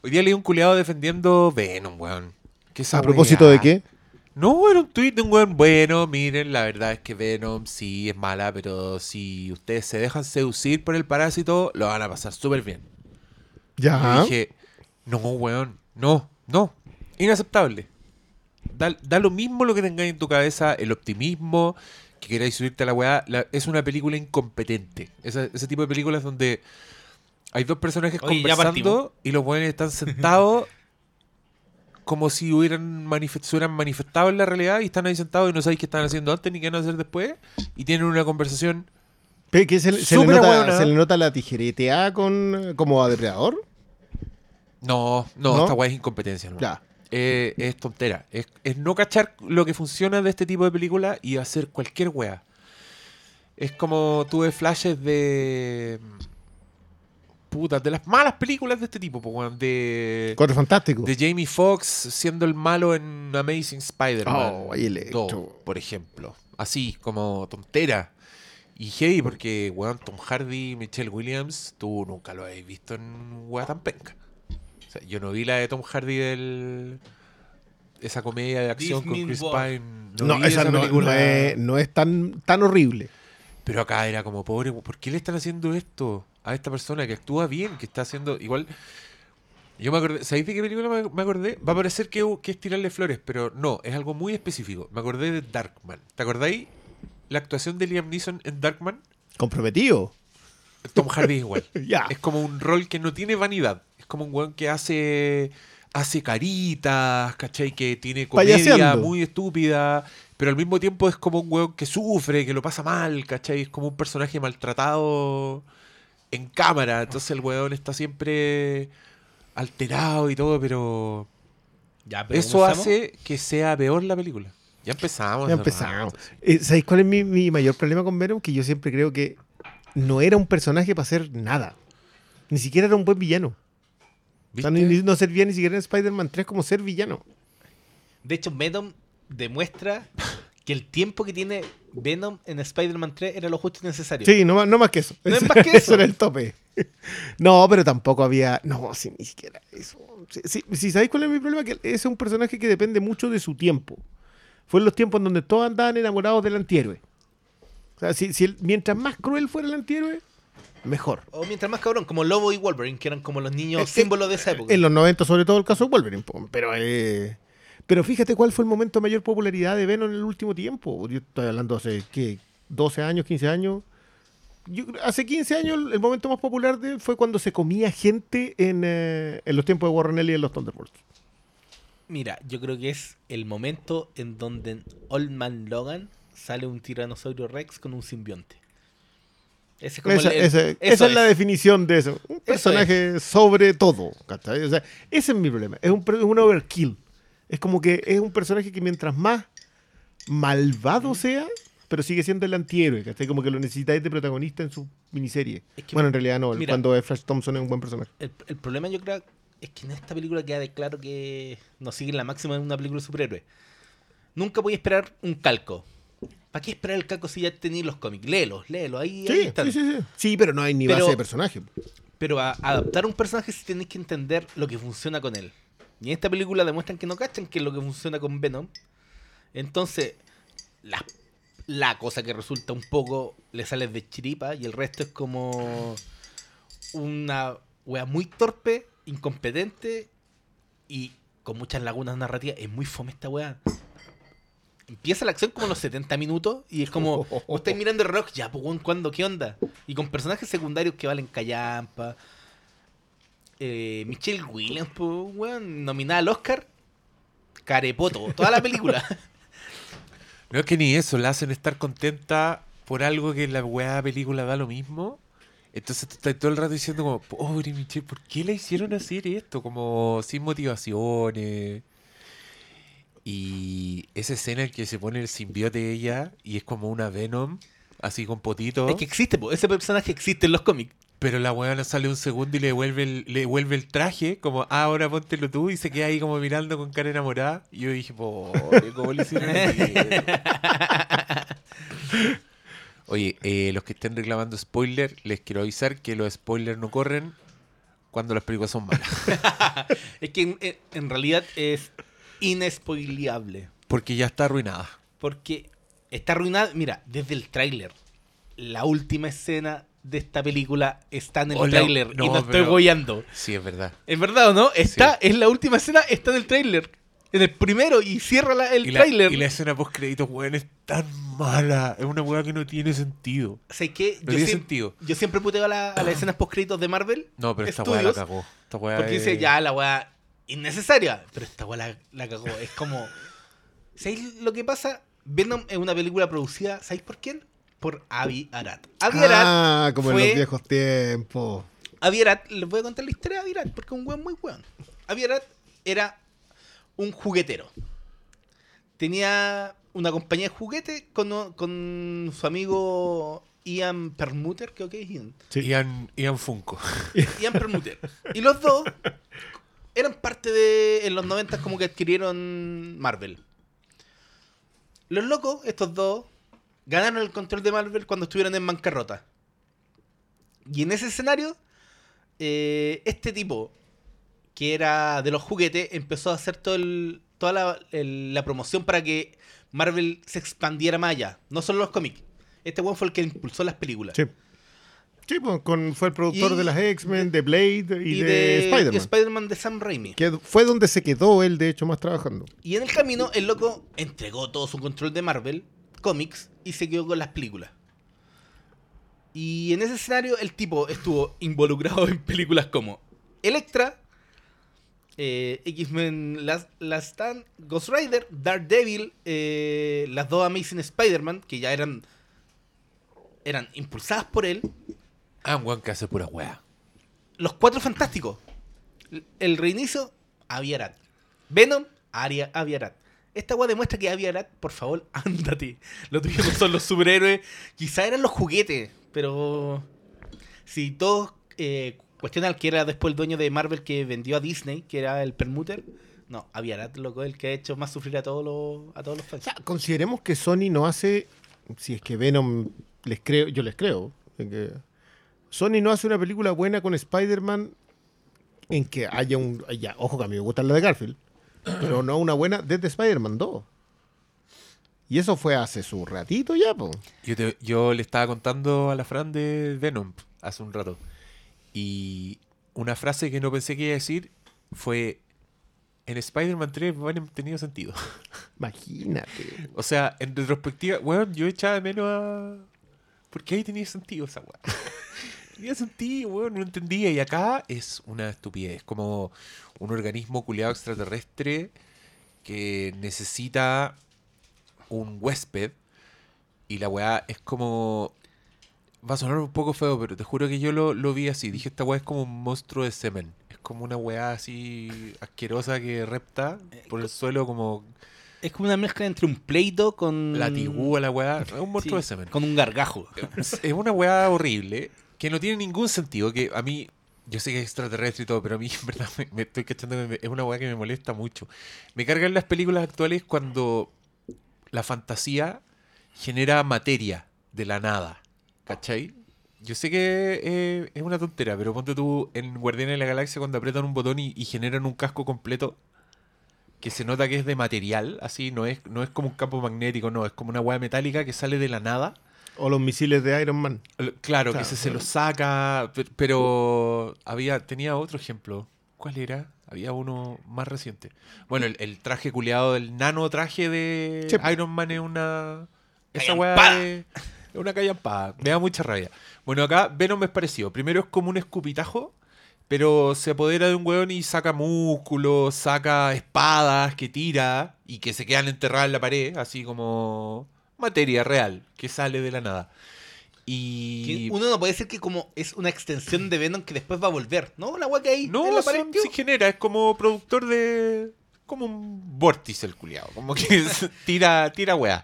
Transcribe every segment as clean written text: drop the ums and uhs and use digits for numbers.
Hoy día leí un culiado defendiendo Venom, weón. ¿Qué esa ¿A propósito de weá? qué? No, era un tweet de un weón. Bueno, miren, la verdad es que Venom sí es mala, pero si ustedes se dejan seducir por el parásito, lo van a pasar súper bien. Y yo Ya. dije, no, weón, no, no. Inaceptable. Da lo mismo lo que tengáis en tu cabeza, el optimismo, que queráis subirte a la weá. Es una película incompetente. Ese tipo de películas donde hay dos personajes Oye, ya partimos. conversando y los weones están sentados como si se hubieran manifestado en la realidad y están ahí sentados y no sabéis qué están haciendo antes ni qué van a hacer después y tienen una conversación Que súper ahueonada. se le nota la tijereteada como a depredador. No, no, ¿No? esta weá es incompetencia, ¿no? Ya. Es tontera. Es no cachar lo que funciona de este tipo de película y hacer cualquier weá. Es como tuve flashes de... Puta, de las malas películas de este tipo, po, weón. Cuatro Fantásticos. De Jamie Foxx siendo el malo en Amazing Spider-Man Oh, ahí Electro. 2, por ejemplo. Así, como tontera. Y heavy, porque, weón, Tom Hardy y Michelle Williams, tú nunca lo habéis visto en weá tan penca. O sea, yo no vi la de Tom Hardy esa comedia de acción This con means Chris war. Pine. No, Vi esa esa película. no es tan horrible. Pero acá era como, pobre, ¿por qué le están haciendo esto a esta persona que actúa bien, que está haciendo... Igual, yo me acordé, ¿sabéis de qué película me acordé? Va a parecer que es tirarle flores, pero no, es algo muy específico. Me acordé de Darkman. ¿Te acordáis la actuación de Liam Neeson en Darkman? Comprometido. Tom Hardy es igual. Ya. Es como un rol que no tiene vanidad. Es como un weón que hace caritas, ¿cachai? Que tiene comedia Payaseando. muy estúpida, pero al mismo tiempo es como un weón que sufre, que lo pasa mal, ¿cachai? Es como un personaje maltratado en cámara. Entonces el weón está siempre alterado y todo, pero Ya, pero eso comenzamos. hace que sea peor la película. Ya empezamos. Ya hace empezamos. rato, sí. ¿Sabéis cuál es mi mayor problema con Venom? Que yo siempre creo que no era un personaje para hacer nada. Ni siquiera era un buen villano. O sea, ¿Viste? no servía ni siquiera en Spider-Man 3 como ser villano. De hecho, Venom demuestra que el tiempo que tiene Venom en Spider-Man 3 era lo justo y necesario. Sí, no más que eso. No es más que eso. Era el tope. No, pero tampoco había... No, sí, ni siquiera eso. Si sabéis cuál es mi problema, que ese es un personaje que depende mucho de su tiempo. Fue en los tiempos en donde todos andaban enamorados del antihéroe. O sea, mientras más cruel fuera el antihéroe, mejor. O mientras más cabrón, como Lobo y Wolverine, que eran como los niños símbolos de esa época. En los 90, sobre todo el caso de Wolverine. Pero fíjate cuál fue el momento de mayor popularidad de Venom en el último tiempo. Yo estoy hablando hace, ¿qué? 12 años, 15 años. Hace 15 años el momento más popular de él fue cuando se comía gente en los tiempos de Warren Ellis y en los Thunderbolts. Mira, yo creo que es el momento en donde en Old Man Logan sale un tiranosaurio Rex con un simbionte. Ese es como Esa es la definición de eso. Un personaje sobre todo. ¿Cachai? O sea, ese es mi problema. Es un overkill. Es como que es un personaje que mientras más malvado sea, pero sigue siendo el antihéroe. ¿Cachai? Como que lo necesitáis de protagonista en su miniserie. Es que, Bueno, en realidad no. mira, Cuando es Flash Thompson es un buen personaje. el problema yo creo es que en esta película queda de claro que no sigue la máxima de una película de superhéroe. Nunca voy a esperar un calco. ¿Para qué esperar el calco si ya tenéis los cómics? Léelos, ahí están. Sí. Sí, pero no hay ni Pero- base de personaje. Pero a adaptar un personaje sí tenéis que entender lo que funciona con él. Y en esta película demuestran que no cachan qué es lo que funciona con Venom. Entonces, la cosa que resulta un poco le sale de chiripa y el resto es como una wea muy torpe, incompetente y con muchas lagunas narrativas. Es muy fome esta wea. Empieza la acción como a los 70 minutos y es como, vos estáis mirando el reloj, ya, pues, weón, ¿cuándo? ¿Qué onda? Y con personajes secundarios que valen callampa. Michelle Williams, pues, weón, nominada al Oscar, carepoto, toda la película. No es que ni eso, la hacen estar contenta por algo que la weá película da lo mismo. Entonces tú estás todo el rato diciendo como, pobre Michelle, ¿por qué le hicieron hacer esto? Como sin motivaciones. Y esa escena en que se pone el simbiote de ella y es como una Venom, así con potito. Es que existe, pues, ese personaje existe en los cómics. Pero la weona sale un segundo y le vuelve el traje, como, ahora póntelo tú, y se queda ahí como mirando con cara enamorada. Y yo dije, pobre, ¿cómo le hicieron eso? Oye, los que estén reclamando spoiler, les quiero avisar que los spoilers no corren cuando las películas son malas. Es que en realidad es inespoileable. Porque ya está arruinada. Porque está arruinada. Mira, desde el tráiler. La última escena de esta película está en el Hola, tráiler. no, Y no estoy pero- goyando. Sí, es verdad. ¿Es verdad o no? Está, Sí. es la última escena, está en el tráiler. En el primero y cierra el Y la, tráiler. y la escena post créditos, weón, es tan mala. Es una weá que no tiene sentido. O sea, que No tiene sentido. yo siempre puteo a las escenas post créditos de Marvel. No, pero esta weá la Studios, cagó. Esta weá Porque es- dice, ya, la weá innecesaria. Pero esta weá la cagó. Es como. ¿Sabéis lo que pasa? Venom es una película producida, ¿sabéis por quién? Por Avi Arad. Avi Arad, como en fue- los viejos tiempos. Avi Arad, les voy a contar la historia de Avi Arad, porque es un weón muy weón. Avi Arad era un juguetero. Tenía una compañía de juguete con su amigo Ian Permuter, creo que es Ian. Sí. Ian Funko. Ian Permuter. Y los dos eran parte de. En los 90 como que adquirieron Marvel. Los locos, estos dos, ganaron el control de Marvel cuando estuvieron en bancarrota. Y en ese escenario, este tipo, que era de los juguetes, empezó a hacer toda la promoción para que Marvel se expandiera más allá. No solo los cómics. Este weón fue el que impulsó las películas. Sí. Sí, pues, fue el productor Y- de las X-Men, de Blade y de Spider-Man. Spider-Man de Sam Raimi. Que fue donde se quedó él, de hecho, más trabajando. Y en el camino, el loco entregó todo su control de Marvel Comics y se quedó con las películas. Y en ese escenario, el tipo estuvo involucrado en películas como Electra, X-Men Last Stand, Ghost Rider, Daredevil, las dos Amazing Spider-Man, que ya eran impulsadas por él. Ah, un weón que hace pura weá. Los Cuatro Fantásticos. El reinicio, Avi Arad. Venom, Avi Arad. Esta weá demuestra que Avi Arad, por favor, ándate. Lo tuyo no son los superhéroes. Quizá eran los juguetes, pero si todos cuestionan que era después el dueño de Marvel que vendió a Disney, que era el Permuter, no, Avi Arad, loco, el que ha hecho más sufrir a todos los fans. O sea, consideremos que Sony no hace, si es que Venom yo les creo, que Sony no hace una película buena con Spider-Man en que haya ojo que a mí me gusta la de Garfield, pero no una buena desde Spider-Man 2. Y eso fue hace su ratito ya, po. Yo le estaba contando a la Fran de Venom hace un rato. Y una frase que no pensé que iba a decir fue: en Spider-Man 3 Venom tenía sentido. Imagínate. O sea, en retrospectiva, weón, yo echaba de menos a... Porque ahí tenía sentido esa weá. Tenía sentido, weón, no entendía. Y acá es una estupidez. Como un organismo culiado extraterrestre que necesita un huésped. Y la weá es como... Va a sonar un poco feo, pero te juro que yo lo vi así. Dije, esta weá es como un monstruo de semen. Es como una weá así asquerosa que repta por el suelo como... Es como una mezcla entre un Play-Doh con... La tigúa, la weá. Es un monstruo de Sí, semen. con un gargajo. Es una weá horrible que no tiene ningún sentido. Que a mí, yo sé que es extraterrestre y todo, pero a mí en verdad me estoy cachando que es una weá que me molesta mucho. Me cargan las películas actuales cuando la fantasía genera materia de la nada. ¿Cachai? Yo sé que es una tontera, pero ponte tú en Guardianes de la Galaxia cuando aprietan un botón y generan un casco completo que se nota que es de material, así, no es como un campo magnético, no, es como una hueá metálica que sale de la nada. O los misiles de Iron Man. Claro, Claro. que se lo saca, pero tenía otro ejemplo. ¿Cuál era? Había uno más reciente. Bueno, el traje culeado, el nano traje de Sí. Iron Man es una... Esa Callampada. weá es una callampada. Me da mucha rabia. Bueno, acá Venom es parecido. Primero es como un escupitajo, pero se apodera de un weón y saca músculos, saca espadas que tira y que se quedan enterradas en la pared, así como materia real que sale de la nada. Y... Uno no puede decir que como es una extensión de Venom que después va a volver, ¿no? La weá que hay en No, la pared. se genera, es como productor de... Como un vórtice el culiado, como que tira weá.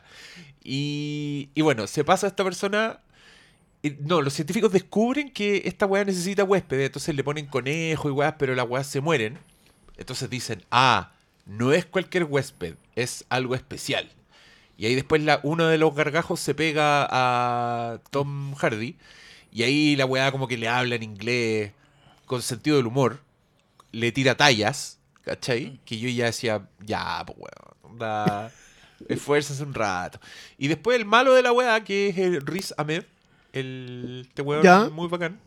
Y bueno, se pasa a esta persona... No, los científicos descubren que esta weá necesita huéspedes, entonces le ponen conejo y weas, pero las weas se mueren. Entonces dicen, no es cualquier huésped, es algo especial. Y ahí después uno de los gargajos se pega a Tom Hardy, y ahí la weá como que le habla en inglés. con sentido del humor, le tira tallas, ¿cachai? Que yo ya decía, ya, pues weón, onda, esfuérzase un rato. Y después el malo de la weá, que es el Riz Ahmed, este weón Ya. muy bacán,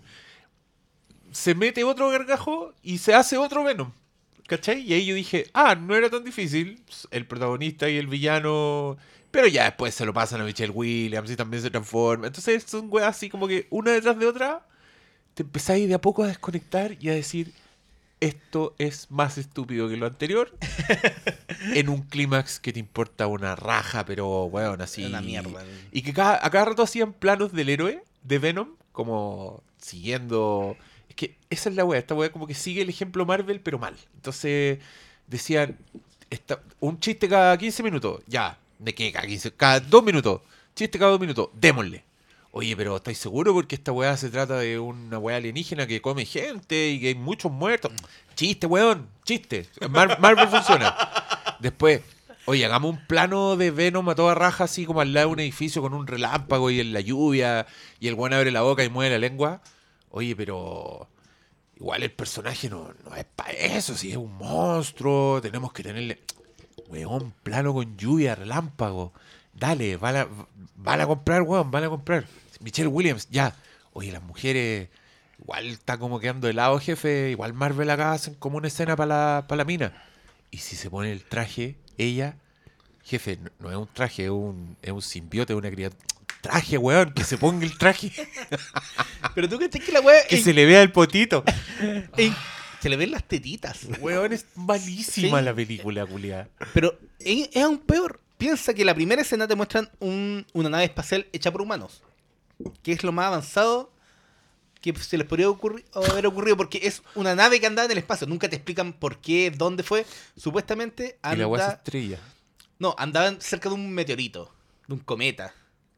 se mete otro gargajo y se hace otro Venom. ¿Cachai? Y ahí yo dije, no era tan difícil. El protagonista y el villano. Pero ya después se lo pasan a Michelle Williams y también se transforma. Entonces son weas así como que una detrás de otra. Te empezáis de a poco a desconectar y a decir, esto es más estúpido que lo anterior. En un clímax que te importa una raja, pero weón, así. Una mierda. Y que a cada rato hacían planos del héroe de Venom, como siguiendo. Es que esa es la wea, esta wea como que sigue el ejemplo Marvel, pero mal. Entonces decían, un chiste cada 15 minutos, ya, ¿de qué? Cada 15, cada 2 minutos, chiste cada 2 minutos, démosle. Oye, pero ¿estáis seguros? Porque esta weá se trata de una weá alienígena que come gente y que hay muchos muertos. Chiste, weón, chiste. Marvel funciona. Después, oye, hagamos un plano de Venom a toda raja, así como al lado de un edificio con un relámpago y en la lluvia, y el weón abre la boca y mueve la lengua. Oye, pero igual el personaje no es para eso, si es un monstruo, tenemos que tenerle... Weón, plano con lluvia, relámpago. Dale, van a comprar, weón, van a comprar. Michelle Williams, ya. Oye, las mujeres, igual está como quedando de lado, jefe. Igual Marvel acá hacen como una escena para la mina. Y si se pone el traje, ella, jefe, no es un traje, es un simbiote, una criatura. Traje, weón, que se ponga el traje. Pero tú crees que la weá. Que se le vea el potito. Se le ven las tetitas. Weón, es malísima Sí. la película, culiada. Pero es aún peor. Piensa que la primera escena te muestran una nave espacial hecha por humanos. Que es lo más avanzado que se les podría haber ocurrido. Porque es una nave que andaba en el espacio. Nunca te explican por qué, dónde fue. Supuestamente Y la weá se anda... estrella. No, andaban cerca de un meteorito. De un cometa.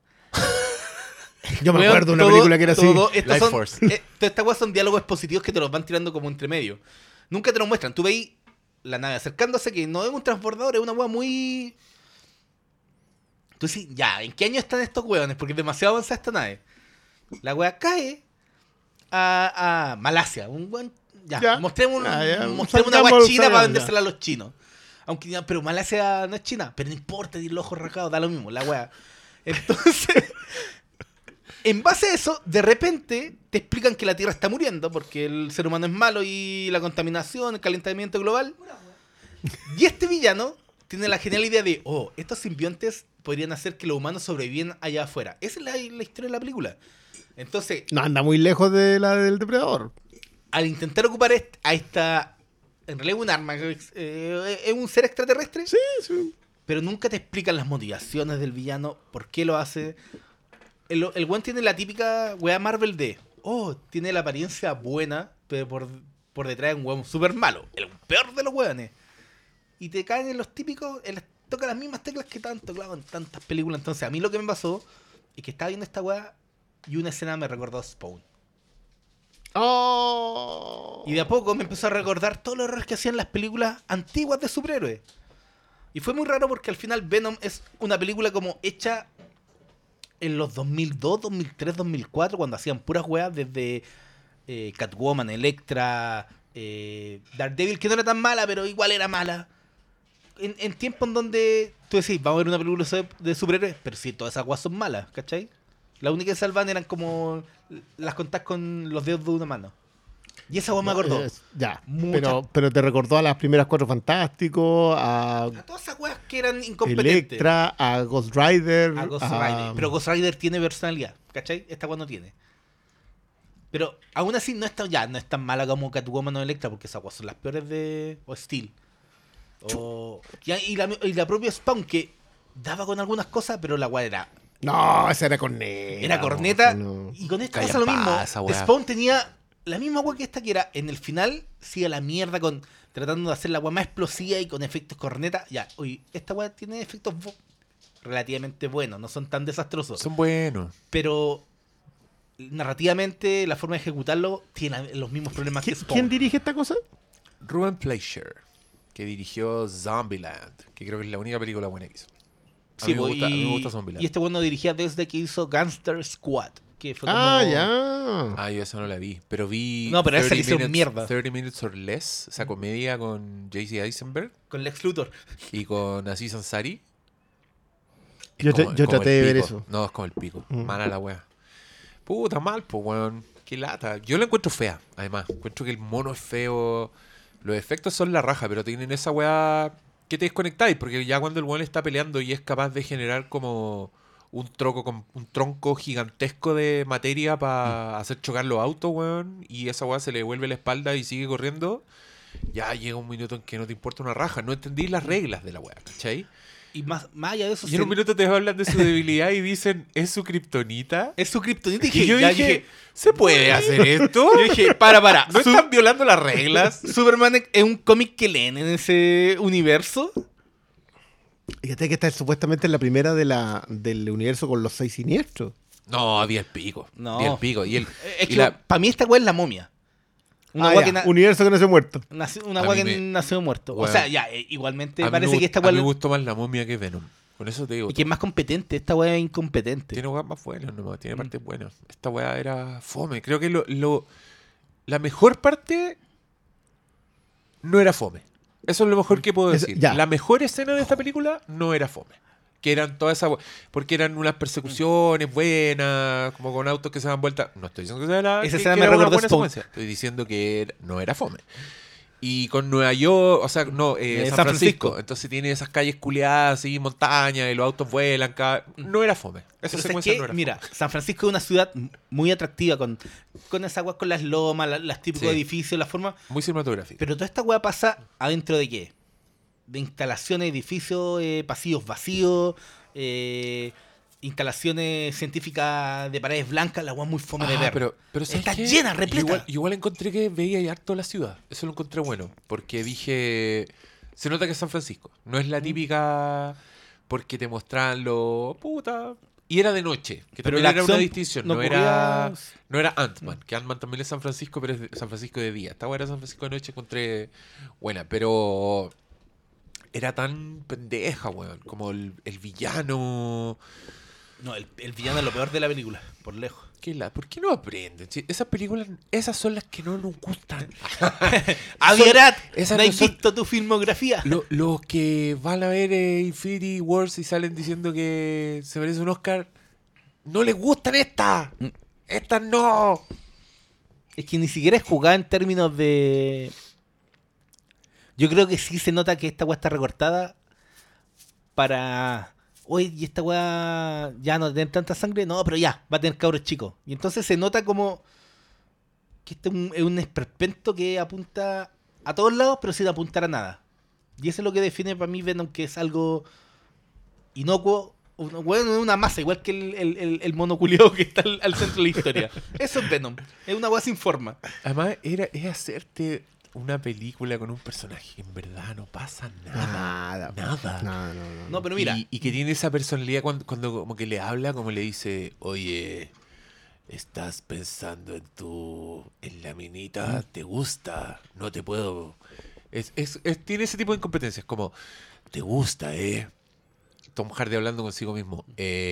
Yo me Weón, acuerdo de una todo- película que era así. todo- estos Life son- Force. todas estas weas son diálogos expositivos que te los van tirando como entre medio. Nunca te lo muestran. Tú veis la nave acercándose, que no es un transbordador, es una wea muy... Tú decís, ya, ¿en qué año están estos weones? Porque es demasiado avanzada esta nave. La wea cae a Malasia. Un weón... Ya. Mostremos, Ya. mostremos una Salgamos, wea china para salgamos, vendérsela a los chinos. Aunque, ya, pero Malasia no es China. Pero no importa, tiene los ojos rasgados, da lo mismo, la wea. Entonces... En base a eso, de repente te explican que la Tierra está muriendo porque el ser humano es malo y la contaminación, el calentamiento global. Y este villano tiene la genial idea de, estos simbiontes podrían hacer que los humanos sobrevivan allá afuera. Esa es la historia de la película. Entonces, No anda muy lejos de la del depredador. al intentar ocupar a esta... En realidad es un arma, es un ser extraterrestre, Sí, sí. pero nunca te explican las motivaciones del villano, por qué lo hace. El weón tiene la típica weá Marvel de, tiene la apariencia buena, pero por detrás es un weón súper malo, el peor de los weones. Y te caen en los típicos, toca las mismas teclas que tanto claro en tantas películas. Entonces a mí lo que me pasó es que estaba viendo esta weá y una escena me recordó a Spawn. Oh. Y de a poco me empezó a recordar todos los errores que hacían las películas antiguas de superhéroes. Y fue muy raro porque al final Venom es una película como hecha en los 2002, 2003, 2004, cuando hacían puras weas desde Catwoman, Electra, Daredevil, que no era tan mala, pero igual era mala. En tiempos en donde tú decís, vamos a ver una película de superhéroes, pero sí, todas esas weas son malas, ¿cachai? La única que salvan eran como las contás con los dedos de una mano. Y esa wea me acordó. Ya. Mucha- Pero te recordó a las primeras Cuatro Fantásticos, a A todas esas weas que eran incompetentes. Electra, a Ghost Rider. A Ghost Rider. Pero Ghost Rider tiene personalidad, ¿cachai? Esta wea no tiene. Pero aún así no es tan mala como Catwoman o Electra, porque esas weas son las peores de... O Steel. Y la propia Spawn, que daba con algunas cosas, pero la wea era... No, esa era corneta. Era corneta. No. Y con esta Calla pasa lo mismo. pasa, The wea. Spawn tenía la misma wea que esta, que era en el final, sí a la mierda con tratando de hacer la wea más explosiva y con efectos corneta. Ya, oye, esta wea tiene efectos relativamente buenos, no son tan desastrosos. Son buenos. Pero narrativamente, la forma de ejecutarlo tiene los mismos problemas que Spawn. ¿Quién dirige esta cosa? Ruben Fleischer, que dirigió Zombieland, que creo que es la única película buena que hizo. A Sí, mí me gusta Zombieland. y este bueno dirigía desde que hizo Gangster Squad, que fue como... Ah, ya. Ah, yo esa no la vi. Pero vi. No, pero esa 30 le hicieron Minutes- mierda. 30 Minutes or Less, esa comedia con J.C. Eisenberg Con Lex Luthor. y con Aziz Ansari. Es Yo como- yo es como traté el de ver pico. eso. No, es como el pico. Mm. Mala la wea. Puta mal, pues, weón. Qué lata. Yo la encuentro fea, además. Encuentro que el mono es feo. Los efectos son la raja, pero tienen esa weá que te desconectáis. Porque ya cuando el weón está peleando y es capaz de generar como un tronco gigantesco de materia para hacer chocar los autos, weón. Y esa weá se le vuelve la espalda y sigue corriendo. Ya llega un minuto en que no te importa una raja. No entendís las reglas de la weá, ¿cachai? Y más allá de eso... Y en un minuto te hablan de su debilidad y dicen, ¿es su kriptonita? Es su kriptonita. Y yo dije, ¿se puede hacer esto? Yo dije, para. ¿No están violando las reglas? Superman es un cómic que leen en ese universo. Fíjate que esta es supuestamente la primera del universo con los 6 siniestros. No, vi el pico. No. Vi el pico. Y Es y que para mí esta weá es la momia. Una Ah, weá ya, que universo que no se ha muerto. una A weá mí que me- nació muerto. Weón. O sea, ya, igualmente a mí parece me que esta a mí me weá... gustó más la momia que Venom. Con eso te digo. Y que es más competente. Esta weá es incompetente. Tiene weas más buenas, nomás. Tiene Mm. partes buenas. Esta weá era fome. Creo que la mejor parte no era fome. Eso es lo mejor que puedo Es- decir. ya. La mejor escena de esta película no era fome. Que eran todas esas... Porque eran unas persecuciones buenas, como con autos que se dan vueltas. No estoy diciendo que sea Esa que escena me era una recordó buena Spawn. secuencia. Estoy diciendo que no era fome. Y con Nueva York, o sea, no, San San Francisco. Francisco. Entonces tiene esas calles culiadas, así, montañas, y los autos vuelan. No era fome. Esa Pero ¿sabes secuencia qué? no era Mira, San Francisco es una ciudad muy atractiva con esas weas, con las lomas, las típicos Sí. edificios, las formas. fome. Muy cinematográfica. Pero toda esta weá pasa adentro de qué? De instalaciones, edificios, pasillos vacíos, instalaciones científicas de paredes blancas, la weá muy fome de ver. pero ¿sabes Está qué? llena, repleta. Igual encontré que veía ahí harto la ciudad. Eso lo encontré bueno. Porque dije. Se nota que es San Francisco. No es la típica. Porque te mostraban lo. Puta. Y era de noche. Que Pero también la era una acción distinción. no No era. ocurría- No era Ant-Man. Que Ant-Man también es San Francisco, pero es San Francisco de día. Esta weá era San Francisco de noche. Encontré buena. Pero. Era tan pendeja, weón. Como el villano. No, el villano es lo peor de la película, por lejos. ¿Por qué no aprenden? Si esas películas, esas son las que no nos gustan. Avierat, esas ¿no no has son- visto tu filmografía? Los que van a ver Infinity Wars y salen diciendo que se merece un Oscar, no les gustan estas. Estas no. Es que ni siquiera es jugada en términos de... Yo creo que sí se nota que esta weá está recortada para... Oye, y esta weá ya no tiene tanta sangre. No, pero ya, va a tener cabros chicos. Y entonces se nota como que este es un esperpento que apunta a todos lados, pero sin apuntar a nada. Y eso es lo que define para mí Venom, que es algo inocuo. Bueno, es una masa, igual que el mono culiao que está al centro de la historia. Eso es Venom. Es una weá sin forma. Además, es hacerte una película con un personaje que en verdad no pasa nada. Nada. No. No, pero mira. Y que tiene esa personalidad cuando como que le habla, como le dice, oye, estás pensando en la minita, te gusta, no te puedo. Tiene ese tipo de incompetencias, como, te gusta, Tom Hardy hablando consigo mismo,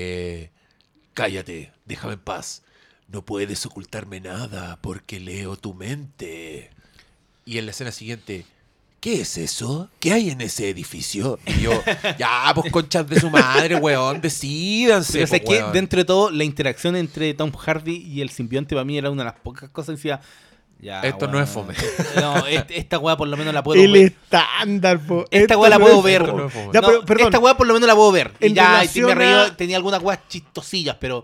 cállate, déjame en paz, no puedes ocultarme nada porque leo tu mente. Y en la escena siguiente, ¿qué es eso? ¿Qué hay en ese edificio? Y yo, ya, pues conchas de su madre, weón, decídanse. Pero sé po, que weón. dentro de todo, la interacción entre Tom Hardy y el simbionte para mí era una de las pocas cosas que decía. Ya, Esto no weón. es fome. No, esta weá por lo menos la puedo El ver. estándar, po. Esta Esto weá la no puedo es ver. Esto no fome. es fome. Ya, No, pero, perdón. esta weá por lo menos la puedo ver. Y En ya, y relación me reí, a- tenía algunas weas chistosillas, pero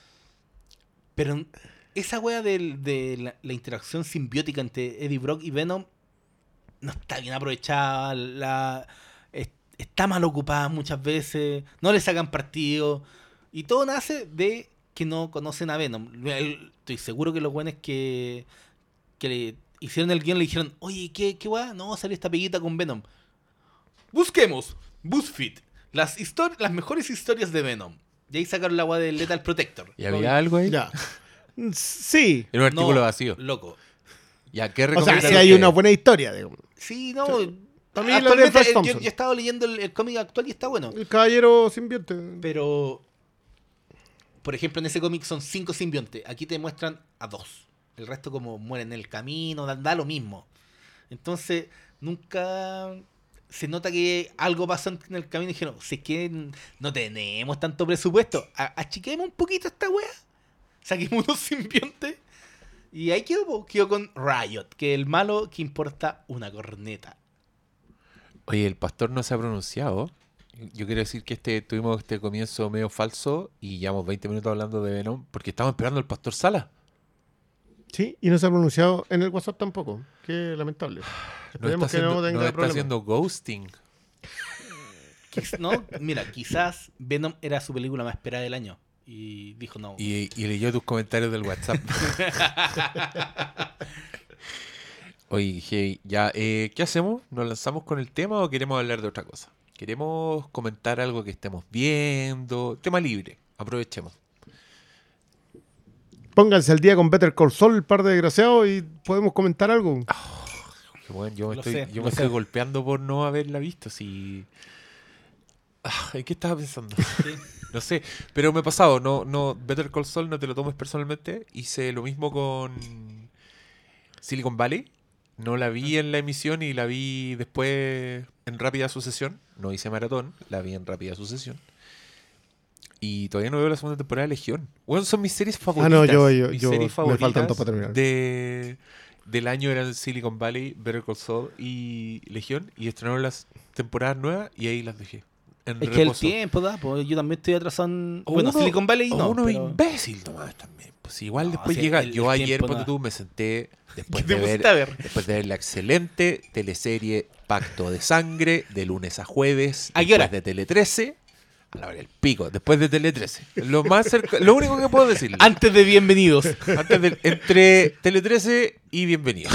esa weá de la interacción simbiótica entre Eddie Brock y Venom no está bien aprovechada. Está mal ocupada muchas veces. No le sacan partido. Y todo nace de que no conocen a Venom. Estoy seguro que los buenos que le hicieron el guión le dijeron, oye, ¿qué weá? No, salió esta peguita con Venom. Busquemos BuzzFeed las mejores historias de Venom. Y ahí sacaron la weá del Lethal Protector. ¿Y había algo ahí? Ya. Sí. Era un artículo No, vasío. Loco. ¿Ya qué O sea, recomiendan si hay ustedes? una buena historia. Digamos. Sí, no. Para mí la de Actualmente, Flash yo Thompson. he estado leyendo el cómic actual y está bueno. El caballero simbionte. Pero por ejemplo, en ese cómic son 5 simbiontes. Aquí te muestran a 2. El resto como mueren en el camino, da lo mismo. Entonces, nunca se nota que algo pasó en el camino y dijeron, si es que no tenemos tanto presupuesto, achiquemos un poquito esta wea, saquemos unos simbiontes. Y ahí quedó con Riot, que el malo que importa una corneta. Oye, el pastor no se ha pronunciado. Yo quiero decir que tuvimos este comienzo medio falso y llevamos 20 minutos hablando de Venom porque estamos esperando al pastor Sala. Sí, y no se ha pronunciado en el WhatsApp tampoco. Qué lamentable. Esperemos que no tenga está problemas. haciendo ghosting. No, mira, quizás Venom era su película más esperada del año. Y dijo no. Y leyó tus comentarios del WhatsApp. Oye, hey, ya, ¿qué hacemos? ¿Nos lanzamos con el tema o queremos hablar de otra cosa? ¿Queremos comentar algo que estemos viendo? Tema libre, aprovechemos. Pónganse al día con Better Call Saul, el par de desgraciados, y podemos comentar algo. Qué bueno, yo me Lo estoy sé. golpeando por no haberla visto. Si... ¿En qué estaba pensando? Sí. No sé, pero me he pasado. No, Better Call Saul no te lo tomes personalmente. Hice lo mismo con Silicon Valley. No la vi en la emisión y la vi después en rápida sucesión. No hice maratón, la vi en rápida sucesión. Y todavía no veo la segunda temporada de Legión. Bueno, son mis series favoritas. No, yo mis me series faltan favoritas dos para terminar. del año eran Silicon Valley, Better Call Saul y Legión. Y estrenaron las temporadas nuevas y ahí las dejé. En Es que el reposo. tiempo da, pues yo también estoy atrasado en... O Bueno, uno- Silicon Valley o no, uno pero... imbécil nomás también. Pues igual No, después sí, llega. el Yo ayer, tiempo ponte no. tú, me senté después ¿Qué de te pusiste a ver? después de ver la excelente teleserie Pacto de Sangre de lunes a jueves. ¿A qué hora? Después de Tele 13. A la hora del pico, después de Tele 13. Lo más cerca, lo único que puedo decirle. Antes de Bienvenidos. Entre Tele 13 y Bienvenido.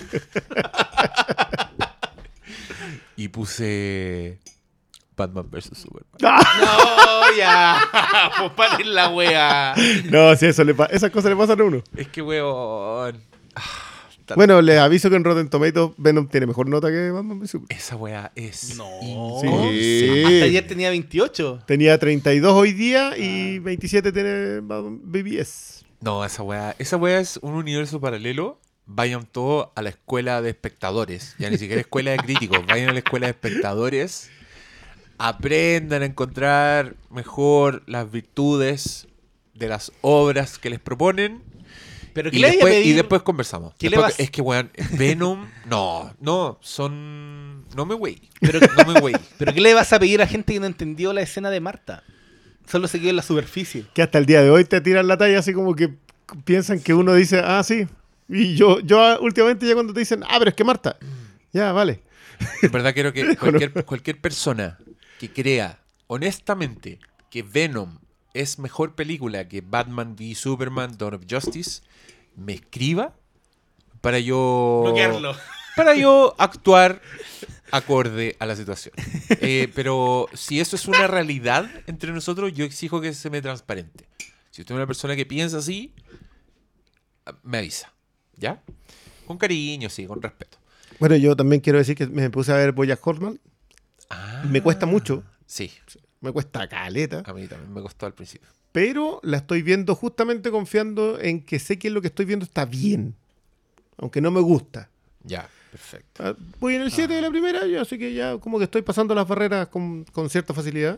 Y puse Batman vs Superman. No, ya. Pues paren la wea. No, si esas cosas le pasan a uno. Es que, weón. Bueno, les aviso que en Rotten Tomatoes Venom tiene mejor nota que Batman v Superman. Esa weá es. No. Sí. Hasta ayer tenía 28. Tenía 32 hoy día y 27 tiene BBS. No, esa weá es un universo paralelo. Vayan todos a la escuela de espectadores. Ya ni siquiera escuela de críticos. Vayan a la escuela de espectadores. Aprendan a encontrar mejor las virtudes de las obras que les proponen. Pero ¿qué Y le iba a después, pedir? y después conversamos. ¿Qué le Después- vas- Es que, weón, Venom. No, son. No me wey. Pero, No me wey. ¿Pero qué le vas a pedir a gente que no entendió la escena de Marta? Solo se quedó en la superficie. Que hasta el día de hoy te tiran la talla así como que piensan que uno dice, ah, sí. Y yo últimamente ya cuando te dicen, ah, pero es que Marta. Ya, vale. En verdad quiero que cualquier persona que crea honestamente que Venom es mejor película que Batman v Superman Dawn of Justice, me escriba para para yo actuar acorde a la situación. Pero si eso es una realidad entre nosotros, yo exijo que se me transparente. Si usted es una persona que piensa así, me avisa. ¿Ya? Con cariño, sí, con respeto. Bueno, yo también quiero decir que me puse a ver BoJack Horseman. Ah, Me cuesta mucho. Sí, Me cuesta caleta. a mí también me costó al principio. Pero la estoy viendo justamente confiando en que sé que lo que estoy viendo está bien. Aunque no me gusta. Ya, perfecto. Ah, voy en el 7 de la primera, yo así que ya como que estoy pasando las barreras con cierta facilidad.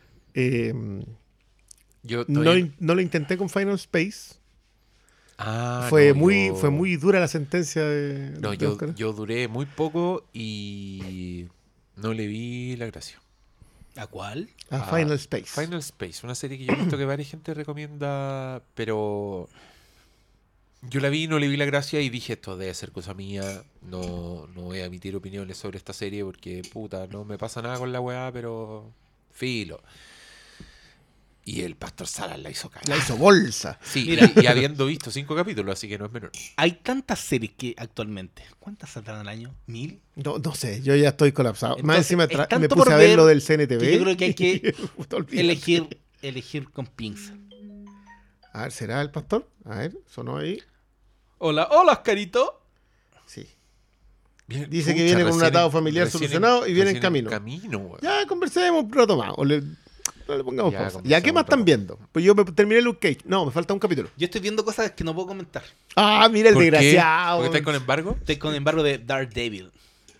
Yo No, todavía- no lo intenté con Final Space. Ah, fue no, muy dura la sentencia de, No, de Oscar. yo duré muy poco y no le vi la gracia. ¿A cuál? A Ah, Final Space. Final Space, una serie que yo he visto que varias gente recomienda, pero yo la vi y no le vi la gracia y dije, esto debe ser cosa mía, no voy a emitir opiniones sobre esta serie porque, puta, no me pasa nada con la weá, pero filo. Y el Pastor Salas la hizo cagar. La hizo bolsa. Sí, Mira. y habiendo visto 5 capítulos, así que no es menor. Hay tantas series que actualmente... ¿Cuántas saldrán al año? ¿1000? No sé, yo ya estoy colapsado. Más Entonces, encima es me tanto puse por a ver ver lo del CNTV. que yo creo que hay que Puta, olvídate. elegir con pinza. A ver, ¿será el pastor? A ver, sonó ahí. Hola, Oscarito. Sí. Bien, Dice que chucha, viene con un recién atado familiar recién solucionado y viene en recién camino. weón. Ya conversemos un rato más. No le pongamos Ya, pausa. conversamos ¿Ya qué más un rato. están viendo? Pues yo me terminé Luke Cage. No, me falta un capítulo. Yo estoy viendo cosas que no puedo comentar. Ah, mira el ¿Por qué? desgraciado. ¿Porque estáis con embargo? Estoy con embargo de Daredevil,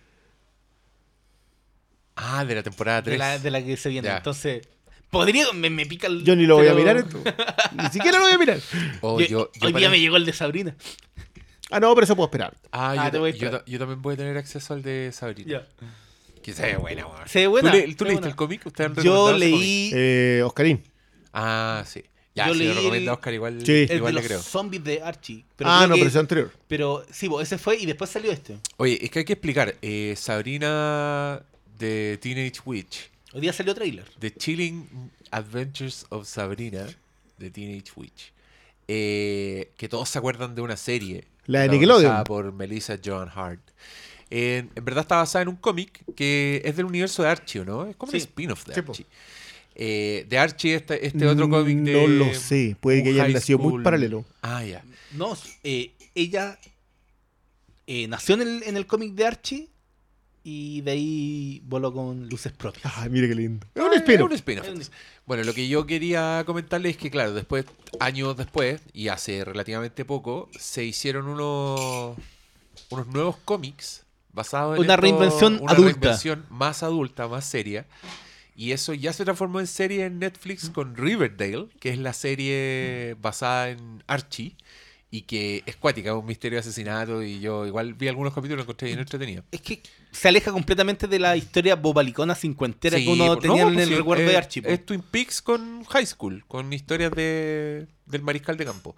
Ah, de la temporada 3. de la que se viene. Ya. Entonces, podría, me pica el... Yo ni lo voy a pero- mirar esto. Ni siquiera lo voy a mirar. Oh, Hoy día me llegó el de Sabrina. Ah, no, pero eso puedo esperar. te voy a esperar. Yo también voy a tener acceso al de Sabrina. Ya. Que se ve buena, weón. Se ve buena. ¿Tú, se ve leíste buena. el cómic? ¿Ustedes han Yo recomendado ese cómic? leí Oscarín. Ah, sí. Ya, Yo si leí lo recomienda el- Oscar, igual, Sí. el de igual le los creo. zombies de Archie. Ah, creo no, que- pero ese anterior. Pero sí, ese fue y después salió este. Oye, es que hay que explicar. Sabrina de Teenage Witch. Hoy día salió trailer. The Chilling Adventures of Sabrina de Teenage Witch. Que todos se acuerdan de una serie. La de protagonizada Nickelodeon. por Melissa Joan Hart. En verdad está basada en un cómic que es del universo de Archie, ¿no? Es como Sí. un spin-off de Sí, po. Archie. De Archie, este otro cómic de... No lo sé. Puede que un hayan high nacido muy school- paralelo. Ah, ya. No, ella nació en el cómic de Archie y de ahí voló con luces propias. Ay, mire qué lindo. Es Ah, un spin-off. un spin-off. Es un- Bueno, lo que yo quería comentarles es que, claro, después, años después, y hace relativamente poco, se hicieron unos nuevos cómics basados en Una reinvención una adulta. reinvención más adulta, más seria. Y eso ya se transformó en serie en Netflix con Riverdale, que es la serie basada en Archie y que es cuática, un misterio de asesinato. Y yo igual vi algunos capítulos y lo encontré bien entretenido. Es que se aleja completamente de la historia bobalicona cincuentera Sí, que uno pues, tenía no, en pues el sí, recuerdo de Archie. po. Es Twin Peaks con High School, con historias del mariscal de campo.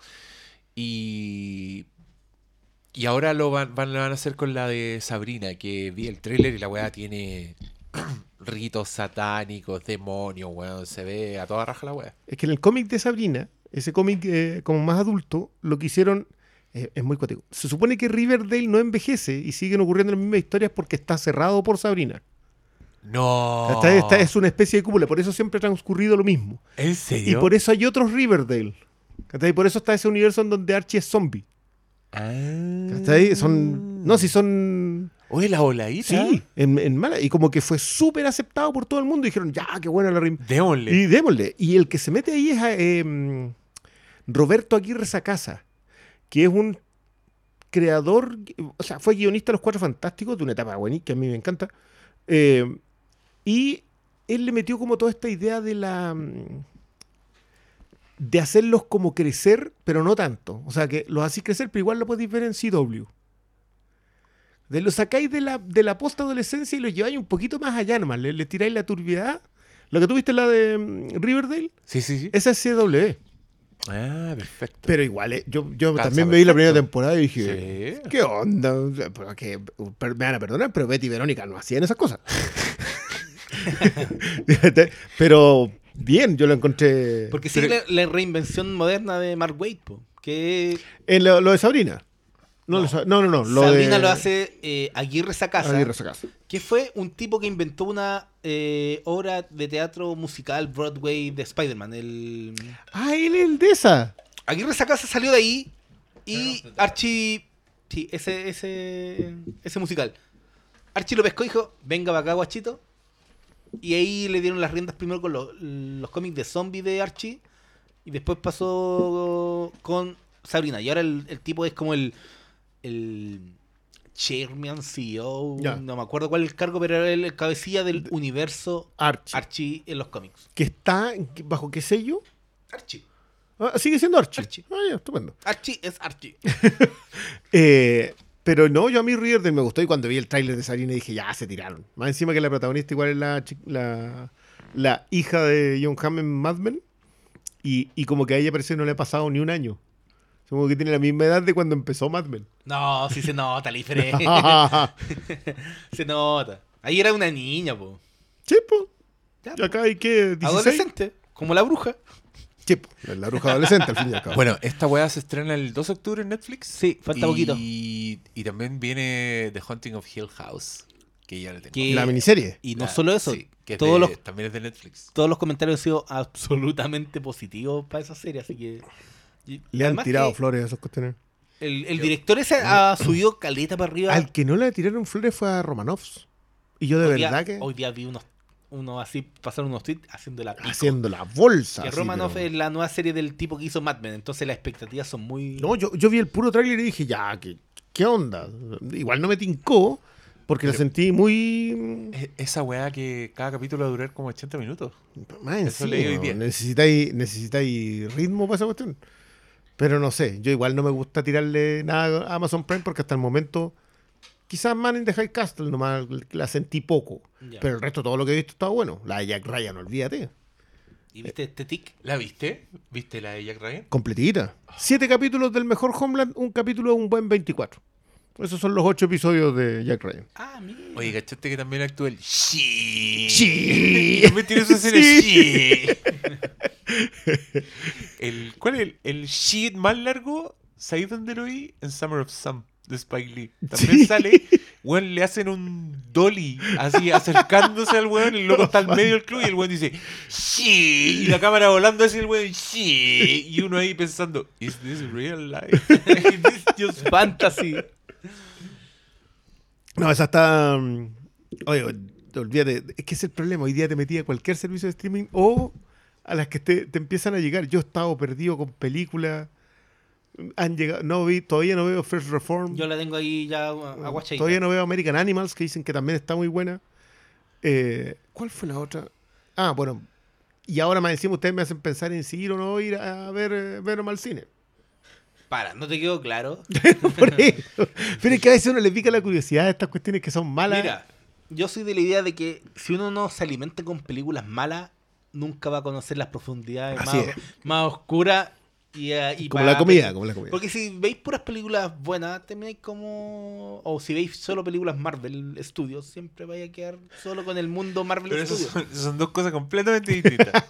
Y ahora lo van a hacer con la de Sabrina, que vi el tráiler y la weá tiene ritos satánicos, demonios, weón. Se ve a toda raja la weá. Es que en el cómic de Sabrina, ese cómic como más adulto, lo que hicieron es muy cuático. Se supone que Riverdale no envejece y siguen ocurriendo las mismas historias porque está cerrado por Sabrina. No. Esta es una especie de cúpula, por eso siempre ha transcurrido lo mismo. ¿En Y serio? por eso hay otros Riverdale. ¿Cachai? Por eso está ese universo en donde Archie es zombie. Ah. ¿Cachai? Son. No, si son. Oye, la voladita. Sí, en mala. Y como que fue súper aceptado por todo el mundo. Y dijeron, ya, qué buena la Démosle. Y démosle. Y el que se mete ahí es Roberto Aguirre Sacasa, que es un creador, o sea, fue guionista de Los Cuatro Fantásticos, de una etapa buenísima que a mí me encanta. Y él le metió como toda esta idea de de hacerlos como crecer, pero no tanto. O sea, que los hacéis crecer, pero igual lo podéis ver en CW. Lo sacáis de la post-adolescencia y lo lleváis un poquito más allá nomás. Le tiráis la turbiedad. Lo que tuviste la de Riverdale, Sí, sí, sí. esa es CW. Ah, perfecto. Pero igual, yo Calza también me vi la perfecto. primera temporada y dije, Sí. ¿qué onda? O sea, me van a perdonar, pero Betty y Verónica no hacían esas cosas. Pero bien, yo lo encontré. Porque sí, Pero- la reinvención moderna de Mark Waid, po, que En lo de Sabrina. No. Lo Sabrina de... lo hace Aguirre Sacasa, Aguirre Sacasa. que fue un tipo que inventó una obra de teatro musical Broadway de Spider-Man. Ah, él es el de esa. Aguirre Sacasa salió de ahí y Archie... Sí, ese musical. Archie lo pescó y dijo, venga para acá, guachito. Y ahí le dieron las riendas primero con los cómics de zombie de Archie. Y después pasó con Sabrina. Y ahora el tipo es como el chairman, CEO, Ya. no me acuerdo cuál es el cargo, pero era el cabecilla del universo Archie. Archie en los cómics. Que está, ¿bajo qué sello? Archie. Ah, sigue siendo Archie. Archie. Ah, ya, estupendo. Archie es Archie. Pero no, yo a mí Riverdale me gustó y cuando vi el tráiler de Sabrina dije, ya, se tiraron. Más encima que la protagonista igual es la hija de John Hamm en Mad Men y como que a ella parece que no le ha pasado ni un año. Como que tiene la misma edad de cuando empezó Mad Men. No, sí se nota la diferencia. Se nota. Ahí era una niña, po. Sí, po. Ya, Y acá hay que 16. adolescente, como la bruja. Sí, po. La bruja adolescente al fin y al cabo. Bueno, esta weá se estrena el 2 de octubre en Netflix. Sí, falta poquito. Y también viene The Haunting of Hill House, que ya la tengo. Que- La miniserie. Y no solo eso, Sí, que es todos también es de Netflix. todos los comentarios han sido absolutamente positivos para esa serie, así que... y Le han además tirado que flores a esos cuestiones. el director ese ha subido caleta para arriba. Al que no le tiraron flores fue a Romanovs. Y yo de Hoy día- verdad que... Hoy día vi uno así, pasaron unos tweets haciendo la pico. Haciendo la bolsa. Que así, Romanoff pero- es la nueva serie del tipo que hizo Mad Men, entonces las expectativas son muy... No, yo vi el puro tráiler y dije, ya, ¿qué onda? Igual no me tincó, porque la Pero- sentí muy... Esa weá que cada capítulo va a durar como 80 minutos. Más Eso encima, leí hoy día. necesitáis ritmo para esa cuestión. Pero no sé, yo igual no me gusta tirarle nada a Amazon Prime porque hasta el momento, quizás Man in the High Castle nomás la sentí poco. Ya. Pero el resto, todo lo que he visto está bueno. La de Jack Ryan, olvídate. ¿Y viste este tic? ¿La viste? ¿Viste la de Jack Ryan? Completita. 7 capítulos del mejor Homeland, un capítulo de un buen 24. Esos son los 8 episodios de Jack Ryan. Ah, mira. Oye, ¿cachaste que también actúa el Shi? Sí. También tiene su escena Sí. Shi. ¿Cuál es el Shi más largo? ¿Sabéis dónde lo vi? En Summer of Sam, de Spike Lee. También Sí. sale, weón, le hacen un dolly, así acercándose al weón, el loco está al medio del club y el weón dice Shi. Y la cámara volando así el weón Shi. Y uno ahí pensando, ¿is this real life? Is this just fantasy? No, esa está... Oye, olvídate, es que es el problema. Hoy día te metí a cualquier servicio de streaming o a las que te empiezan a llegar. Yo he estado perdido con películas. Han llegado, todavía no veo First Reform. Yo la tengo ahí ya aguachadita. Todavía no veo American Animals, que dicen que también está muy buena. ¿Cuál fue la otra? Ah, bueno. Y ahora más encima ustedes me hacen pensar en si ir o no ir a ver Venom al cine. Para, ¿no te quedó claro? Por eso. Pero es que a veces uno le pica la curiosidad de estas cuestiones que son malas. Mira, yo soy de la idea de que si uno no se alimenta con películas malas, nunca va a conocer las profundidades Así más, es. más oscuras. Y como para- la comida, como la comida. Porque si veis puras películas buenas, termináis como... O si veis solo películas Marvel Studios, siempre vais a quedar solo con el mundo Marvel Pero Studios. esas son dos cosas completamente distintas.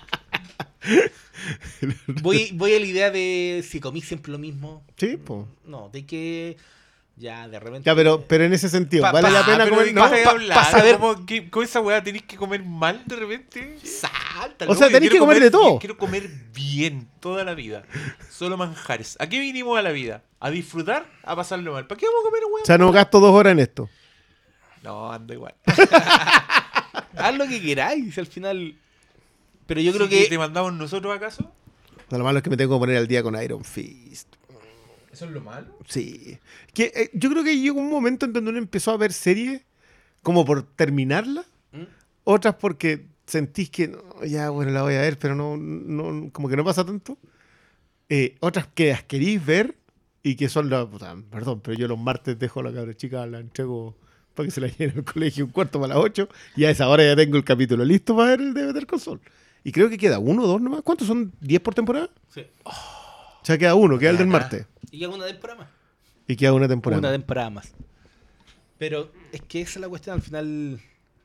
Voy a la idea de si comí siempre lo mismo. Sí, pues. No, de que ya de repente... Ya, pero en ese sentido, Pa- ¿vale pa- la pena pero comer? ¿de qué No, estáis pa- hablando? pa saber- ¿Con esa weá tenéis que comer mal de repente? Salta, O sea, yo tenéis quiero que comer de todo. Quiero comer bien toda la vida. Solo manjares. ¿A qué vinimos a la vida? ¿A disfrutar? ¿A pasarlo mal? ¿Para qué vamos a comer, weón? O sea, no gasto 2 horas en esto. No, ando igual. haz lo que queráis al final. Pero yo creo ¿Sí que... ¿Te mandamos nosotros acaso? O sea, lo malo es que me tengo que poner al día con Iron Fist. ¿Eso es lo malo? Sí. Yo creo que llegó un momento en donde uno empezó a ver series como por terminarla. ¿Mm? Otras porque sentís que no, ya, bueno, la voy a ver, pero no como que no pasa tanto. Otras que las querís ver y que son las... O sea, perdón, pero yo los martes dejo a la cabra chica, la entrego para que se la lleven al colegio un cuarto para las 8 y a esa hora ya tengo el capítulo listo para ver el de Better Call Saul. Y creo que queda 1 o 2 nomás. ¿Cuántos son? ¿10 por temporada? Sí. O sea, queda uno, queda el del Ajá. martes. Y ya una temporada más. Y queda una temporada. Una temporada más. Pero es que esa es la cuestión. Al final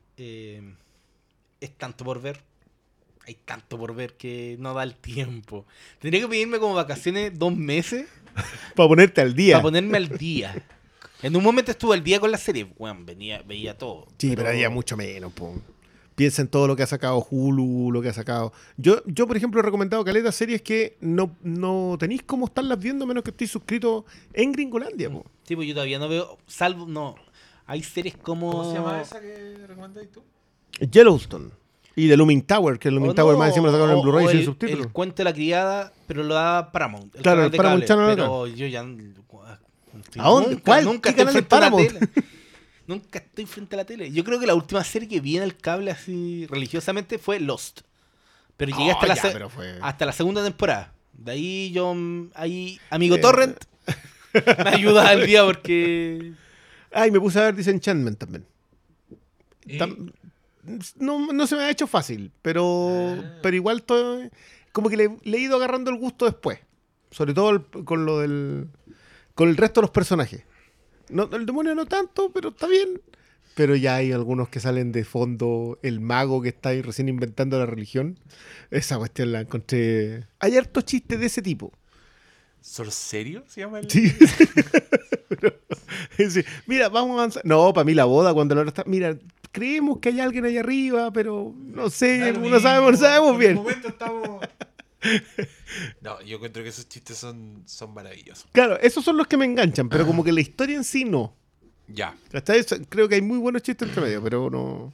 es tanto por ver. Hay tanto por ver que no da el tiempo. Tendría que pedirme como vacaciones 2 meses Para ponerte al día. para ponerme al día. En un momento estuve al día con la serie. Bueno, veía todo. Sí, pero había mucho menos, po. Piensa en todo lo que ha sacado Hulu, lo que ha sacado. Yo por ejemplo, he recomendado caleta series que no tenéis cómo estarlas viendo a menos que estéis suscritos en Gringolandia, po. Sí, pues yo todavía no veo. Salvo, no. Hay series como. ¿Cómo se llama esa que recomendáis tú? Yellowstone. Y The Looming Tower, que el Looming O Tower no, más encima lo sacaron en o Blu-ray sin el subtítulos. cuento de la criada, pero lo da Paramount. Claro, canal el de Paramount cable. Channel Pero yo ya... ¿A dónde? ¿Cuál? Nunca ¿Qué estoy canal de frente a la Paramount? tele. Nunca estoy frente a la tele. Yo creo que la última serie que vi en el cable así religiosamente fue Lost. Pero llegué hasta, Oh, la ya, se- pero fue- hasta la segunda temporada. De ahí yo... Ahí, amigo Eh, Torrent, me ayuda al día porque... Ay, me puse a ver Disenchantment también. ¿Y? No se me ha hecho fácil, pero igual estoy, como que le he ido agarrando el gusto después. Sobre todo con lo del... Con el resto de los personajes. No, el demonio no tanto, pero está bien. Pero ya hay algunos que salen de fondo. El mago que está ahí recién inventando la religión. Esa cuestión la encontré... Hay hartos chistes de ese tipo. ¿Sorcerio se llama el...? Sí. Pero, sí, mira, vamos a avanzar. No, para mí la boda, cuando la hora está... Mira, creemos que hay alguien allá arriba, pero no sé, Da lo no sabemos mismo, por bien. el momento estamos... No, yo encuentro que esos chistes son maravillosos. Claro, esos son los que me enganchan, pero como que la historia en sí no. Ya. ¿Cachai? Creo que hay muy buenos chistes entre medio, pero no.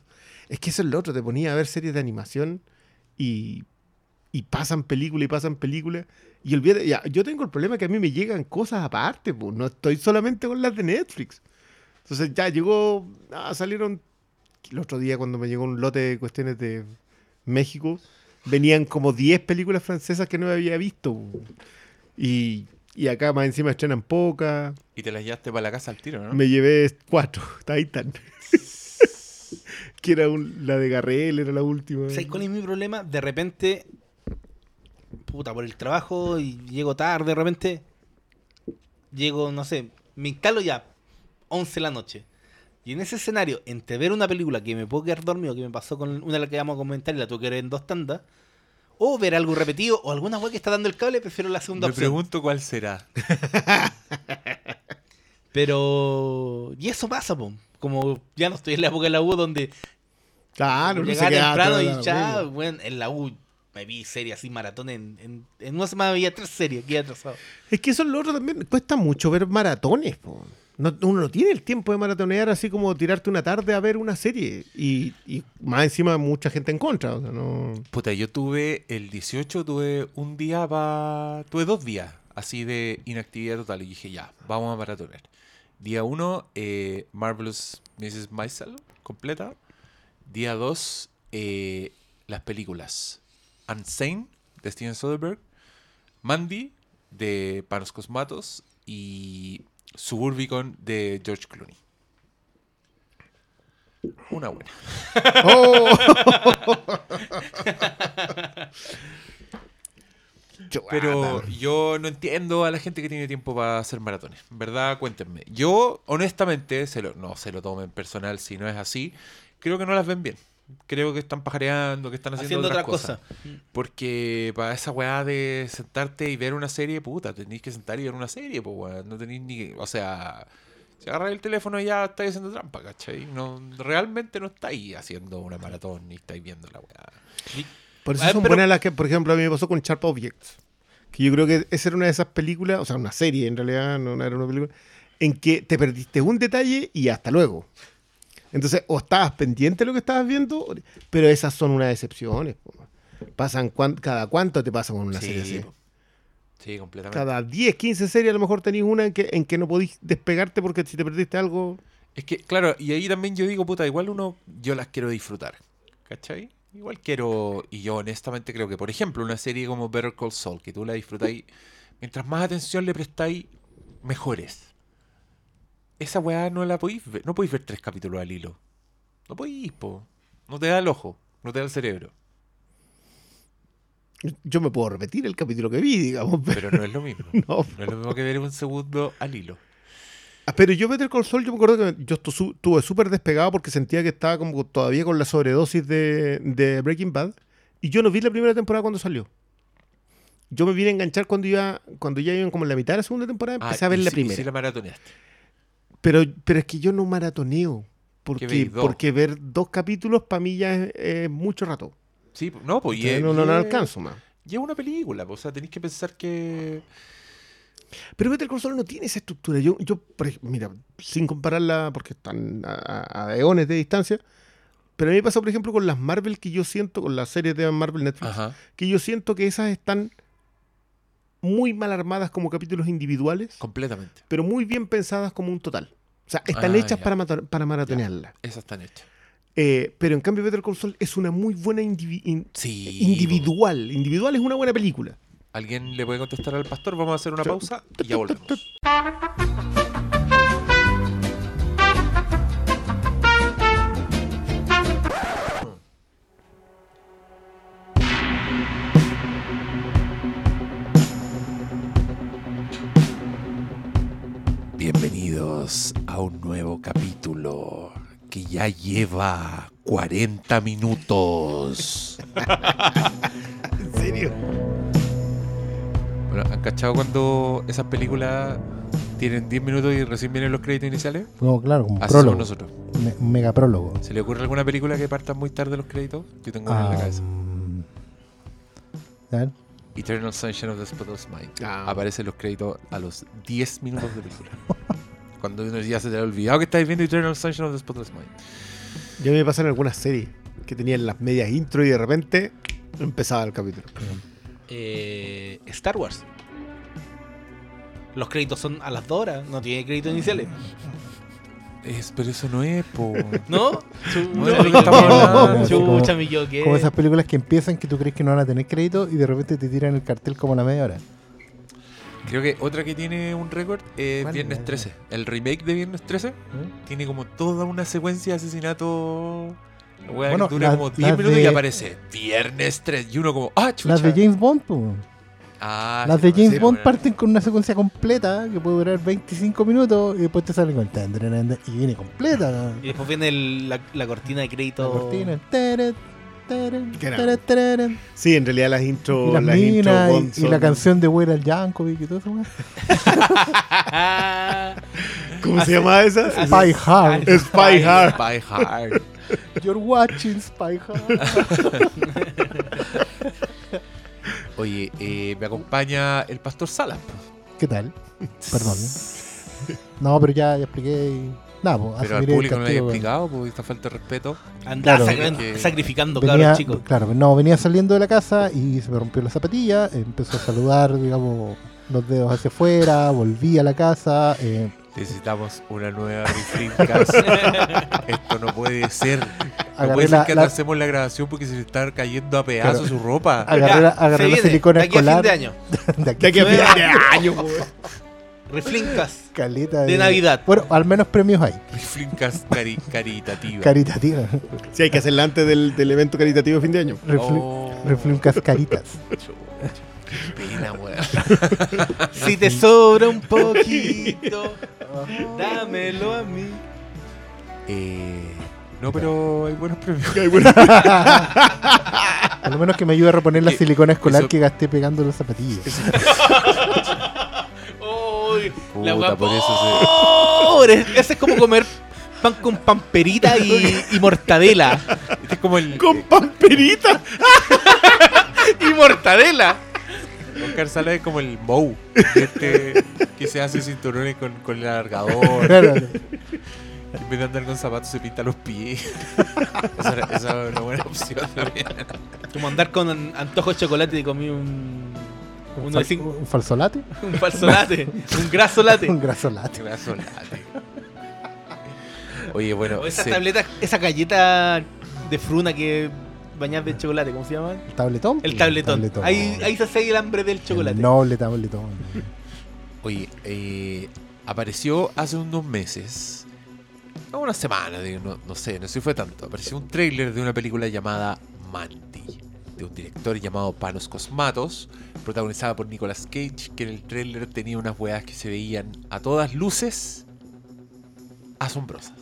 Es que eso es lo otro, te ponía a ver series de animación y pasan películas. Y olvídate, ya, yo tengo el problema que a mí me llegan cosas aparte, pues, no estoy solamente con las de Netflix. Entonces ya llegó, salieron, el otro día cuando me llegó un lote de cuestiones de México, venían como 10 películas francesas que no había visto. Y acá más encima estrenan pocas. Y te las llevaste para la casa al tiro, ¿no? Me llevé 4, Titan. Que era la de Garrel, era la última. ¿Sabes cuál es mi problema? De repente, puta, por el trabajo y llego tarde, de repente llego, no sé, me instalo ya 11 de la noche. Y en ese escenario, entre ver una película que me puedo quedar dormido, que me pasó con una de las que vamos a comentar y la tuve que ver en 2 tandas, o ver algo repetido, o alguna wea que está dando el cable, prefiero la segunda Me opción. pregunto cuál será. Pero... Y eso pasa, po. Como ya no estoy en la época de la U donde Claro, no se llegaba queda temprano toda y la ya, wea. bueno, en la U me vi series así, maratón. En una semana veía 3 series que había atrasado. Es que eso es lo otro también. Cuesta mucho ver maratones, po. Uno no tiene el tiempo de maratonear así como tirarte una tarde a ver una serie. Y más encima mucha gente en contra. O sea, no... Puta, yo tuve el 18, tuve 2 días así de inactividad total. Y dije, ya, vamos a maratonear. Día 1, Marvelous Mrs. Maisel, completa. Día 2, las películas Unsane, de Steven Soderbergh, Mandy, de Panos Cosmatos, y Suburbicon, de George Clooney. Una buena. ¡Oh! Pero yo no entiendo a la gente que tiene tiempo para hacer maratones. En verdad, cuéntenme. Yo, honestamente, no se lo tomen personal si no es así. Creo que no las ven bien. Creo que están pajareando, que están haciendo otras otra cosas. Porque para esa weá de sentarte y ver una serie, puta, tenéis que sentar y ver una serie, pues weón. No tenéis ni... O sea, si agarráis el teléfono y ya estáis haciendo trampa, ¿cachai? No, realmente no estáis haciendo una maratón ni estáis viendo la weá. Por eso son buenas las que, por ejemplo, a mí me pasó con Sharp Objects. Que yo creo que esa era una de esas películas, o sea, una serie en realidad, no era una película, en que te perdiste un detalle y hasta luego. Entonces, o estabas pendiente de lo que estabas viendo, pero esas son unas excepciones. Po. Pasan cada cuánto te pasa con una serie así. Sí, completamente. Cada 10, 15 series a lo mejor tenéis una en que no podís despegarte porque si te perdiste algo... Es que, claro, y ahí también yo digo, puta, igual yo las quiero disfrutar, ¿cachai? Igual quiero, y yo honestamente creo que, por ejemplo, una serie como Better Call Saul, que tú la disfrutáis, mientras más atención le prestáis, mejores. Esa weá no la podéis ver, no podéis ver 3 capítulos al hilo. No podéis, po. No te da el ojo, no te da el cerebro. Yo me puedo repetir el capítulo que vi, digamos. Pero no es lo mismo. No. No es lo mismo que ver un segundo al hilo. Pero yo Better Call Saul, yo me acuerdo que yo estuve súper despegado porque sentía que estaba como todavía con la sobredosis de Breaking Bad. Y yo no vi la primera temporada cuando salió. Yo me vine a enganchar cuando ya iban como en la mitad de la segunda temporada, empecé a ver la primera. Y sí la maratoneaste. Pero es que yo no maratoneo. veis, dos? Porque ver 2 capítulos para mí ya es mucho rato. Sí, no, pues Entonces, no alcanzo más. Y es una película, pues, o sea, tenéis que pensar que... Pero Better Call Saul no tiene esa estructura. Mira, sin compararla porque están a eones de distancia, pero a mí me pasa, por ejemplo, con las Marvel que yo siento, con las series de Marvel Netflix, Ajá. que yo siento que esas están muy mal armadas como capítulos individuales, Completamente. pero muy bien pensadas como un total. O sea, están hechas ya. para maratonearlas. Esas están hechas. Pero en cambio Better Call Saul es una muy buena Sí. individual. Individual es una buena película. ¿Alguien le puede contestar al pastor? Vamos a hacer una pausa y ya volvemos. Bienvenidos a un nuevo capítulo que ya lleva 40 minutos. ¿En serio? Bueno, ¿han cachado cuando esas películas tienen 10 minutos y recién vienen los créditos iniciales? No, claro, como Así prólogo. somos nosotros. Un mega prólogo. ¿Se le ocurre alguna película que partan muy tarde los créditos? Yo tengo una en la cabeza. A ver. Eternal Sunshine of the Spotless Mind. Ah. Aparecen los créditos a los 10 minutos de película. Cuando uno ya se te ha olvidado que estáis viendo Eternal Sunshine of the Spotless Mind. Ya me pasa en algunas series. que tenían las medias intro y de repente empezaba el capítulo. Star Wars. Los créditos son a las 2 horas, no tiene créditos iniciales. Pero eso no es, po. ¿No? No, Chucha, no estamos hablando. Chucha, mi yo qué. Como esas películas que empiezan que tú crees que no van a tener crédito y de repente te tiran el cartel como a la media hora. Creo que otra que tiene un récord es ¿Cuál? Viernes 13. El remake de Viernes 13 tiene como toda una secuencia de asesinato. La wea Bueno, que dura las- como 10 las minutos de- y aparece Viernes 3. Y uno como, ¡ah, chucha! Las de James Bond, pues. Ah, Las sí, de pues, James sí, Bond bueno. parten con una secuencia completa que puede durar 25 minutos y después te salen con tan, tan, tan, y viene completa. Y después viene la cortina de crédito. La cortina. Taran, taran, Qué taran, taran. Sí, en realidad las intro, Y las las intro minas Bond y la son- canción de Weird Al Yankovic y todo eso. ¿Cómo se llama esa? Spy Hard. Spy Hard. Spy Hard. You're watching Spy Hard. Oye, me acompaña el Pastor Salas. po. ¿Qué tal? Perdón. No, pero ya expliqué. Y... Nada, pues, Pero al asumiré el público no le había castigo. explicado, porque esta falta de respeto. Andá Claro. sacrificando Venía, cabros chicos. claro, no, venía saliendo de la casa y se me rompió la zapatilla, empezó a saludar, digamos, los dedos hacia afuera, volví a la casa, Necesitamos una nueva Riflincas. Esto no puede ser. No Agarré puede ser la- que la- hacemos la grabación porque se le está cayendo a pedazos Claro. su ropa. agarré la se viene, silicona de aquí a fin escolar. de año. De aquí De aquí a fin Nueva- de año, po. Reflincas. caleta de Navidad. Bueno, al menos premios hay. Riflincas caritativa. Caritativa. Sí, hay que hacerla antes del evento caritativo de fin de año. Oh. Refluncas caritas. Qué pena, weón. Si te sobra un poquito, dámelo a mí. No, pero hay buenos premios. Al menos que me ayude a reponer la Que- silicona escolar eso- que gasté pegando los zapatillas. Uy, Puta, wea por eso pobre. Ese es como comer pan con pamperita y mortadela. Este es como el. Con pamperita. Y mortadela. Oscar Sala es como el Mou. Que se hace cinturones con el alargador. Claro. En vez de andar con zapatos, se pinta los pies. Esa es una buena opción también. Como andar con antojo de chocolate y comí un uno de cinco- Un falsolate. un falso latte, un graso latte. Un grasolate. Graso late. Oye, bueno. O esas se- tabletas, esa galleta de fruna que bañas de chocolate, ¿cómo se llama? ¿El tabletón? El tabletón. Ahí se hace el hambre del chocolate. El noble tabletón. Oye, apareció hace unos meses, no, una semana, digo, no sé si fue tanto. Apareció un tráiler de una película llamada Mandy, de un director llamado Panos Cosmatos, protagonizada por Nicolas Cage, que en el tráiler tenía unas weas que se veían a todas luces asombrosas.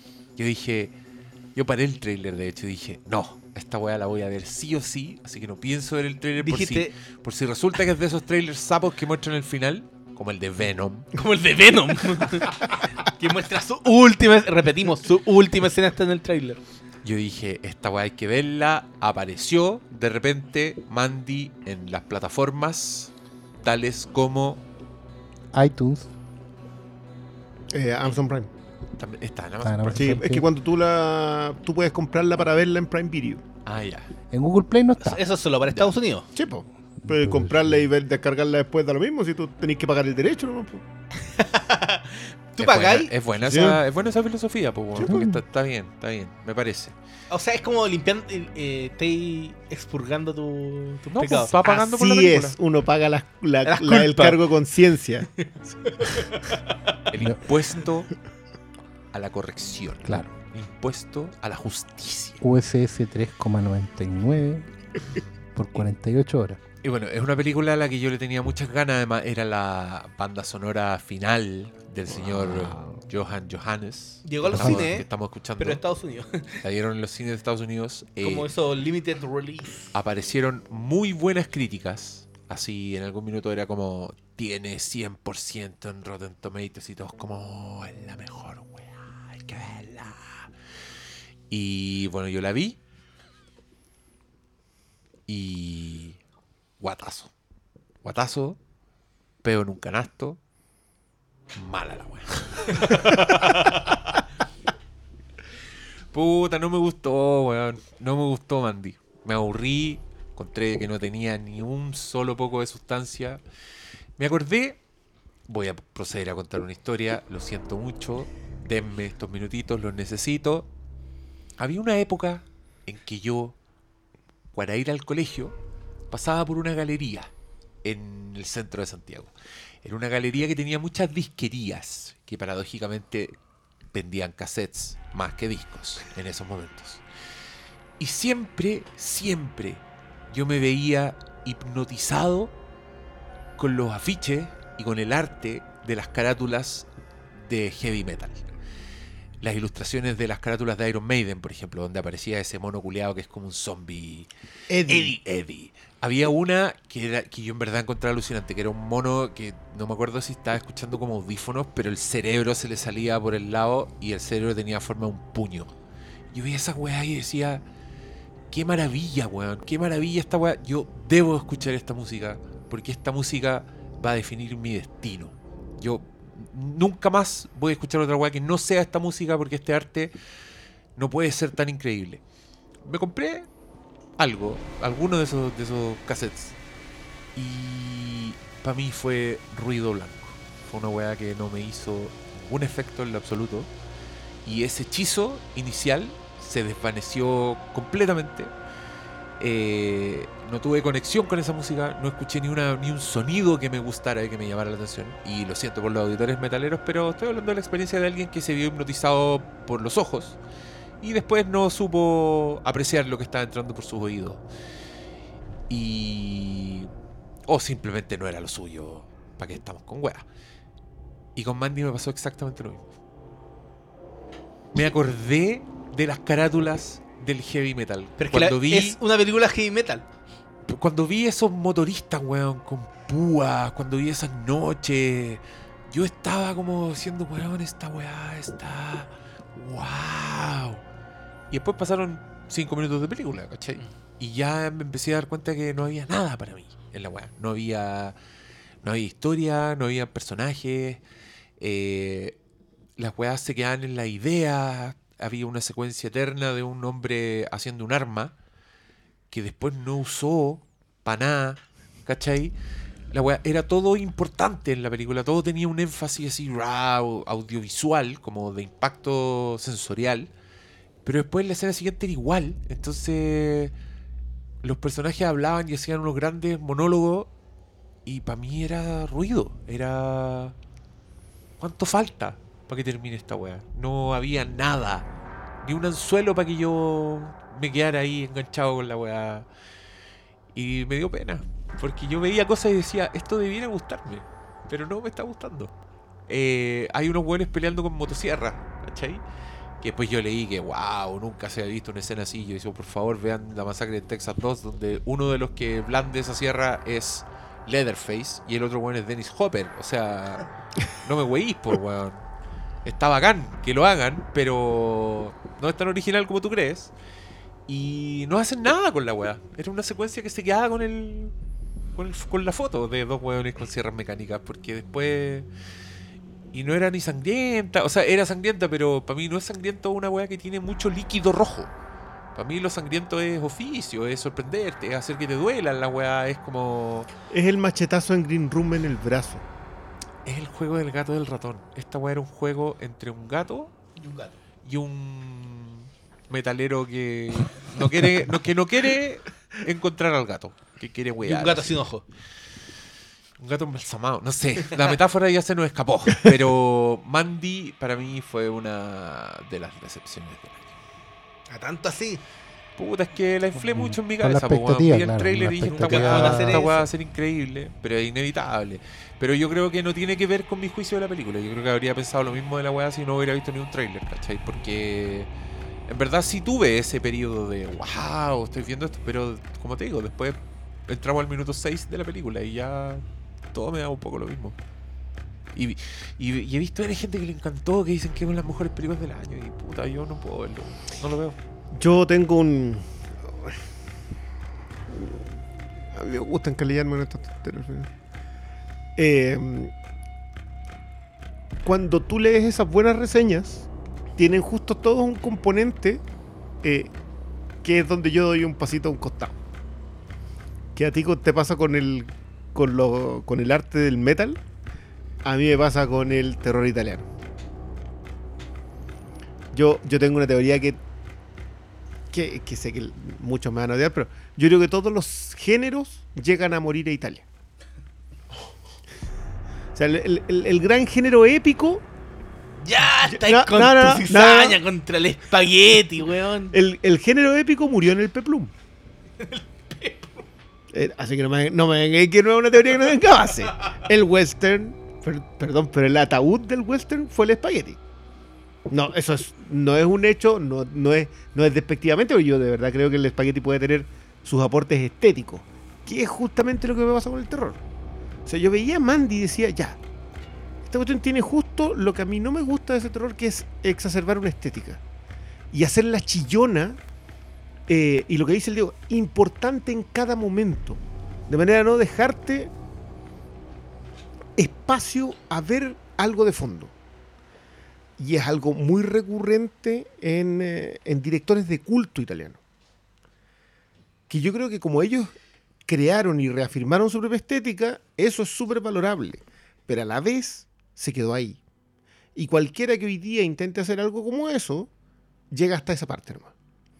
Yo paré el tráiler de hecho y dije, no, esta wea la voy a ver sí o sí, así que no pienso ver el tráiler Dijiste, por si resulta que es de esos trailers sapos que muestran el final, como el de Venom. como el de Venom. Que muestra su última, repetimos, su última escena está en el tráiler. Yo dije, esta weá hay que verla. Apareció de repente Mandy en las plataformas tales como... iTunes. Amazon Prime. También está en Ah, Amazon no, Prime. Sí, Sí. es que cuando tú puedes comprarla para verla en Prime Video. Ah, ya. En Google Play no está. Eso es solo para Estados Unidos. Sí, po. Puedes comprarla y descargarla después da lo mismo si tú tenés que pagar el derecho, ¿no? Po. ¿Tú Es pagáis? buena, Sí. es buena esa filosofía, pues, weón, porque está bien, me parece. O sea, es como limpiando, estáis expurgando tus No, pecados. pues, va pagando por la Así película. es, uno paga Las el culpas. cargo de conciencia. El impuesto a la corrección. Claro. Impuesto a la justicia. USS 3,99 por 48 horas. Y bueno, es una película a la que yo le tenía muchas ganas. Además, era la banda sonora final del señor Johan Johannes. Llegó a los que cines, estamos escuchando. Pero en Estados Unidos. La dieron en los cines de Estados Unidos. Como esos limited release. Aparecieron muy buenas críticas. Así en algún minuto era como, tiene 100% en Rotten Tomatoes y todos como, "Oh, es la mejor, weá, hay que verla". Y bueno, yo la vi. Y... guatazo. Guatazo. Peo en un canasto. Mala la weá. Puta, no me gustó, weón. No me gustó Mandy. Me aburrí. Encontré que no tenía ni un solo poco de sustancia. Me acordé. Voy a proceder a contar una historia. Lo siento mucho. Denme estos minutitos, los necesito. Había una época en que yo, para ir al colegio, pasaba por una galería en el centro de Santiago. Era una galería que tenía muchas disquerías que paradójicamente vendían cassettes más que discos en esos momentos. Y siempre yo me veía hipnotizado con los afiches y con el arte de las carátulas de heavy metal. Las ilustraciones de las carátulas de Iron Maiden, por ejemplo, donde aparecía ese mono culeado que es como un zombie. Eddie. Había una que yo en verdad encontraba alucinante, que era un mono que no me acuerdo si estaba escuchando como audífonos, pero el cerebro se le salía por el lado y el cerebro tenía forma de un puño. Yo veía esa weá y decía, qué maravilla, weón, qué maravilla esta weá. Yo debo escuchar esta música, porque esta música va a definir mi destino. Yo nunca más voy a escuchar otra weá que no sea esta música, porque este arte no puede ser tan increíble. Me compré alguno de esos cassettes, y para mí fue ruido blanco. Fue una weá que no me hizo ningún efecto en lo absoluto, y ese hechizo inicial se desvaneció completamente. No tuve conexión con esa música, no escuché ni un sonido que me gustara y que me llamara la atención. Y lo siento por los auditores metaleros, pero estoy hablando de la experiencia de alguien que se vio hipnotizado por los ojos y después no supo apreciar lo que estaba entrando por sus oídos. O simplemente no era lo suyo. ¿Para qué estamos con weas? Y con Mandy me pasó exactamente lo mismo. Me acordé de las carátulas del heavy metal. Pero es que es una película heavy metal. Cuando vi esos motoristas, weón, con púas, cuando vi esas noches, yo estaba como diciendo, weón, esta weá está... ¡Wow! Y después pasaron 5 minutos de película, ¿cachai? Y ya me empecé a dar cuenta que no había nada para mí en la weá. No había historia, no había personajes, las weas se quedaban en la idea. Había una secuencia eterna de un hombre haciendo un arma que después no usó para nada, ¿cachai? La wea, era todo importante en la película, todo tenía un énfasis así audiovisual, como de impacto sensorial, pero después la escena siguiente era igual. Entonces los personajes hablaban y hacían unos grandes monólogos y para mí era ruido, era... ¿Cuánto falta para que termine esta wea? No había nada, ni un anzuelo para que yo me quedara ahí enganchado con la wea. Y me dio pena, porque yo veía cosas y decía, esto debiera gustarme, pero no me está gustando. Hay unos weones peleando con motosierra, ¿cachai? Que después yo leí que, wow, nunca se había visto una escena así. Yo dije, por favor, vean La Masacre de Texas 2, donde uno de los que blande esa sierra es Leatherface y el otro weón es Dennis Hopper. O sea, no me weís, por weón. Está bacán que lo hagan, pero no es tan original como tú crees. Y no hacen nada con la weá. Era una secuencia que se quedaba con la foto de dos weones con sierras mecánicas, porque después... Y no era ni sangrienta, o sea, era sangrienta, pero para mí no es sangriento una weá que tiene mucho líquido rojo. Para mí lo sangriento es oficio, es sorprenderte, es hacer que te duela la weá, es como... Es el machetazo en Green Room en el brazo. Es el juego del gato y del ratón. Esta weá era un juego entre un gato y un metalero que no quiere encontrar al gato, que quiere wear. Y un gato sin ojo. Un gato embalsamado, no sé, la metáfora ya se nos escapó. Pero Mandy para mí fue una de las decepciones del año. A tanto así. Puta, es que la inflé mucho en mi Con la cabeza. expectativa, Vi el claro, trailer la y dije, esta expectativa. weá va a ser increíble, pero es inevitable. Pero yo creo que no tiene que ver con mi juicio de la película. Yo creo que habría pensado lo mismo de la weá si no hubiera visto ni un trailer, ¿cachai? Porque en verdad sí tuve ese periodo de wow, estoy viendo esto, pero como te digo, después entramos al minuto 6 de la película y ya todo me da un poco lo mismo. Y he visto a gente que le encantó, que dicen que es una de las mejores películas del año. Y puta, yo no puedo verlo, no lo veo. Yo tengo un... A mí me gusta encalillarme en estas tonterías. Cuando tú lees esas buenas reseñas, tienen justo todos un componente que es donde yo doy un pasito a un costado. Que a ti te pasa con el arte del metal, a mí me pasa con el terror italiano. Yo tengo una teoría que sé que muchos me van a odiar, pero yo creo que todos los géneros llegan a morir a Italia. O sea, el gran género épico. Ya, estáis No, con no, no, tu no, cizaña contra el espagueti, weón. El género épico murió en el Peplum. Así que no me venga que no es una teoría que no tenga base. El western, perdón, pero el ataúd del western fue el espagueti. No, eso no es un hecho, no es despectivamente, pero yo de verdad creo que el espagueti puede tener sus aportes estéticos, que es justamente lo que me pasa con el terror. O sea, yo veía a Mandy y decía, ya, esta cuestión tiene justo lo que a mí no me gusta de ese terror, que es exacerbar una estética y hacerla chillona, y lo que dice el Diego, importante en cada momento, de manera a no dejarte espacio a ver algo de fondo. Y es algo muy recurrente en directores de culto italiano, que yo creo que como ellos crearon y reafirmaron su propia estética, eso es súper valorable, pero a la vez se quedó ahí. Y cualquiera que hoy día intente hacer algo como eso, llega hasta esa parte nomás.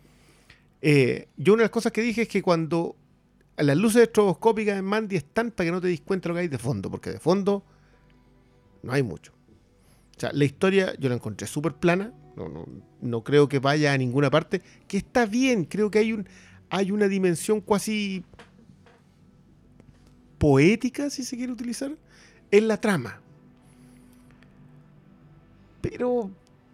Yo una de las cosas que dije es que cuando las luces estroboscópicas en Mandy están para que no te des cuenta de lo que hay de fondo, porque de fondo no hay mucho. O sea, la historia yo la encontré súper plana, no creo que vaya a ninguna parte, que está bien, creo que hay una dimensión casi poética, si se quiere utilizar, en la trama. Pero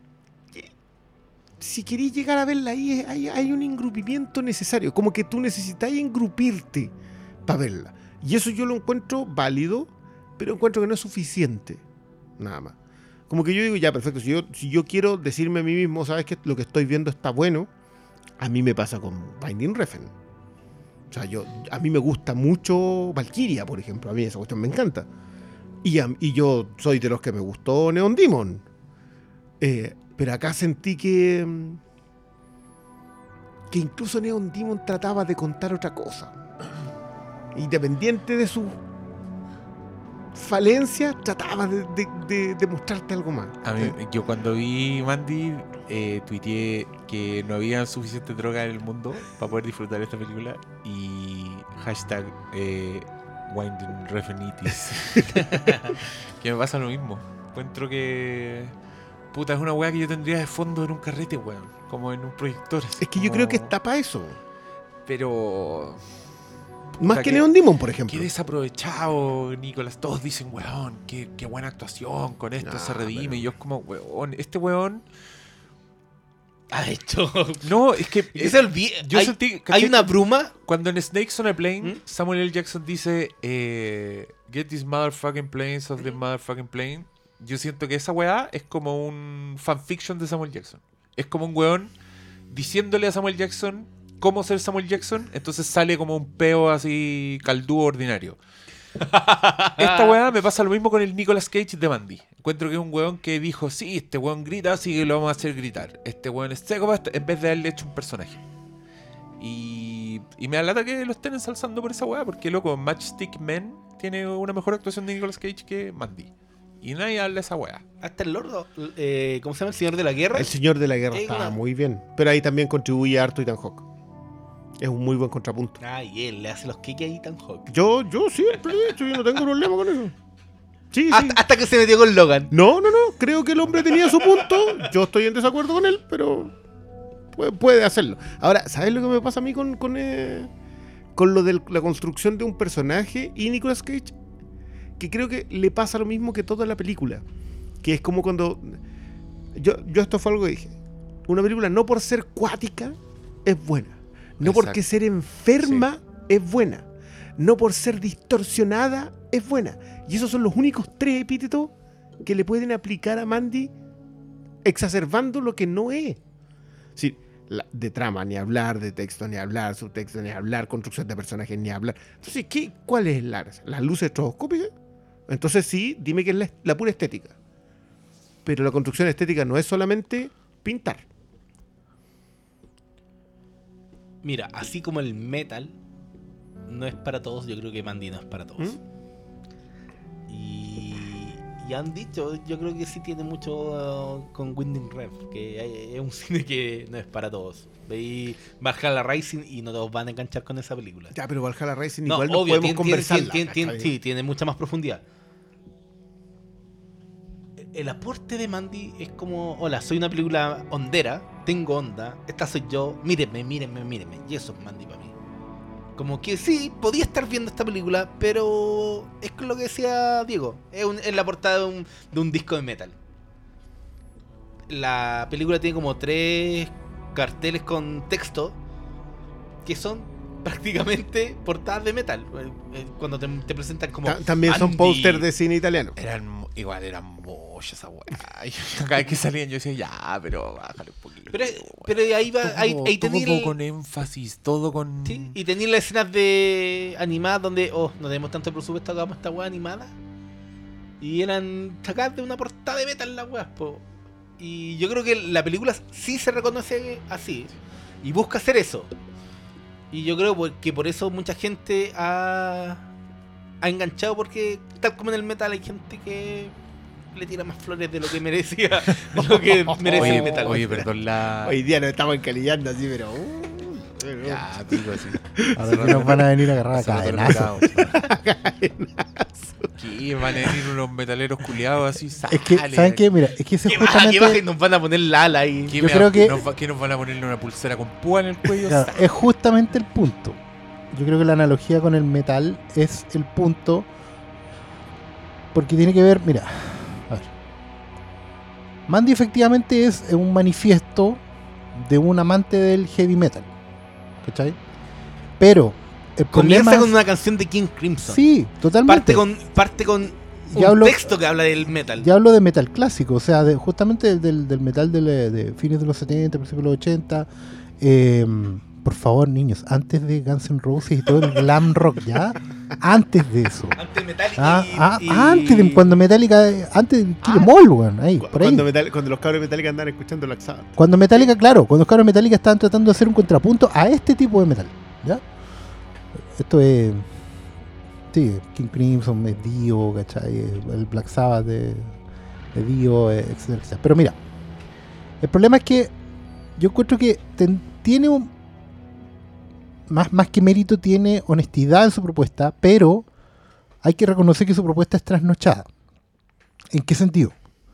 si queréis llegar a verla ahí, hay un engrupimiento necesario, como que tú necesitáis engrupirte para verla. Y eso yo lo encuentro válido, pero encuentro que no es suficiente, nada más. Como que yo digo, ya, perfecto, si yo quiero decirme a mí mismo, sabes que lo que estoy viendo está bueno, a mí me pasa con Binding Refn. O sea, a mí me gusta mucho Valkyria, por ejemplo, a mí esa cuestión me encanta. Y yo soy de los que me gustó Neon Demon. Pero acá sentí que incluso Neon Demon trataba de contar otra cosa. Independiente de su falencia, trataba de mostrarte algo más. A mí, yo cuando vi Mandy, tuiteé que no había suficiente droga en el mundo para poder disfrutar esta película y hashtag Winding Refnitis. Que me pasa lo mismo. Encuentro que puta, es una weá que yo tendría de fondo en un carrete, weón, como en un proyector. Es que yo creo que está para eso. Pero más que Neon Demon, por ejemplo. Qué desaprovechado, Nicolás. Todos dicen, weón, qué buena actuación, con esto se redime. Pero... Y yo es como, weón, este weón ha hecho... No, es que se olvida. Yo sentí, hay una bruma. Cuando en Snakes on a Plane, Samuel L. Jackson dice get these motherfucking planes off the motherfucking plane. Yo siento que esa weá es como un fanfiction de Samuel Jackson. Es como un weón diciéndole a Samuel Jackson cómo ser Samuel Jackson, entonces sale como un peo así caldúo ordinario. Esta weá me pasa lo mismo con el Nicolas Cage de Mandy. Encuentro que es un weón que dijo, sí, este weón grita, así que lo vamos a hacer gritar. Este weón es seco, en vez de haberle hecho un personaje. Y me da lata que lo estén ensalzando por esa weá, porque loco, Matchstick Men tiene una mejor actuación de Nicolas Cage que Mandy. Y nadie habla de esa weá. Hasta el Lordo, ¿cómo se llama? El Señor de la Guerra. El Señor de la Guerra estaba muy bien. Pero ahí también contribuye harto Ethan Hawke. Es un muy buen contrapunto. Ah, y él le hace los kicks a Ethan Hawke. Yo siempre he hecho, yo no tengo problema con eso. Sí, sí. Hasta que se metió con Logan. No, creo que el hombre tenía su punto. Yo estoy en desacuerdo con él, pero puede hacerlo. Ahora, ¿sabes lo que me pasa a mí con lo de la construcción de un personaje y Nicolas Cage? Que creo que le pasa lo mismo que toda la película. Que es como cuando... Yo esto fue algo que dije. Una película no por ser cuática es buena. No Exacto. porque ser enferma es buena. No por ser distorsionada es buena. Y esos son los únicos 3 epítetos que le pueden aplicar a Mandy exacerbando lo que no es. Sí, de trama ni hablar, de texto ni hablar, subtexto ni hablar, construcción de personajes ni hablar. Entonces, ¿cuál es las luces estroboscópicas? Entonces sí, dime que es la pura estética. Pero la construcción estética no es solamente pintar. Mira, así como el metal no es para todos, yo creo que Mandy no es para todos. Y han dicho, yo creo que sí tiene mucho con Winding Rev, que es un cine que no es para todos. Veis Valhalla Rising y no todos van a enganchar con esa película. Ya, pero Valhalla Rising No, igual no obvio, podemos conversar. sí, tiene mucha más profundidad. El aporte de Mandy es como, hola, soy una película hondera, tengo onda, esta soy yo, mírenme. Y eso es Mandy para mí. Como que sí, podía estar viendo esta película, pero es con lo que decía Diego, es la portada de un disco de metal. La película tiene como 3 carteles con texto que son prácticamente portadas de metal. Cuando te presentan como También son Andy. póster de cine italiano. Eran muchas esa weá. Cada vez que salían yo decía, ya, pero bájale un poquito. Pero ahí va, ahí tenía todo con énfasis, todo con... sí, y tenía las escenas de animadas donde, no tenemos tanto presupuesto, hagamos esta weá animada. Y eran sacadas de una portada de metal las weas, po. Y yo creo que la película sí se reconoce así. Y busca hacer eso. Y yo creo que por eso mucha gente ha enganchado, porque tal como en el metal hay gente que le tira más flores de lo que merecía, de lo que merece el metal. Oye, perdón la... Hoy día nos estamos encalillando así, pero... Ya, pico así. A ver que nos van a venir a agarrar a cadenazos. ¿Qué? Van a venir unos metaleros culiados así. Es que, ¿saben qué? Mira, es que ese Que es baja y justamente... nos van a poner la ala ahí. ¿Qué Yo creo que- nos van a ponerle una pulsera con púa en el cuello? Claro, es justamente el punto. Yo creo que la analogía con el metal es el punto, porque tiene que ver, mira, a ver. Mandy efectivamente es un manifiesto de un amante del heavy metal, ¿cachai? Pero el problema Comienza con es- una canción de King Crimson. sí, totalmente. Parte con Ya un hablo- texto que habla del metal. Ya hablo de metal clásico, o sea, justamente del metal de fines de los 70, principios de los 80. Por favor, niños, antes de Guns N' Roses y todo el glam rock, ¿ya? Antes de eso. Antes de Metallica Antes de cuando Metallica, antes de Kill 'Em All, weón, ahí, por ahí. Cuando los cabros de Metallica andan escuchando Black Sabbath. Cuando Metallica, claro, cuando los cabros de Metallica estaban tratando de hacer un contrapunto a este tipo de metal, ¿ya? Esto es... Sí, King Crimson, es Dio, ¿cachai? El Black Sabbath de Dio, etcétera, etcétera. Pero mira, el problema es que yo encuentro que tiene un... Más que mérito, tiene honestidad en su propuesta, pero hay que reconocer que su propuesta es trasnochada. ¿En qué sentido?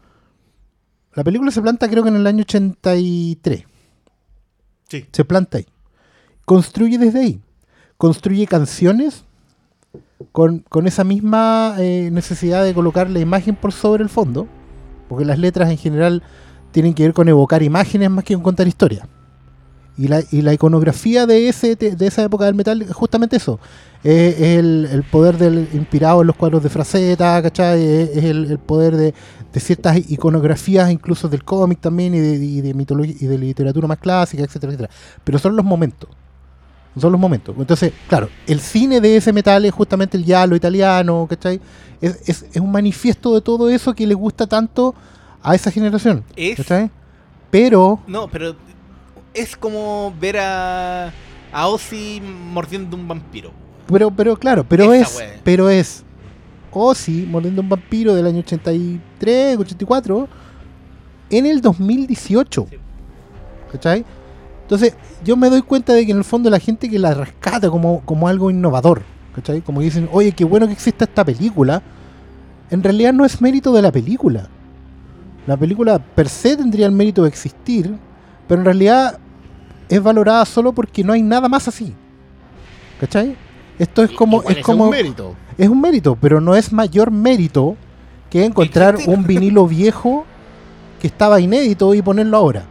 La película se planta creo que en el año 83. Sí. Se planta ahí. Construye desde ahí. Construye canciones con esa misma necesidad de colocar la imagen por sobre el fondo, porque las letras en general tienen que ver con evocar imágenes más que con contar historias. Y la iconografía de esa época del metal es justamente eso. Es el poder inspirado en los cuadros de Frazetta, ¿cachai? Es el poder de ciertas iconografías, incluso del cómic también, y de mitología y de literatura más clásica, etcétera, etcétera. Pero son los momentos. Entonces, claro, el cine de ese metal es justamente el giallo italiano, ¿cachai? Es un manifiesto de todo eso que le gusta tanto a esa generación, ¿cachai? Pero... No, pero es como ver a Ozzy mordiendo un vampiro. Pero claro, pero es Ozzy mordiendo un vampiro del año 83, 84 en el 2018. Sí. ¿Cachai? Entonces, yo me doy cuenta de que en el fondo la gente que la rescata como algo innovador, ¿cachai? Como dicen, oye, qué bueno que exista esta película, en realidad no es mérito de la película. La película per se tendría el mérito de existir, pero en realidad es valorada solo porque no hay nada más así. ¿Cachai? Esto es como... Igual Es como un mérito. es un mérito, pero no es mayor mérito que encontrar Existir. un vinilo viejo que estaba inédito y ponerlo ahora.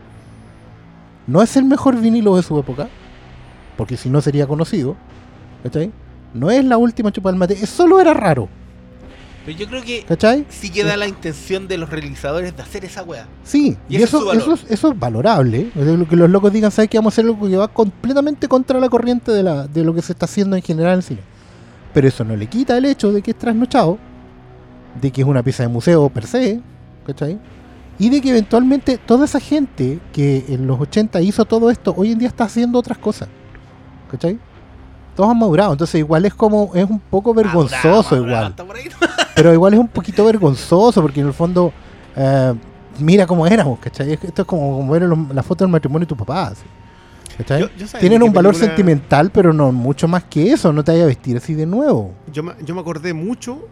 No es el mejor vinilo de su época, porque si no sería conocido, ¿cachai? No es la última chupa del mate, solo era raro, Pero yo creo que ¿cachai? sí queda la intención de los realizadores de hacer esa wea. Sí, Y y ese es su valor. eso es valorable. Que los locos digan, ¿sabes qué? Vamos a hacer algo que va completamente contra la corriente de lo que se está haciendo en general en el cine. Pero eso no le quita el hecho de que es trasnochado, de que es una pieza de museo per se, ¿cachai? y de que eventualmente toda esa gente que en los 80 hizo todo esto, hoy en día está haciendo otras cosas. ¿Cachai? Todos han madurado, entonces igual es un poco vergonzoso igual. Hasta por ahí. Pero igual es un poquito vergonzoso porque en el fondo mira cómo éramos, ¿cachai? Esto es como ver la foto del matrimonio de tu papá, así, ¿cachai? Yo sabía Tienen de un qué valor película- sentimental, pero no mucho más que eso, no te vayas a vestir así de nuevo. Yo me acordé mucho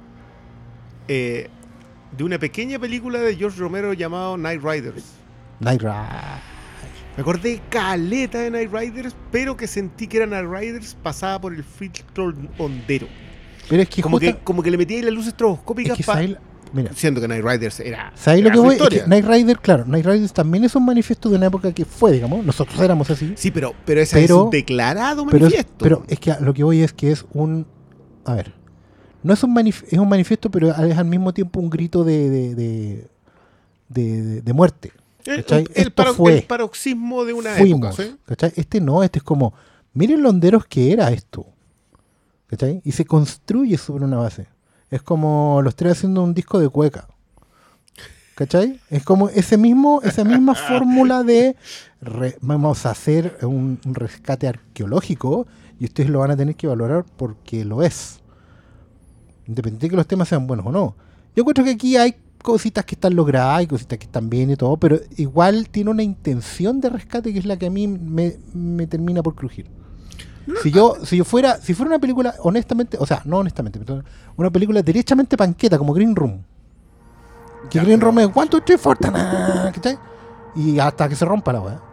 de una pequeña película de George Romero llamado Night Riders. Night Ride. Me acordé caleta de Night Riders, pero que sentí que era Night Riders pasada por el filtro hondero. Pero es que Como que le metí ahí las luces estroboscópicas mira, siendo que Night Riders era... ¿sabéis lo era que su voy? Es historia. que Night Rider, claro, Night Riders también es un manifiesto de una época que fue, digamos, nosotros éramos así. Sí, pero ese es un declarado manifiesto. Pero es que a lo que voy es que es un... A ver, no es es un manifiesto, pero es al mismo tiempo un grito de muerte. ¿cachai? El Esto fue. el paroxismo de una Fuimos, época. ¿sí? ¿cachai? Este es como, miren lo honderos que era esto, ¿cachai? Y se construye sobre una base. Es como los tres haciendo un disco de cueca, ¿cachai? Es como esa misma fórmula de vamos a hacer un rescate arqueológico y ustedes lo van a tener que valorar porque lo es, independiente de que los temas sean buenos o no. Yo encuentro que aquí hay cositas que están logradas y cositas que están bien y todo, pero igual tiene una intención de rescate que es la que a mí me termina por crujir. Si fuera una película, honestamente, o sea, no honestamente, pero una película derechamente panqueta, como Green Room. Que Ya, Green pero- Room es 1, 2, 3, 4, ¿cachai? Y hasta que se rompa la weá.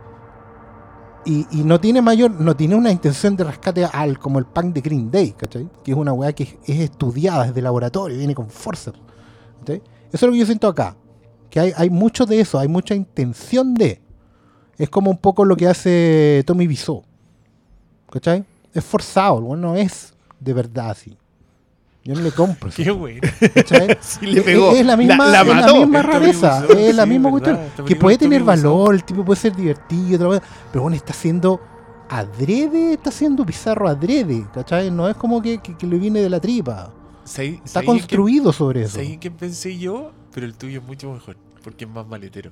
Y no tiene una intención de rescate como el punk de Green Day, ¿cachai? Que es una weá que es estudiada desde laboratorio, viene con Forcer, ¿cachai? Eso es lo que yo siento acá. Que hay mucho de eso, hay mucha intención de. Es como un poco lo que hace Tommy Wiseau, ¿cachai? Es forzado, el weón no es de verdad así. Yo no le compro eso. Qué bueno. ¿Cachai? Sí le pegó. Es la misma, La es la mató. misma Tommy rareza, Wiseau, es la sí, misma verdad, cuestión. esta Que película puede es Tommy tener Wiseau. valor, el tipo puede ser divertido, otra vez, pero bueno, está haciendo adrede, está haciendo bizarro adrede, ¿cachai? No es como que le viene de la tripa. Está construido sobre eso. ¿Sabes en quién pensé yo? Pero el tuyo es mucho mejor, porque es más maletero.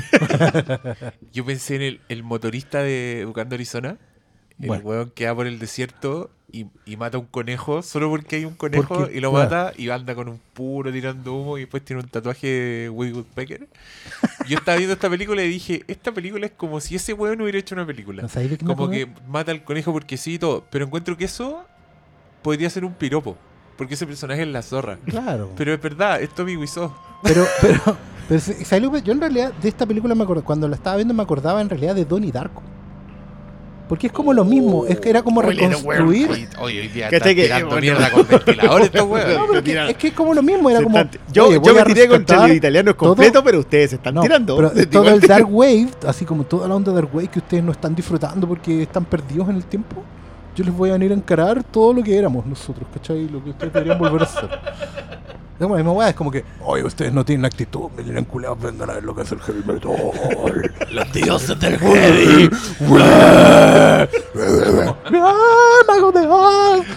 Yo pensé en el motorista de Buscando Arizona, el Bueno. weón que va por el desierto y mata a un conejo solo porque hay un conejo Porque, y lo claro. mata y anda con un puro tirando humo y después tiene un tatuaje de Woody Woodpecker. Yo estaba viendo esta película y dije, esta película es como si ese weón hubiera hecho una película. ¿No sabéis de qué me Como acordé? que mata al conejo porque sí y todo, pero encuentro que eso podría ser un piropo, porque ese personaje es la zorra. Claro. Pero es verdad, es Tommy Wiseau. Pero ¿sabes lo que- yo en realidad de esta película cuando la estaba viendo me acordaba en realidad de Donnie Darko. Porque es como lo mismo, es que era como reconstruir. Hoy día ¿Cachai están que- tirando bueno. mierda con ventiladores estos No, weones. pero es que es como lo mismo, era Se como. están- yo oye, voy me a tiré contra rescatar el italiano es todo- completo, pero ustedes se están No, tirando. pero Digo, todo el Dark Wave, así como toda la onda Dark Wave que ustedes no están disfrutando porque están perdidos en el tiempo, yo les voy a venir a encarar todo lo que éramos nosotros, ¿cachai? Lo que ustedes deberían volver a ser. Es como la misma weá, es como que, oye, ustedes no tienen actitud, miren culeados, vengan a ver lo que es el heavy metal. Los dioses del heavy. ¡Ah, mago de Oz!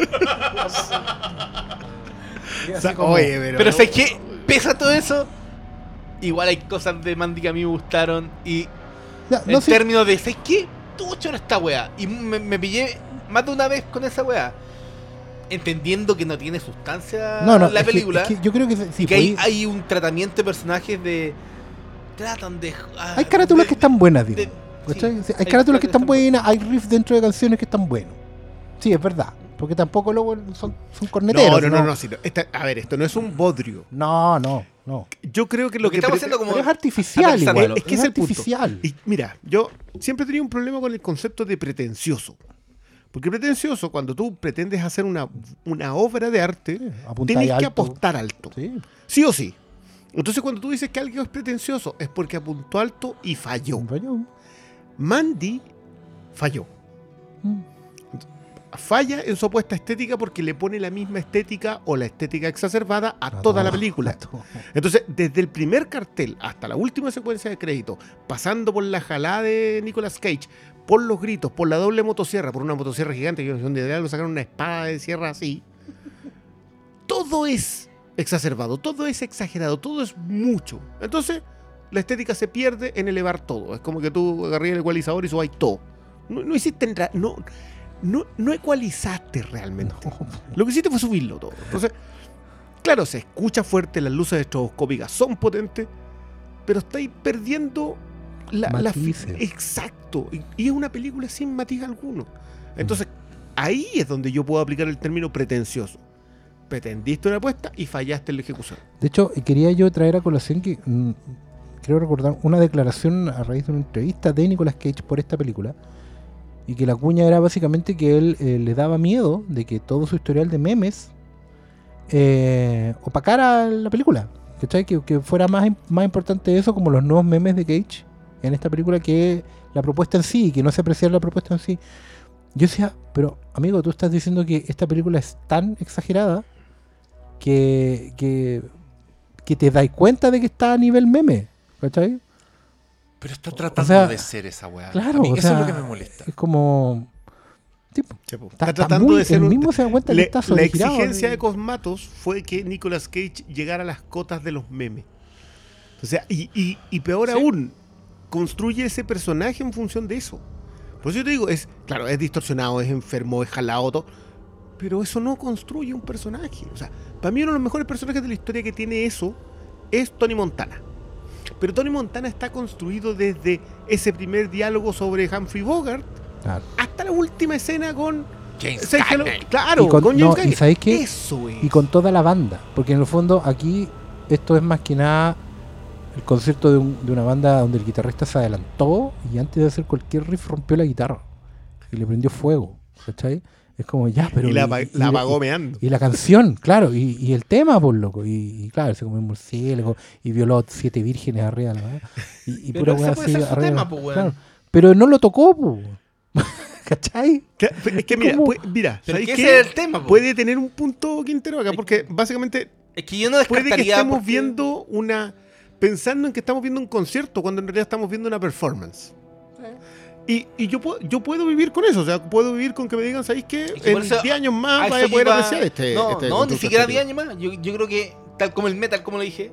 Y así como- Oye, Pero ¿sabes qué? Pese a todo eso, igual hay cosas de Mandy que a mí me gustaron. Y Ya, en no, sí, términos de, ¿sabes qué? Tuvo choro esta wea. Y me pillé más de una vez con esa wea. Entendiendo que no tiene sustancia no, la es que- película. es que yo creo que sí, y que hay, podí- hay un tratamiento de personajes de. Tratan de. hay carátulas que están buenas, digo. de- ¿Cachai? sí, Sí, hay carátulas que están buenas, hay riffs dentro de canciones que están buenos. Sí, es verdad. Porque tampoco luego son corneteros. No. Sí, no. A ver, esto no es un bodrio. No. Yo creo que Lo lo que que estamos prete- haciendo como. Pero es artificial aterrizándolo. igual. Es que es el punto. artificial. Y mira, yo siempre he tenido un problema con el concepto de pretencioso. Porque pretencioso, cuando tú pretendes hacer una obra de arte, apuntáis tienes que alto. apostar alto. Sí. Sí o sí. Entonces, cuando tú dices que algo es pretencioso, es porque apuntó alto y falló. Bueno, Mandy falló. mm. Falla en su apuesta estética porque le pone la misma estética o la estética exacerbada a toda la película. A todo. Entonces, desde el primer cartel hasta la última secuencia de crédito, pasando por la jalada de Nicolas Cage, por los gritos, por la doble motosierra, por una motosierra gigante, que donde de lo sacaron una espada de sierra así, todo es exacerbado, todo es exagerado, todo es mucho. Entonces, la estética se pierde en elevar todo. Es como que tú agarras el ecualizador y subáis todo. No hiciste no ecualizaste realmente. Lo que hiciste fue subirlo todo. Entonces, claro, se escucha fuerte, las luces estroboscópicas son potentes, pero estáis perdiendo Matices. exacto. Y es una película sin matiz alguno. Entonces, ahí es donde yo puedo aplicar el término pretencioso. Pretendiste una apuesta y fallaste en la ejecución. De hecho, quería yo traer a colación que creo recordar una declaración a raíz de una entrevista de Nicolas Cage por esta película, y que la cuña era básicamente que él le daba miedo de que todo su historial de memes opacara la película, ¿cachai? Que fuera más importante eso, como los nuevos memes de Cage en esta película, que la propuesta en sí, y que no se apreciara la propuesta en sí. Yo decía, pero amigo, tú estás diciendo que esta película es tan exagerada que te dais cuenta de que está a nivel meme, ¿cachai? Pero está tratando O sea, de ser esa weá. claro, A mí o eso sea, es lo que me molesta. Es como... tipo, Está tratando de ser el mismo se da cuenta que está la sobregirado, exigencia de Cosmatos fue que Nicolas Cage llegara a las cotas de los memes. O sea, y peor aún, construye ese personaje en función de eso. Por eso yo te digo, claro, es distorsionado, es enfermo, es jalado, todo, pero eso no construye un personaje. O sea, para mí uno de los mejores personajes de la historia que tiene eso es Tony Montana. Pero Tony Montana está construido desde ese primer diálogo sobre Humphrey Bogart claro. hasta la última escena con James Sergio Cagney. Claro, Y con- con no, James Cagney. ¿y sabéis qué? Eso es. Y con toda la banda, porque en el fondo aquí esto es más que nada el concierto de una banda donde el guitarrista se adelantó y antes de hacer cualquier riff rompió la guitarra y le prendió fuego, ¿cachai? Es como ya, pero... y la apagó meando. Y la canción, claro, y el tema, por loco. Y claro, se comió un murciélago y violó 7 vírgenes arriba de la weá. Y Pero pura ese weá puede así ser su arriba. tema, po, weón. Claro. Pero no lo tocó, po. ¿Cachai? Es que mira, ¿Cómo? Mira, Pero ¿sabéis que qué? ese es el tema, po. Puede tener un punto Quintero acá, porque básicamente Es que yo no puede que descartaría estemos porque- viendo pensando en que estamos viendo un concierto cuando en realidad estamos viendo una performance. Y yo puedo vivir con eso, o sea, puedo vivir con que me digan, ¿sabéis qué? Es que En por eso- 10 años a más eso vaya a poder iba- apreciar este No, ni conducto siquiera estético. 10 años más. Yo creo que, tal como el metal, como lo dije,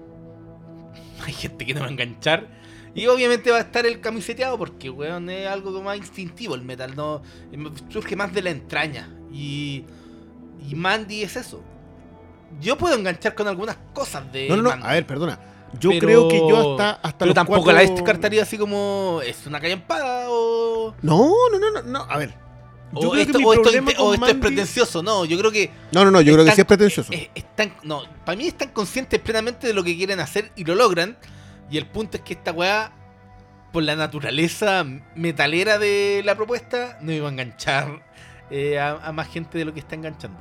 hay gente que no va a enganchar. Y obviamente va a estar el camiseteado porque, weón, es algo más instintivo el metal, no surge más de la entraña. Y Mandy es eso. Yo puedo enganchar con algunas cosas de No, Mandy, a ver, perdona. Yo pero- creo que yo hasta pero los tampoco 4... la descartaría así como es una callampada o... No, a ver. Yo O creo esto, que mi o esto problema es con Mandy- pretencioso, no, yo creo que No, yo creo que están- sí es pretencioso. No, para mí están conscientes plenamente de lo que quieren hacer y lo logran. Y el punto es que esta weá, por la naturaleza metalera de la propuesta, no iba a enganchar a más gente de lo que está enganchando.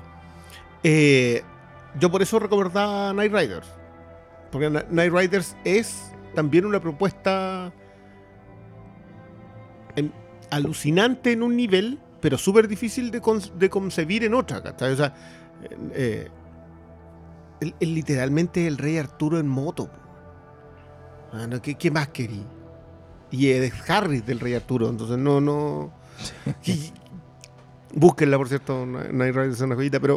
Yo por eso recomendaba Night Riders. Porque Night Riders es también una propuesta alucinante en un nivel, pero súper difícil de concebir en otra, ¿cachai? O sea, él literalmente el rey Arturo en moto. Ah, no, ¿qué más querí? Y es Harris del rey Arturo, entonces no. Búsquenla, por cierto, Night Riders es una joyita, pero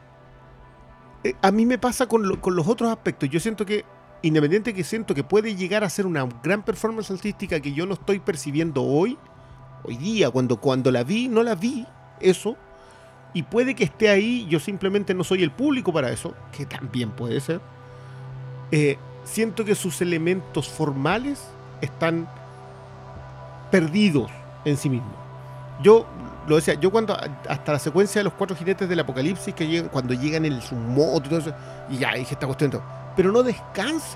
a mí me pasa con los otros aspectos. Yo siento que, independiente que siento que puede llegar a ser una gran performance artística que yo no estoy percibiendo hoy día, cuando la vi, no la vi, eso, y puede que esté ahí, yo simplemente no soy el público para eso, que también puede ser. Siento que sus elementos formales están perdidos en sí mismos. Yo lo decía, cuando hasta la secuencia de los 4 jinetes del apocalipsis que llegan, cuando llegan en su moto y todo eso, y ya dije esta cuestión, pero no descansa.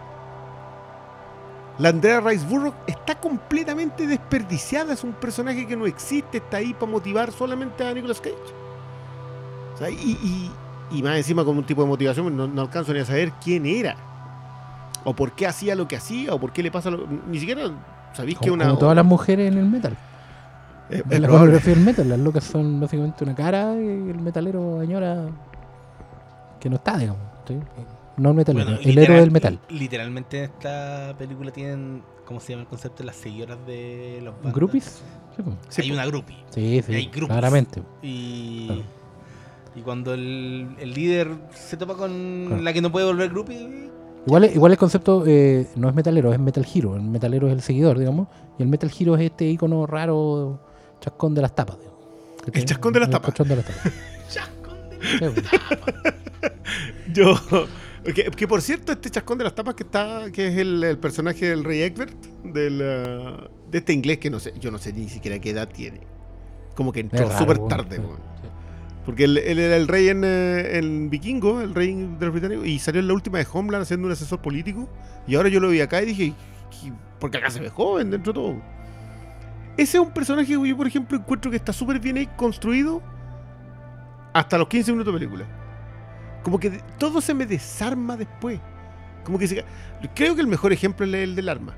La Andrea Riseborough está completamente desperdiciada, es un personaje que no existe, está ahí para motivar solamente a Nicolas Cage. O sea, y más encima con un tipo de motivación no alcanzo ni a saber quién era, o por qué hacía lo que hacía, o por qué le pasa ni siquiera sabéis que una... Como todas las mujeres en el metal. es En la probable. coreografía del metal, las locas son básicamente una cara y el metalero añora que no está, digamos. ¿Sí? No el metalero, Bueno, el héroe del metal. Literalmente en esta película tienen, ¿cómo se llama el concepto? Las seguidoras de los bandas. ¿Groupies? Sí, pues. Sí, Hay una groupie. Sí, Y hay sí, grupos. claramente. Y, Claro. y cuando el líder se topa con Claro. la que no puede volver groupie, Igual el concepto no es metalero, es Metal Hero. El metalero es el seguidor, digamos. Y el Metal Hero es este icono raro, chascón de las tapas. Digamos. ¿Cachai? El chascón de las tapas. Chascón de las tapas. Chascón de Sí, pues. Yo. Que por cierto, este chascón de las tapas que es el personaje del Rey Egbert, de este inglés que no sé, yo no sé ni siquiera qué edad tiene. Como que entró Es raro, súper weón. tarde, Sí. weón. Porque él era el rey en Vikingo, el rey de los británicos, y salió en la última de Homeland haciendo un asesor político. Y ahora yo lo vi acá y dije, porque acá se ve joven dentro de todo. Ese es un personaje que yo, por ejemplo, encuentro que está súper bien ahí construido hasta los 15 minutos de película. Como que todo se me desarma después. Como que creo que el mejor ejemplo es el del arma.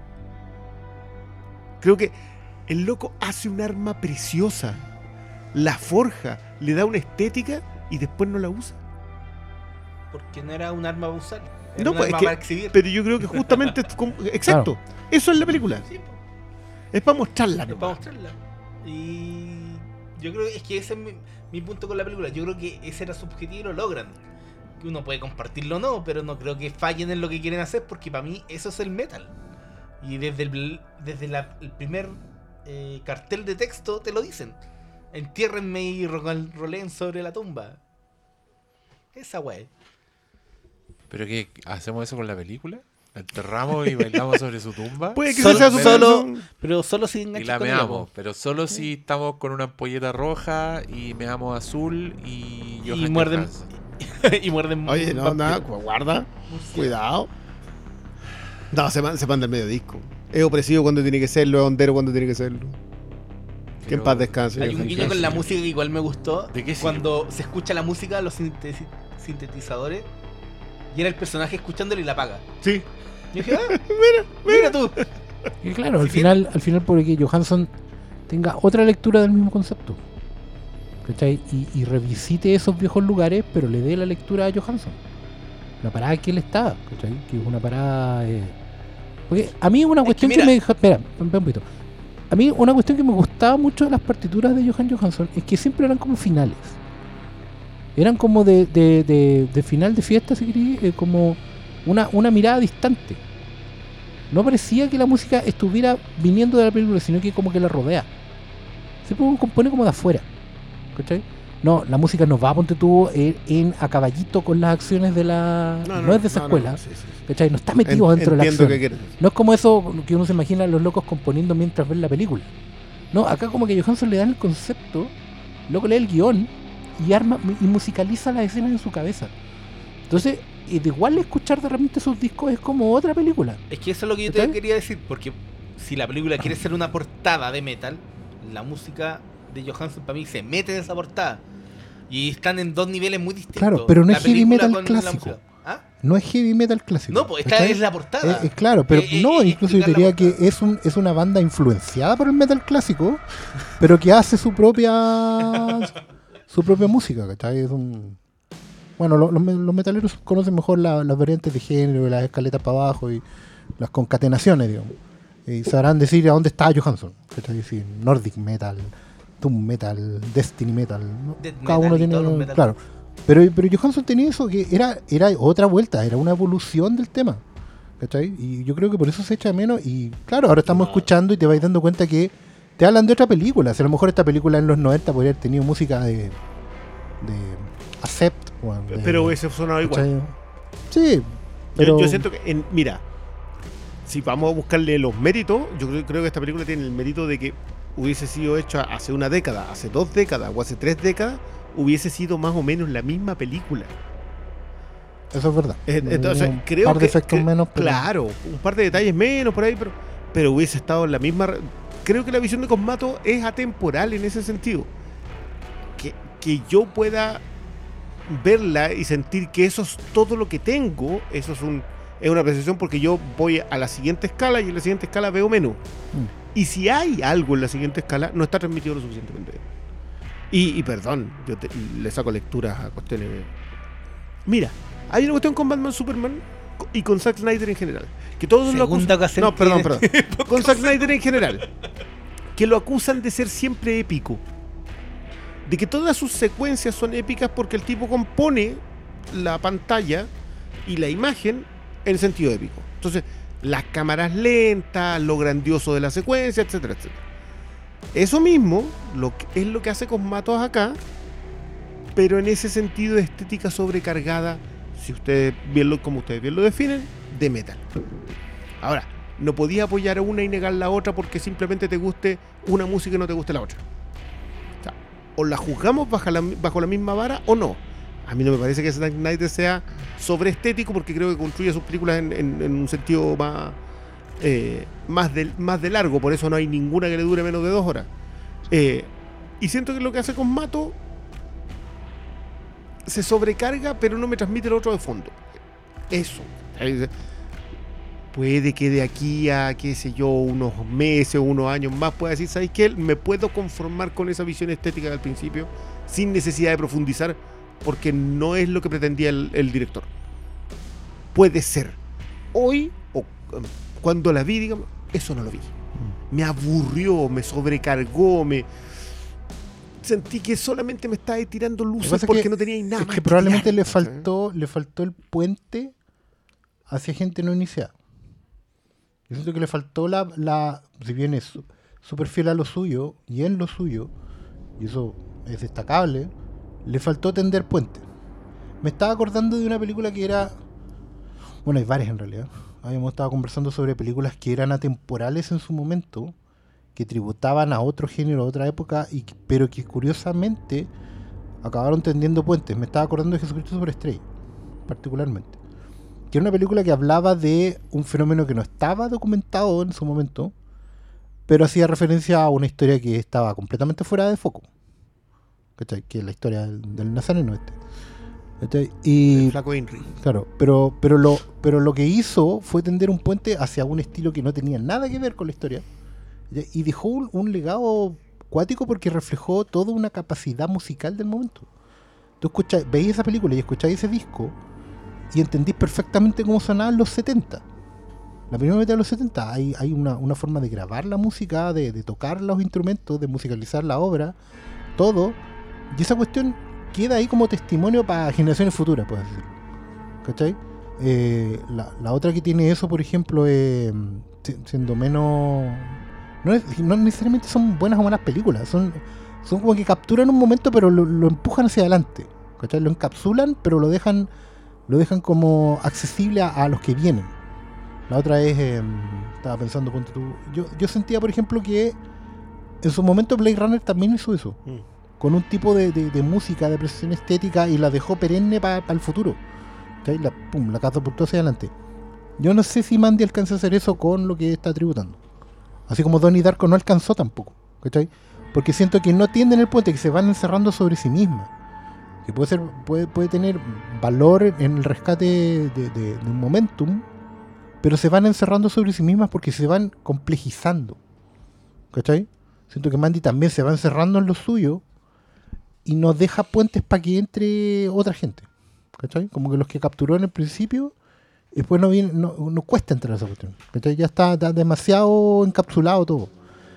Creo que el loco hace un arma preciosa, la forja, le da una estética y después no la usa. Porque no era un arma para usar. Era No, un pues, arma es que- para exhibir. Pero yo creo que justamente exacto, eso es la película. Sí, po. Es para mostrarla, Es ¿no? para mostrarla. Y yo creo que ese es mi punto con la película. Yo creo que ese era su objetivo y lo logran. Que uno puede compartirlo o no, pero no creo que fallen en lo que quieren hacer, porque para mí eso es el metal. Y desde el primer cartel de texto te lo dicen. Entiérrenme y roleen sobre la tumba. Esa wey. ¿Pero qué? ¿Hacemos eso con la película? ¿La enterramos y bailamos sobre su tumba? Puede que Solo- sea su solo- versión. Pero solo si Y enganchas la con ella, meamos, po. pero solo si estamos con una ampolleta roja y meamos azul y Johan muerden- Johansson. Y muerden. Oye, no, vampiro. nada, guarda, cuidado. No, se manda el medio disco. Es opresivo cuando tiene que serlo, es hondero cuando tiene que serlo. Que en Pero- paz descanse. Hay un Johan guiño con Johansson. la música que igual me gustó. ¿De qué sirve? Cuando se escucha la música, los sintetizadores, y era el personaje escuchándolo y la apaga. Sí. Y yo dije, mira tú. Y claro, al Si final puede que Johansson tenga otra lectura del mismo concepto. ¿Cachai? Y revisite esos viejos lugares, pero le dé la lectura a Johansson. La parada que él estaba, ¿cachai? Que es una parada. Porque a mí una cuestión que mira- me dejó. Espera, un poquito. A mí una cuestión que me gustaba mucho de las partituras de Johan Johansson es que siempre eran como finales. Eran como de final de fiesta, si queréis, como una mirada distante. No parecía que la música estuviera viniendo de la película, sino que como que la rodea. Siempre compone como de afuera. ¿Cachai? No, la música no va, ponte tú, a caballito con las acciones de la... No, es de esa escuela. sí, sí, sí. ¿Cachai? No está metido dentro de la Entiendo acción. que quieres. No es como eso que uno se imagina a los locos componiendo mientras ven la película. No, acá como que Johansson le dan el concepto, luego lee el guión y arma y musicaliza las escenas en su cabeza. Entonces, de igual escuchar de repente sus discos es como otra película. Es que eso es lo que yo ¿Cachai? te quería decir, porque si la película quiere ser una portada de metal, la música de Johansson para mí se mete en esa portada. Y están en dos niveles muy distintos. Claro, pero no La es heavy película metal con la clásico. música. ¿Ah? No es heavy metal clásico. No, pues esta ¿cachai? es la portada. Claro, pero no, incluso yo explicar diría la que portada. es una banda influenciada por el metal clásico, pero que hace su propia música, ¿cachai? Bueno, los metaleros conocen mejor las variantes de género, las escaletas para abajo y las concatenaciones, digamos. Y sabrán decir a dónde está Johansson, ¿cachai? Sí, Nordic Metal, Doom Metal, Destiny Metal, ¿no? Death Cada metal uno y tiene, todos los metal. claro. Pero Johansson tenía eso, que era otra vuelta, era una evolución del tema, ¿cachai? Y yo creo que por eso se echa de menos. Y claro, ahora estamos escuchando y te vais dando cuenta que te hablan de otra película. Si a lo mejor esta película en los 90 podría haber tenido música de Accept. Pero hubiese sonado igual. ¿cachai? Sí, pero Yo siento que, mira, si vamos a buscarle los méritos, yo creo que esta película tiene el mérito de que hubiese sido hecha hace una década, hace 2 décadas o hace 3 décadas, hubiese sido más o menos la misma película. eso es verdad. Entonces, Un creo par de que, efectos menos, pero claro, un par de detalles menos por ahí, pero hubiese estado en la misma. Creo que la visión de Cosmato es atemporal en ese sentido. Que yo pueda verla y sentir que eso es todo lo que tengo, eso es una apreciación porque yo voy a la siguiente escala y en la siguiente escala veo menos. Y si hay algo en la siguiente escala, no está transmitido lo suficientemente bien. Y perdón, yo le saco lecturas a cuestiones. Mira, hay una cuestión con Batman Superman y con Zack Snyder en general. Que todos lo Segunda acusan. ocasión No, que perdón. Con Zack Snyder en general. Que lo acusan de ser siempre épico. De que todas sus secuencias son épicas porque el tipo compone la pantalla y la imagen en sentido épico. Entonces, las cámaras lentas, lo grandioso de la secuencia, etcétera, etcétera. Eso mismo es lo que hace Cosmatos acá, pero en ese sentido de estética sobrecargada, si ustedes como ustedes bien lo definen, de metal. Ahora, no podía apoyar a una y negar la otra porque simplemente te guste una música y no te guste la otra. O sea, o la juzgamos bajo la misma vara o no. A mí no me parece que Zack Snyder sea sobreestético porque creo que construye sus películas en un sentido más de largo. Por eso no hay ninguna que le dure menos de 2 horas. Y siento que lo que hace con Mato se sobrecarga, pero no me transmite lo otro de fondo. Eso. Puede que de aquí a, qué sé yo, unos meses o unos años más pueda decir, ¿sabes qué? Me puedo conformar con esa visión estética del principio sin necesidad de profundizar porque no es lo que pretendía el director. Puede ser. Hoy, o cuando la vi, digamos, eso no lo vi. Me aburrió, me sobrecargó, sentí que solamente me estaba tirando luces porque no tenía nada más. Es que probablemente le faltó el puente hacia gente no iniciada. Yo siento que le faltó si bien es súper fiel a lo suyo y en lo suyo, y eso es destacable, le faltó tender puente. Me estaba acordando de una película que era... Bueno, hay varias en realidad. Habíamos estado conversando sobre películas que eran atemporales en su momento, que tributaban a otro género, a otra época, pero que curiosamente acabaron tendiendo puentes. Me estaba acordando de Jesucristo Superestrella, particularmente. Que era una película que hablaba de un fenómeno que no estaba documentado en su momento, pero hacía referencia a una historia que estaba completamente fuera de foco. ¿Cachai? Que es la historia del nazareno este. ¿Cachai? Y el flaco Henry. Claro, pero lo que hizo fue tender un puente hacia un estilo que no tenía nada que ver con la historia. Y dejó un legado cuático porque reflejó toda una capacidad musical del momento. Tú veis esa película y escucháis ese disco y entendís perfectamente cómo sonaban los 70. La primera mitad de los 70 hay una forma de grabar la música, de tocar los instrumentos, de musicalizar la obra, todo. Y esa cuestión queda ahí como testimonio para generaciones futuras, puedes decirlo. ¿Cachai? La otra que tiene eso, por ejemplo, siendo menos... No necesariamente son buenas o malas películas, son como que capturan un momento pero lo empujan hacia adelante. ¿Cachai? Lo encapsulan pero lo dejan como accesible a los que vienen. La otra es, estaba pensando, ponte tú, yo sentía por ejemplo que en su momento Blade Runner también hizo eso, con un tipo de música, de precisión estética, y la dejó perenne para el futuro. ¿Cachai? La catapultó hacia adelante. Yo no sé si Mandy alcanza a hacer eso con lo que está tributando. Así como Donnie Darko no alcanzó tampoco, ¿cachai? Porque siento que no tienden el puente, que se van encerrando sobre sí mismas. Que puede tener valor en el rescate de un momentum, pero se van encerrando sobre sí mismas porque se van complejizando, ¿cachai? Siento que Mandy también se va encerrando en lo suyo y no deja puentes para que entre otra gente, ¿cachai? Como que los que capturó en el principio, después no cuesta entrar a esa cuestión, ¿cachai? Ya está demasiado encapsulado todo.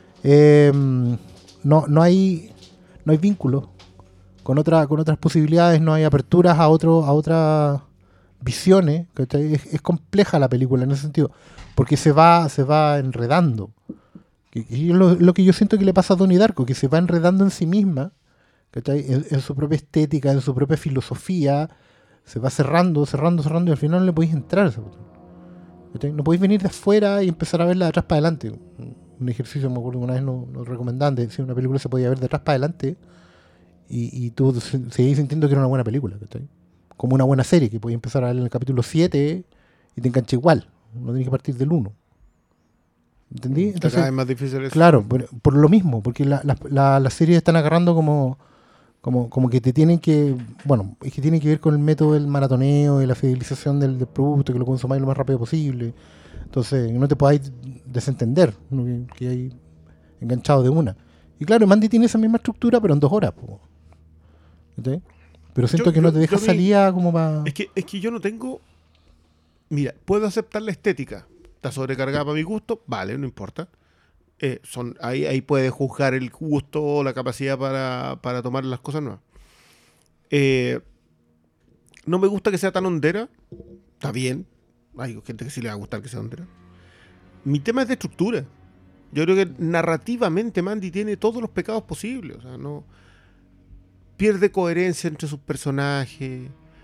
No hay vínculo con otras posibilidades, no hay aperturas a otras visiones, ¿cachai? Es compleja la película en ese sentido, porque se va enredando. Y es lo que yo siento que le pasa a Donnie Darko, que se va enredando en sí misma, ¿cachai? En su propia estética, en su propia filosofía, se va cerrando y al final no le podéis entrar a esa cuestión, ¿cachai? No podéis venir de afuera y empezar a verla de atrás para adelante. Un ejercicio, me acuerdo que una vez nos recomendaban, de si una película se podía ver de atrás para adelante y tú seguís sintiendo que era una buena película, ¿cachai? Como una buena serie, que podías empezar a ver en el capítulo 7 y te engancha igual, no tenés que partir del 1. ¿Entendí? Entonces, cada vez más difícil eso. Claro, por lo mismo, porque las series están agarrando como que te tienen que... Bueno, es que tiene que ver con el método del maratoneo y la fidelización del producto, que lo consumáis lo más rápido posible. Entonces, no te podáis desentender, ¿no? que hay enganchado de una. Y claro, Mandy tiene esa misma estructura, pero en 2 horas. ¿Sí? Pero siento que no te deja salida como para... Es que yo no tengo... Mira, puedo aceptar la estética. Está sobrecargada para mi gusto, vale, no importa. Ahí puedes juzgar el gusto o la capacidad para tomar las cosas nuevas. No me gusta que sea tan hondera, está bien. Hay gente que sí le va a gustar que sea underground. Mi tema es de estructura. Yo creo que narrativamente Mandy tiene todos los pecados posibles. O sea, no pierde coherencia entre sus personajes.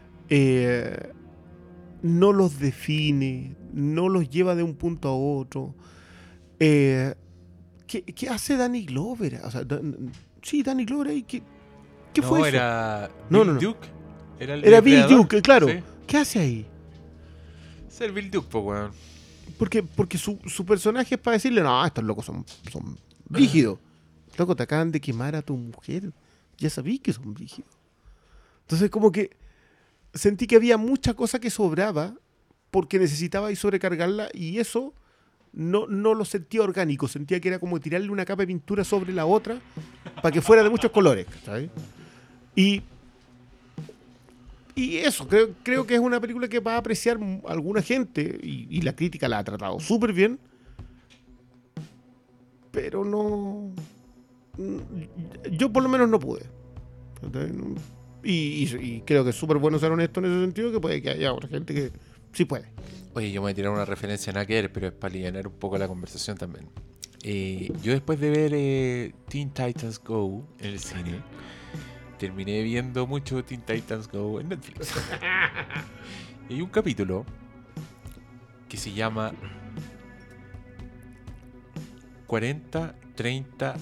No los define. No los lleva de un punto a otro. ¿Qué hace Danny Glover? O sea, sí, Danny Glover ahí. ¿Qué No, fue eso? era No, Bill no, no. Duke. Era el Era Bill creador. Duke, claro. Sí. ¿Qué hace ahí? Es el Bill Duke, pues, weón. Porque su personaje es para decirle, no, estos locos son rígidos. Loco, te acaban de quemar a tu mujer. Ya sabí que son rígidos. Entonces, como que sentí que había mucha cosa que sobraba porque necesitaba y sobrecargarla, y eso no lo sentía orgánico. Sentía que era como tirarle una capa de pintura sobre la otra para que fuera de muchos colores, ¿sabes? Y eso, creo que es una película que va a apreciar alguna gente, y la crítica la ha tratado súper bien, pero no... Yo por lo menos no pude. Y creo que es súper bueno ser honesto en ese sentido, que puede que haya otra gente que sí puede. Oye, yo me voy a tirar una referencia nada que ver, pero es para aliviar un poco la conversación también. Yo después de ver Teen Titans Go en el cine, terminé viendo mucho Teen Titans Go en Netflix. Y hay un capítulo que se llama 40%, 30%,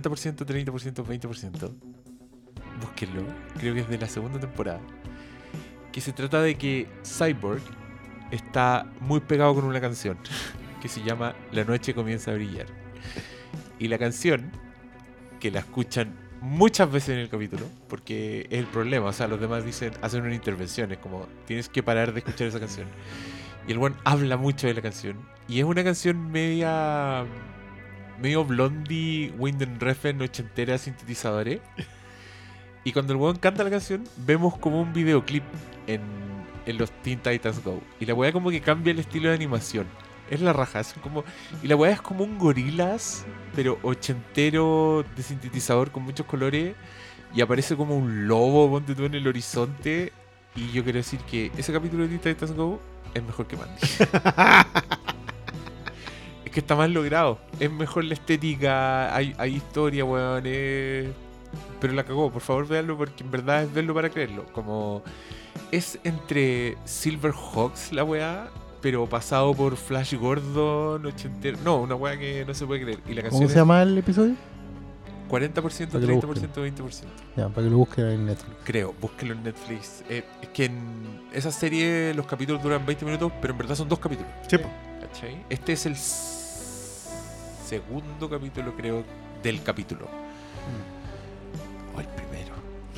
20%. Búsquenlo, creo que es de la segunda temporada. Que se trata de que Cyborg está muy pegado con una canción que se llama La noche comienza a brillar. Y la canción, que la escuchan muchas veces en el capítulo, porque es el problema, o sea, los demás hacen una intervención, es como, tienes que parar de escuchar esa canción. Y el buen habla mucho de la canción, y es una canción medio Blondie, Wind Refn, ochentera, sintetizadores. Y cuando el weón canta la canción, vemos como un videoclip en los Teen Titans Go. Y la weá como que cambia el estilo de animación. Es la raja, es como... Y la weá es como un gorilas, pero ochentero de sintetizador con muchos colores. Y aparece como un lobo, ponte tú, en el horizonte. Y yo quiero decir que ese capítulo de Teen Titans Go es mejor que Mandy. Es que está más logrado. Es mejor la estética, hay historia, weón. Pero la cagó, por favor véanlo, porque en verdad es verlo para creerlo. Como es entre Silverhawks la weá, pero pasado por Flash Gordon ochentero. No, una weá que no se puede creer. Y la canción ¿Cómo se llama el episodio? 40%, Para que lo 30%, 20%. Ya, para que lo busquen en Netflix. Creo, búsquenlo en Netflix. Es que en esa serie los capítulos duran 20 minutos, pero en verdad son 2 capítulos. Sí, po. ¿Cachai? Este es el segundo capítulo, creo, del capítulo. O el primero.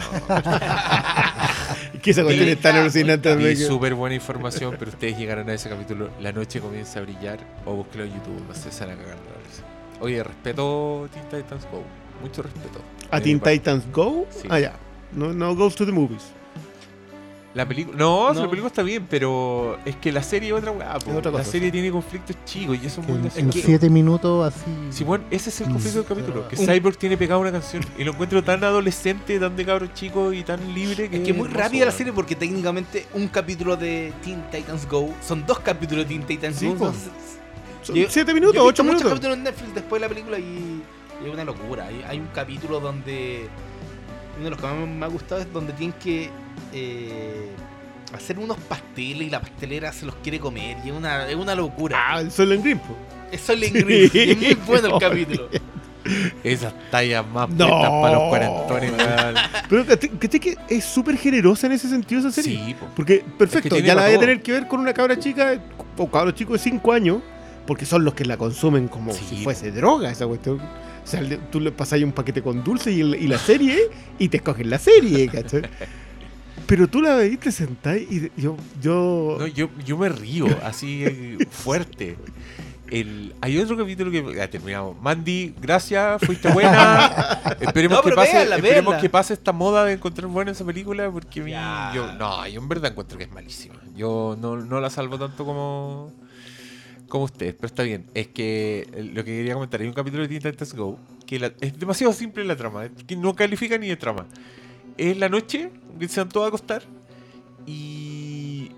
Que esa cuestión es tan alucinante. Vi súper buena información, pero ustedes llegarán a ese capítulo. La noche comienza a brillar, o búsquelo en YouTube, no sé, se van a cagar de la risa. Oye, respeto Teen Titans Go. Mucho respeto. ¿A Teen Titans Go? Sí. Ah, ya. No Goes to the Movies. La película. No, No. la película está bien, pero es que la serie es otra weá, po. Es otra La cosa, serie sí. tiene conflictos chicos y eso es muy En gracioso. 7 minutos así. Sí, bueno, ese es el conflicto del capítulo. Que Un- Cyborg tiene pegada una canción y lo encuentro tan adolescente, tan de cabro chico y tan libre que. Es que es muy hermoso, rápida la weón. serie porque técnicamente un capítulo de Teen Titans Go son 2 capítulos de Teen Titans Sí, Go. po. Son- Son Yo- 7 yo minutos, he 8 visto muchos minutos. capítulos en Netflix después de la película y es una locura. Hay un capítulo donde uno de los que más me ha gustado es donde tienen que hacer unos pasteles y la pastelera se los quiere comer y es una locura. Ah, el Soylent Green, po. Es Soylent Green y es muy bueno el Oh, capítulo. Esas tallas más No. puestas para los cuarentones, weón. Pero ¿cachai que es súper generosa en ese sentido esa serie? Sí, po. Porque, Es perfecto, que tiene ya la para voy a todo. tener que ver con una cabra chica o cabro chico de 5 años, porque son los que la consumen como Sí. si fuese droga esa cuestión. O sea, tú le pasas ahí un paquete con dulce y la serie y te escogen la serie, ¿cachai? Pero tú la veis y te sentás y yo No, yo me río así fuerte. Hay otro capítulo que ya terminamos. Mandy, gracias, fuiste buena. Esperemos, No, que pero pase, véanla, esperemos véanla. que pase esta moda de encontrar buena esa película, porque a mí, Ya. yo en verdad encuentro que es malísima. Yo no la salvo tanto como ustedes, pero está bien. Es que lo que quería comentar, hay un capítulo de Teen Titans Go que es demasiado simple la trama, que no califica ni de trama. Es la noche, que se van todos a acostar y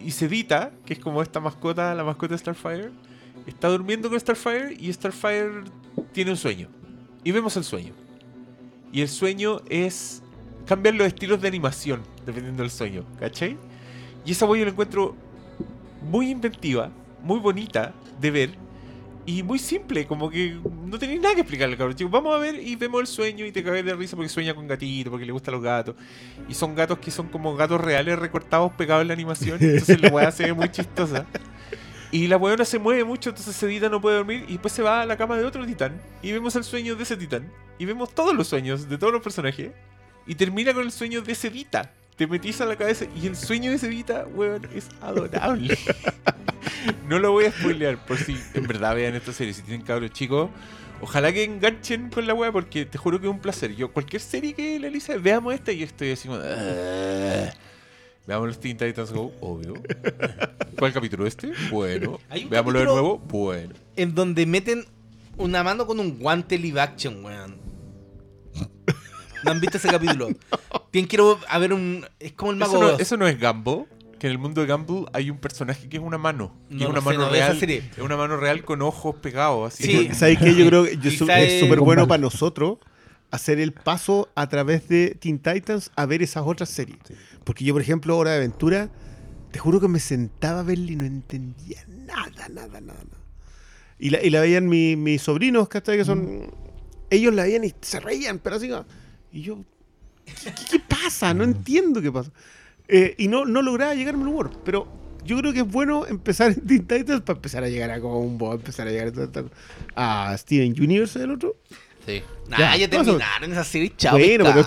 y Sedita, que es como esta mascota, la mascota de Starfire, está durmiendo con Starfire y Starfire tiene un sueño. Y vemos el sueño. Y el sueño es cambiar los estilos de animación dependiendo del sueño, ¿cachai? Y esa yo la encuentro muy inventiva, muy bonita de ver y muy simple, como que no tenéis nada que explicarle, cabrón. Chicos, vamos a ver y vemos el sueño y te cagas de risa porque sueña con gatito, porque le gustan los gatos. Y son gatos que son como gatos reales recortados, pegados en la animación. Entonces la weá se ve muy chistosa. Y la weona se mueve mucho, entonces Sedita no puede dormir y después se va a la cama de otro titán. Y vemos el sueño de ese titán. Y vemos todos los sueños de todos los personajes. Y termina con el sueño de Sedita. Te metís a la cabeza y el sueño de Sedita, weón, es adorable. No lo voy a spoilear por si en verdad vean esta serie. Si tienen cabros chicos, ojalá que enganchen con la weá porque te juro que es un placer. Yo, cualquier serie que la Elisa, veamos esta y yo estoy así como... Veamos los Teen Titans Go, obvio. ¿Cuál capítulo este? Bueno. Hay un Veámoslo de capítulo- nuevo, bueno. En donde meten una mano con un guante live action, weón. ¿No han visto ese capítulo? Bien, quiero a ver un... Es como el Mago Eso de no, Oz. eso no es Gumball. Que en el mundo de Gumball hay un personaje que es una mano. Y No es una lo sé, mano no veo esa real. serie. Es una mano real con ojos pegados. Así. Sí. ¿Sabes qué? Yo creo que Quizá es súper es- bueno para nosotros hacer el paso a través de Teen Titans a ver esas otras series. Porque yo, por ejemplo, Hora de Aventura, te juro que me sentaba a verla y no entendía nada. Y la veían mis sobrinos, ¿cachai? Que son... Ellos la veían y se reían, pero así... Y yo... ¿Qué pasa? No entiendo qué pasa. Y no lograba llegarme al humor. Pero yo creo que es bueno empezar en Teen Titans para empezar a llegar a Combo, empezar a llegar a Steven Universe, el otro. Sí. Ya, Ya terminaron esa serie, chao. Bueno, pero-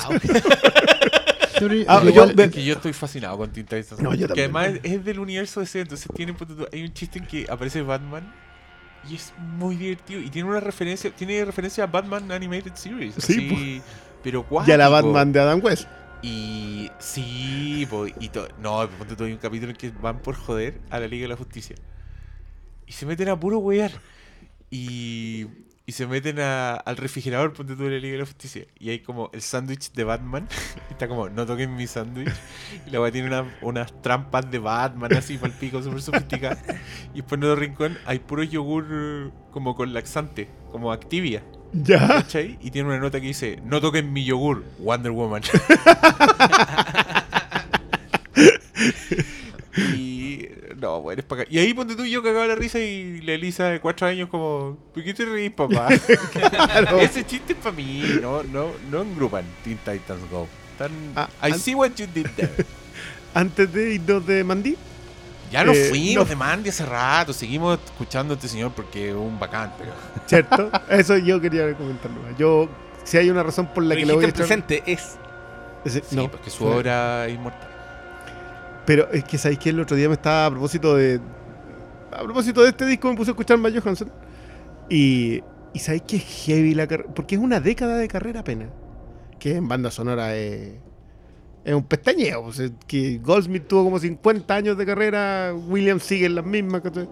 Ah, Igual- Es que yo estoy fascinado con Teen Titans. No, yo que también. además es del universo DC. Entonces hay un chiste en que aparece Batman. Y es muy divertido. Y tiene referencia a Batman Animated Series. Sí, así, pero Y a la cuático. Batman de Adam West. Y sí, no, ponte todo, hay un capítulo en que van por joder a la Liga de la Justicia. Y se meten a puro wear. Y se meten al refrigerador, ponte tú, de la Liga de la Justicia. Y hay como el sándwich de Batman. Está como, no toquen mi sándwich. Y la weá tiene unas trampas de Batman así para el pico, súper sofisticadas. Y después en otro rincón hay puro yogur como con laxante, como Activia. Ya. ¿Cachai? Y tiene una nota que dice, no toquen mi yogur, Wonder Woman. Y no, bueno, es para acá. Y ahí ponte tú y yo cagaba la risa y la Elisa de 4 años como, ¿por qué te reís, papá? Ese chiste es para mí, no engrupan Teen Titans Go. I see what you did there. Antes de irnos de Mandy, Ya nos no. fuimos de Mandy hace rato, seguimos escuchando a este señor porque es un bacán, pero... ¿cierto? Eso yo quería comentarlo. Yo, si hay una razón por la que le voy a echar... presente es... Sí, no, porque su obra es inmortal. pero es que sabéis que el otro día me estaba a propósito de este disco me puse a escuchar Matt Johansson y sabéis que es heavy la carrera, porque es una década de carrera apenas, que en banda sonora es un pestañeo, pues, que Goldsmith tuvo como 50 años de carrera, Williams sigue en las mismas, ¿cachai?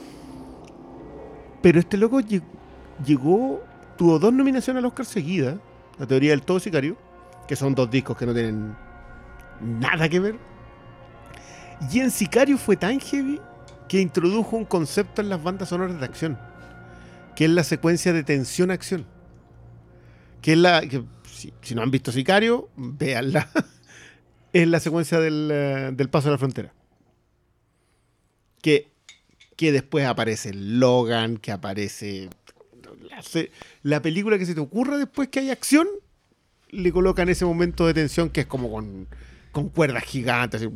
Pero este loco tuvo 2 nominaciones al Oscar seguidas, La teoría del todo sicario, que son 2 discos que no tienen nada que ver. Y en Sicario fue tan heavy que introdujo un concepto en las bandas sonoras de acción, que es la secuencia de tensión-acción. Que es si no han visto Sicario, véanla. Es la secuencia del paso de la frontera. Que después aparece Logan, que aparece... La película que se te ocurra después que hay acción, le colocan ese momento de tensión que es como con cuerdas gigantes, así,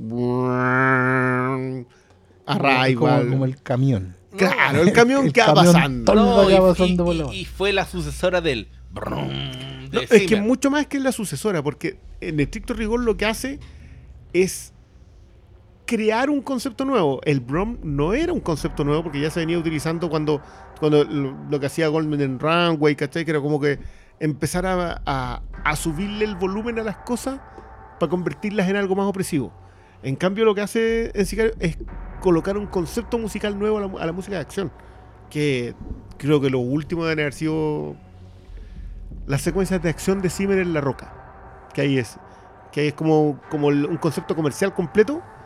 Arrival. Como el camión. Claro, el camión El que va camión pasando. todo- No, vaya pasando por la y fue la sucesora del... brum No, de es que Zimmer. mucho más que la sucesora, porque en estricto rigor lo que hace es crear un concepto nuevo. El Brom no era un concepto nuevo porque ya se venía utilizando cuando lo que hacía Goldman en Runway, ¿cachai? Que era como que empezar a subirle el volumen a las cosas para convertirlas en algo más opresivo. En cambio, lo que hace en Sicario es colocar un concepto musical nuevo a la música de acción. Que creo que lo último deben haber sido las secuencias de acción de Zimmer en La Roca. Que ahí es como un concepto comercial completo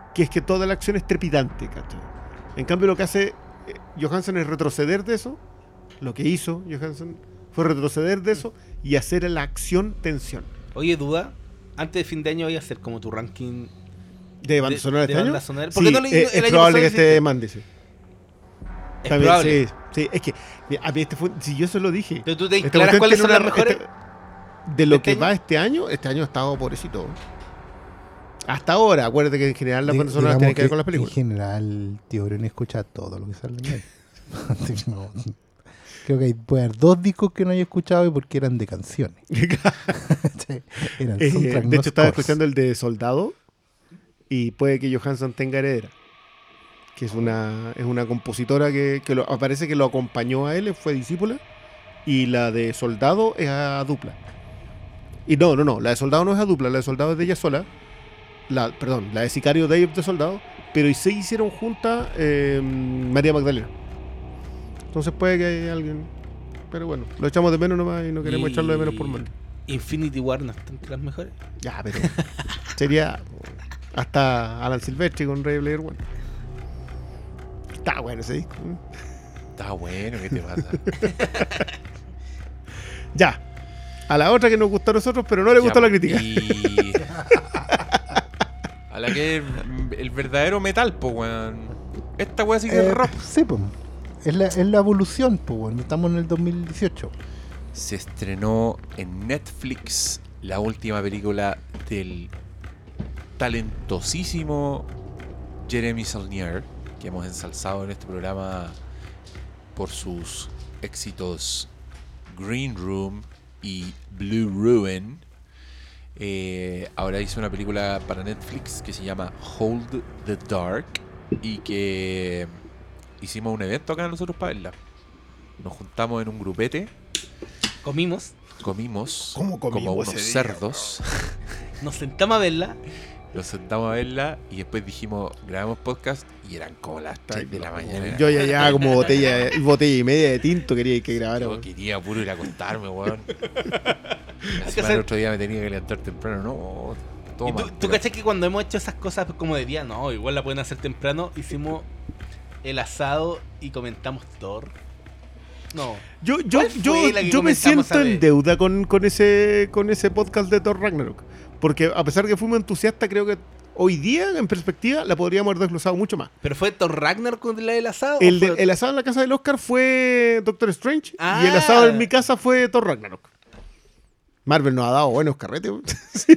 que es que toda la acción es trepidante, ¿cachai? En cambio lo que hace Johansson es retroceder de eso. Lo que hizo Johansson fue retroceder de eso y hacer la acción tensión. Oye, duda, antes de fin de año voy a hacer como tu ranking ¿De banda sonora este de año? banda sonora. Sí, ¿Por qué no le- es el año probable pasado que hiciste? esté Mandy, sí. Es También, probable. sí, es que mira, a mí si yo se lo dije. Pero tú te Esta claras cuestión cuáles tiene son las una- mejores. de lo ¿Este que año? va este año ha estado pobrecito. Hasta ahora, acuérdate que en general las bandas sonoras tienen Digamos que ver con las películas. En general, Tío Bren escucha todo lo que sale en él. No, creo que puede haber 2 discos que no haya escuchado y porque eran de canciones. Eran soundtrack, de no hecho, estaba scores. escuchando el de Soldado y puede que Johansson tenga heredera. Que es una compositora que parece que lo acompañó a él, fue discípula. Y la de Soldado es a dupla. Y no, la de Soldado no es a dupla, la de Soldado es de ella sola. La de Sicario Day of the Soldado. Pero y se hicieron juntas María Magdalena. Entonces puede que haya alguien. Pero bueno, lo echamos de menos nomás y no queremos Y echarlo de menos por mal. Infinity War no está entre las mejores. Ya, pero sería hasta Alan Silvestri con Ray Player One. Está bueno ese disco. Está bueno, ¿qué te pasa? Ya. A la otra que nos gustó a nosotros, pero no le gustó Ya, la crítica. Y... a la que es el verdadero metal, po, weón. Esta weá sí que es rock. Sí, pues. Es la evolución, pues, bueno. Estamos en el 2018. Se estrenó en Netflix la última película del talentosísimo Jeremy Saulnier, que hemos ensalzado en este programa por sus éxitos Green Room y Blue Ruin. Ahora hizo una película para Netflix que se llama Hold the Dark y que hicimos un evento acá nosotros para verla. Nos juntamos en un grupete, Comimos, comimos ¿Cómo comimos como unos ese día, cerdos, nos sentamos a verla. nos sentamos a verla y después dijimos, grabamos podcast y eran como las 3 de la mañana. Yo ya llevaba como botella y media de tinto quería que grabara. Yo weón. quería puro ir a acostarme, weón. que Encima hacer- el otro día me tenía que levantar temprano, no. Y Toma, tú cachai que cuando hemos hecho esas cosas como de día, no, igual la pueden hacer temprano. Hicimos el asado y comentamos Thor. No. Yo fue la que me comenzamos siento a ver? en deuda con ese podcast de Thor Ragnarok. Porque a pesar que fuimos entusiastas, creo que hoy día, en perspectiva, la podríamos haber desglosado mucho más. ¿Pero fue Thor Ragnar con la del asado? o El fue- asado en la casa del Oscar fue Doctor Strange Ah. y el asado en mi casa fue Thor Ragnarok. Marvel nos ha dado buenos carretes. weón.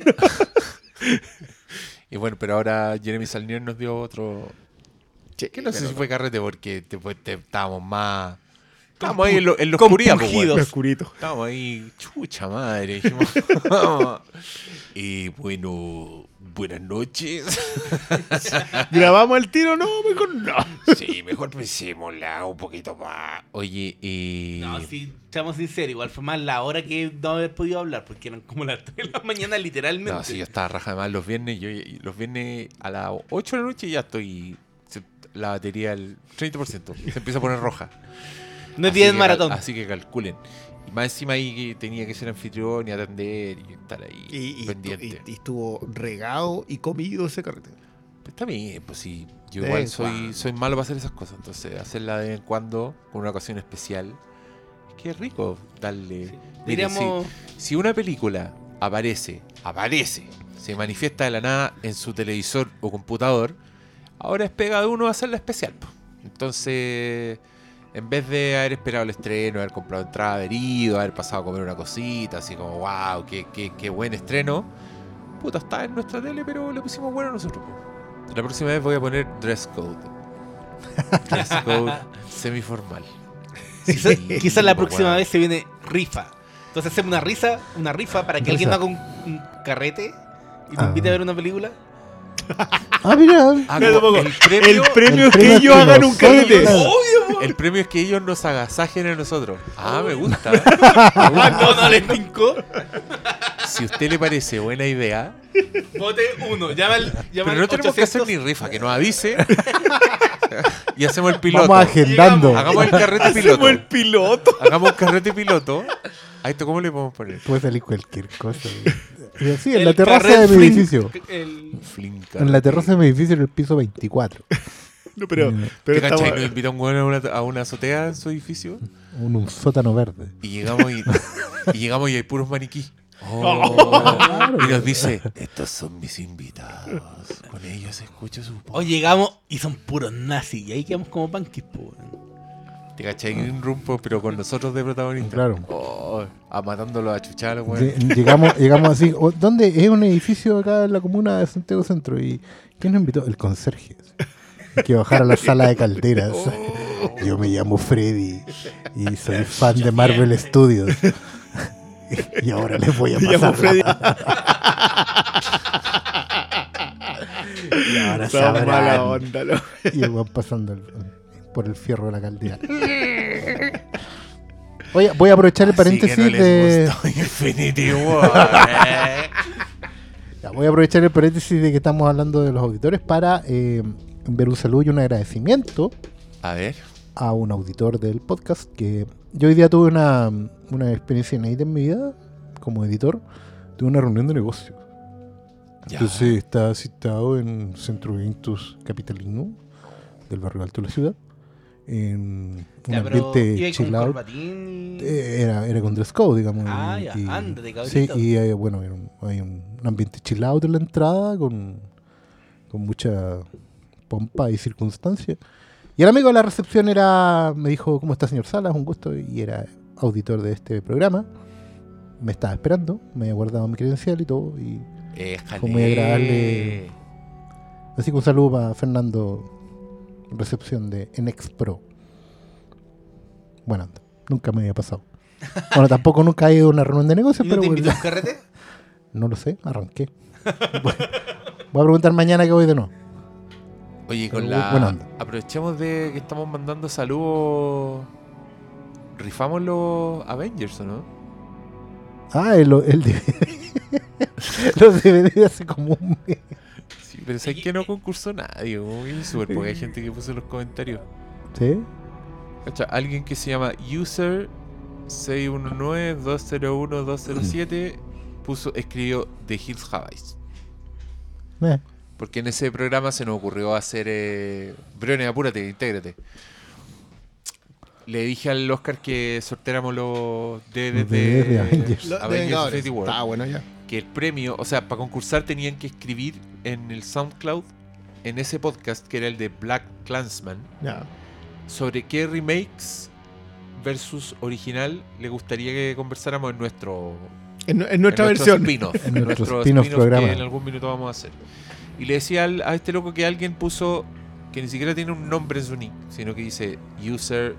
Y bueno, pero ahora Jeremy Saulnier nos dio otro. Che, Que no sé pero si fue carrete porque después estábamos más. Estábamos ahí en lo oscuridad, po, compungidos. weón. oscurito. Estábamos ahí, chucha madre. Dijimos, y bueno, buenas noches. ¿Grabamos el tiro? No, mejor no. Sí, mejor pensémosla un poquito más. Oye, No, sí, seamos sinceros, igual fue más la hora que no haber podido hablar, porque eran como las 3 de la mañana literalmente. no, sí, yo estaba raja además los viernes. Los viernes a las 8 de la noche ya estoy. La batería al 30%. Se empieza a poner roja. No es Así día de que maratón. Así que calculen. Y más encima ahí que tenía que ser anfitrión y atender y estar ahí pendiente. Y estuvo regado y comido ese carrete. Pues está bien, pues sí. Yo De igual vez en cuando. soy malo para hacer esas cosas. Entonces, hacerla de vez en cuando, con una ocasión especial. Es que es rico darle. Mire, Diríamos, si una película aparece, se manifiesta de la nada en su televisor o computador, ahora es pega de uno hacerla especial, po. Entonces, en vez de haber esperado el estreno, haber comprado entrada, haber ido, haber pasado a comer una cosita, así como, wow, qué buen estreno, puta, está en nuestra tele, pero le pusimos bueno nosotros, po. La próxima vez voy a poner dress code. Dress code semiformal. quizás la pues, próxima weón. vez se viene rifa. Entonces hacemos una rifa para que alguien Rifa. haga un carrete y te Ah. invite a ver una película. Ah, mira. Ah, Espérate un como poco. el premio, El premio el es que premio ellos es que hagan un nosotros- carrete. Obvio, el premio es que ellos nos agasajen a nosotros. Ah, me gusta. No les pincó. Si a usted le parece buena idea, Vote 1. Llama al pero no tenemos que hacer ni rifa, que nos avise y hacemos el piloto. Vamos agendando. Hagamos el carrete piloto. Hacemos el piloto. Hagamos un carrete piloto ¿A esto cómo le podemos poner? Puede salir cualquier cosa. Y así, en El la terraza carril de mi Flink, edificio. Flinca. En la terraza de mi edificio, en el piso 24. No, pero ¿Te cachai? estamos- Nos invita un weón a una azotea en su edificio Un sótano verde. y llegamos y hay puros maniquí. Y nos dice, estos son mis invitados. Con ellos escucho su voz. Hoy llegamos y son puros nazis. Y ahí quedamos como punkis, po. ¿Te cachai? Un rumpo, pero con nosotros de protagonistas. Claro. Matándolo a chuchar, weón. Llegamos así. ¿Dónde? Es un edificio acá en la comuna de Santiago Centro. ¿Y quién nos invitó? El conserje. Hay que bajar a la sala de calderas. Yo me llamo Freddy y soy fan de Marvel Studios. Y ahora les voy a Me llamo pasar. Freddy. Y ahora Son mala sabrán. onda, ¿no? Y van pasando por el fierro de la caldera. Oye, voy a aprovechar el Así que paréntesis no les de. gustó Infinity War. Ya, voy a aprovechar el paréntesis de que estamos hablando de los auditores para enviar un saludo y un agradecimiento A ver. a un auditor del podcast que yo hoy día tuve una experiencia inédita en mi vida como editor. Tuve una reunión de negocios. Ya. Entonces estaba citado en Centro de Eventos Capitalino del barrio alto de la ciudad en un Ya, pero ambiente iba con chill out. corbatín y- Era con dress code, digamos. Ah, ya, ándate, Sí, cabrito. y bueno, hay un ambiente chill out en la entrada con mucha pompa y circunstancia. Y el amigo de la recepción me dijo, ¿cómo está, señor Salas? Un gusto. Y era auditor de este programa. Me estaba esperando, me había guardado mi credencial y todo. Y fue muy agradable. Así que un saludo para Fernando, recepción de Enex Pro. Bueno, nunca me había pasado. Bueno, tampoco nunca he ido a una reunión de negocios, ¿Y no pero te bueno, invitó a un carrete? no lo sé, arranqué. Voy a preguntar mañana que voy de nuevo. Oye, con Pero buena la. onda. Aprovechemos de que estamos mandando saludos. Rifamos los Avengers, ¿o no? Ah, el DVD. Los DVD de hace como un mes. Sí, pero sé que no concursó nadie. Muy súper poca gente que puso en los comentarios. ¿Sí? Cacha, alguien que se llama User 619-201-207 escribió The Hills Have Eyes. Porque en ese programa se nos ocurrió hacer. Briones, apúrate, intégrate. Le dije al Oscar que sorteáramos los DVDs de Avengers. Lo- de Avengers Vengadores. Infinity War. Está bueno ya. Que el premio, o sea, para concursar tenían que escribir en el SoundCloud, en ese podcast que era el de Black Klansman, Ya. sobre qué remakes versus original le gustaría que conversáramos en nuestro En nuestra versión. spin-off, En nuestro nuestro spin-off spin-off programa. que en algún minuto vamos a hacer. Y le decía a este loco que alguien puso, que ni siquiera tiene un nombre en su nick, sino que dice User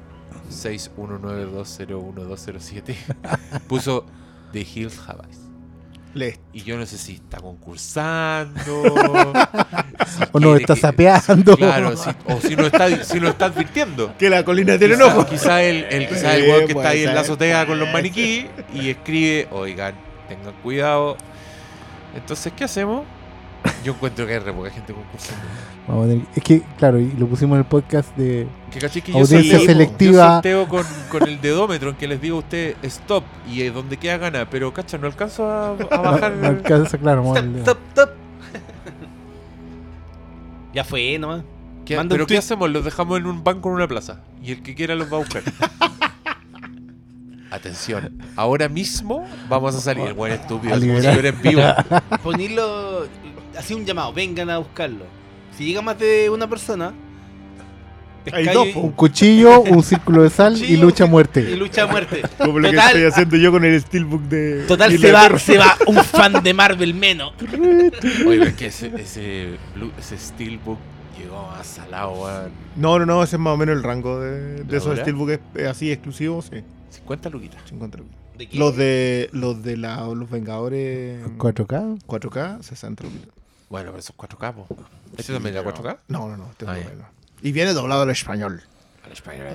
619-201-207, puso The Hills Have Eyes. Lee. Y yo no sé si está concursando. O no está sapeando. Claro, o si no está advirtiendo. Que la colina tiene un ojo. Quizá el Sí, weón que está puede ahí en la ser. azotea con los maniquí y escribe, oigan, tengan cuidado. Entonces, ¿qué hacemos? Yo encuentro que hay re poca gente concursando. Vamos a tener- es que, claro, y lo pusimos en el podcast de Que caché que Audiencia yo selectiva. sorteo con el dedómetro en que les digo a usted stop y donde queda gana, pero cacha, no alcanzo a bajar. no alcanza, claro, vamos Stop, al- stop, stop. Ya fue nomás. ¿Qué- Manda un ¿Pero qué tweet. hacemos? Los dejamos en un banco en una plaza y el que quiera los va a buscar. Atención, ahora mismo vamos a salir, buen estúpido, A como si liberar. fuera en vivo. Ponerlo, así un llamado, vengan a buscarlo. Si llega más de una persona, Hay pescáis- dos, po. un cuchillo, un círculo de sal y cuchillo, lucha a y muerte. lucha a muerte. Como lo que Total. estoy haciendo yo con el Steelbook de. Total, de se va Inglaterra. un fan de Marvel menos. Oye, pero es que ese Steelbook llegó más salado, weón. No, ese es más o menos el rango de ¿La esos dura? Steelbooks así exclusivos, sí. 50 luquitas. 50 lucas. ¿De qué? Los de los Vengadores 4K. 4K, 60 lucas. Bueno, pero esos 4K, po. ¿Este también era 4K? No, este es Ah, muy ya. bueno. Y viene doblado al español. Al español.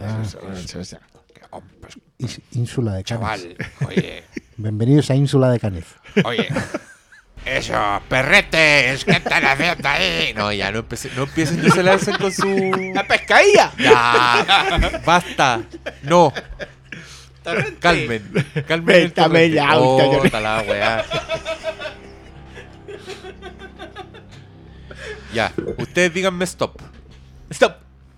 Ínsula de Canes. Chaval, oye, Bienvenidos a Ínsula de Canes. oye. Eso, perretes, ¿qué están haciendo ahí? No, ya, no empiecen, no se lancen con su... ¡La pescadilla! Ya, basta, no. Calmen el Véntame torrente. ya, Oh, usted, la weá. Ya, ustedes díganme stop. Stop.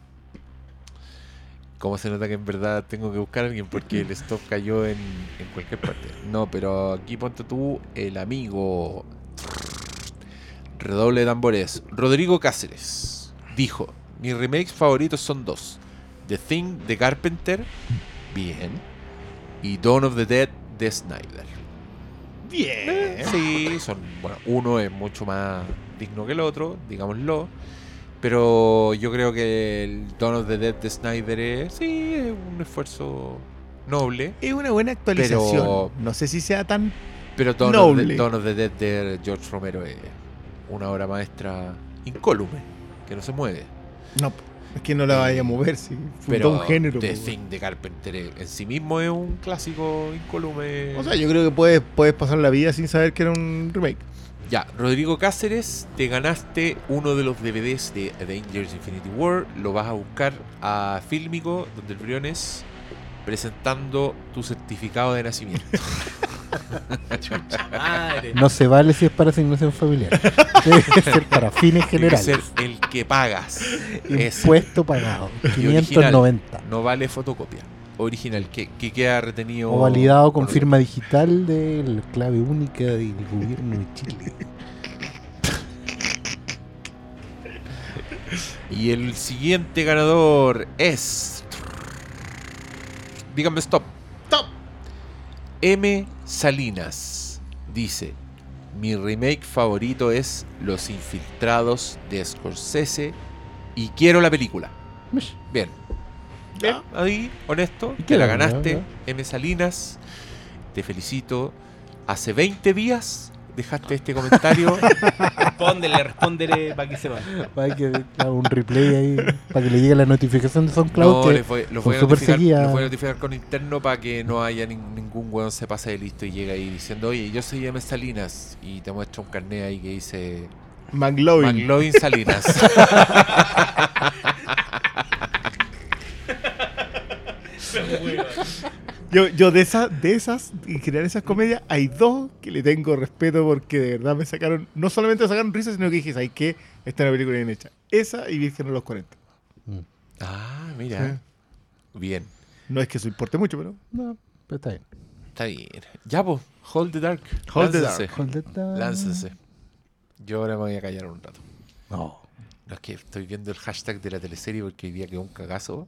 ¿Cómo se nota que en verdad tengo que buscar a alguien? Porque el stop cayó en cualquier parte. No, pero aquí ponte tú el amigo. Redoble de tambores. Rodrigo Cáceres dijo: mis remakes favoritos son dos: The Thing de Carpenter, bien, y Dawn of the Dead de Snyder. Bien. Sí, son, bueno, uno es mucho más digno que el otro, digámoslo. Pero yo creo que el Dawn of the Dead de Snyder es un esfuerzo noble. Es una buena actualización. Pero- No sé si sea tan... Pero Noble. Dawn of the Dead de George Romero es una obra maestra incólume, que no se mueve. No, es que no la vaya a mover, si Pero fundó un género. The po. Thing de Carpenter en sí mismo es un clásico incólume. O sea, yo creo que puedes pasar la vida sin saber que era un remake. Ya, Rodrigo Cáceres, te ganaste uno de los DVDs de Avengers Infinity War. Lo vas a buscar a Fílmico, donde el Briones, presentando tu certificado de nacimiento. Madre. No se vale si es para asignación familiar. Debe ser para fines Tiene que generales. ser el que pagas. Ese. Impuesto pagado. Y original. 590. No vale fotocopia. Original, que queda retenido. O validado con por- firma digital de la clave única del gobierno de Chile. Y el siguiente ganador es. Díganme stop. Stop. M. Salinas dice: mi remake favorito es Los Infiltrados de Scorsese y quiero la película. Mish. Bien. Bien, ahí, honesto, ¿Y te qué la era, ganaste, no? M. Salinas. Te felicito. Hace 20 días dejaste este comentario. Respóndele para que sepan. Para que haga un replay ahí. Para que le llegue la notificación de SoundCloud. No, que lo son voy a súper notificar, seguidas. lo voy a notificar con interno para que no haya ningún weón se pase de listo y llega ahí diciendo: oye, yo soy M. Salinas. Y te muestra un carnet ahí que dice McLovin. McLovin Salinas. Yo de esas, y crear esas comedias, hay dos que le tengo respeto porque de verdad me sacaron, no solamente me sacaron risas, sino que dije, ¿sabes qué? Esta es una película bien hecha. Esa y Virgen a los 40. Ah, mira. Bien. No es que eso importe mucho, pero... No, pero está bien. Está bien. Ya, pues, Hold the Dark. Hold the Láncense. Hold it down. Láncense. Yo ahora me voy a callar un rato. No. No, es que estoy viendo el hashtag de la teleserie porque hoy día quedó un cagazo.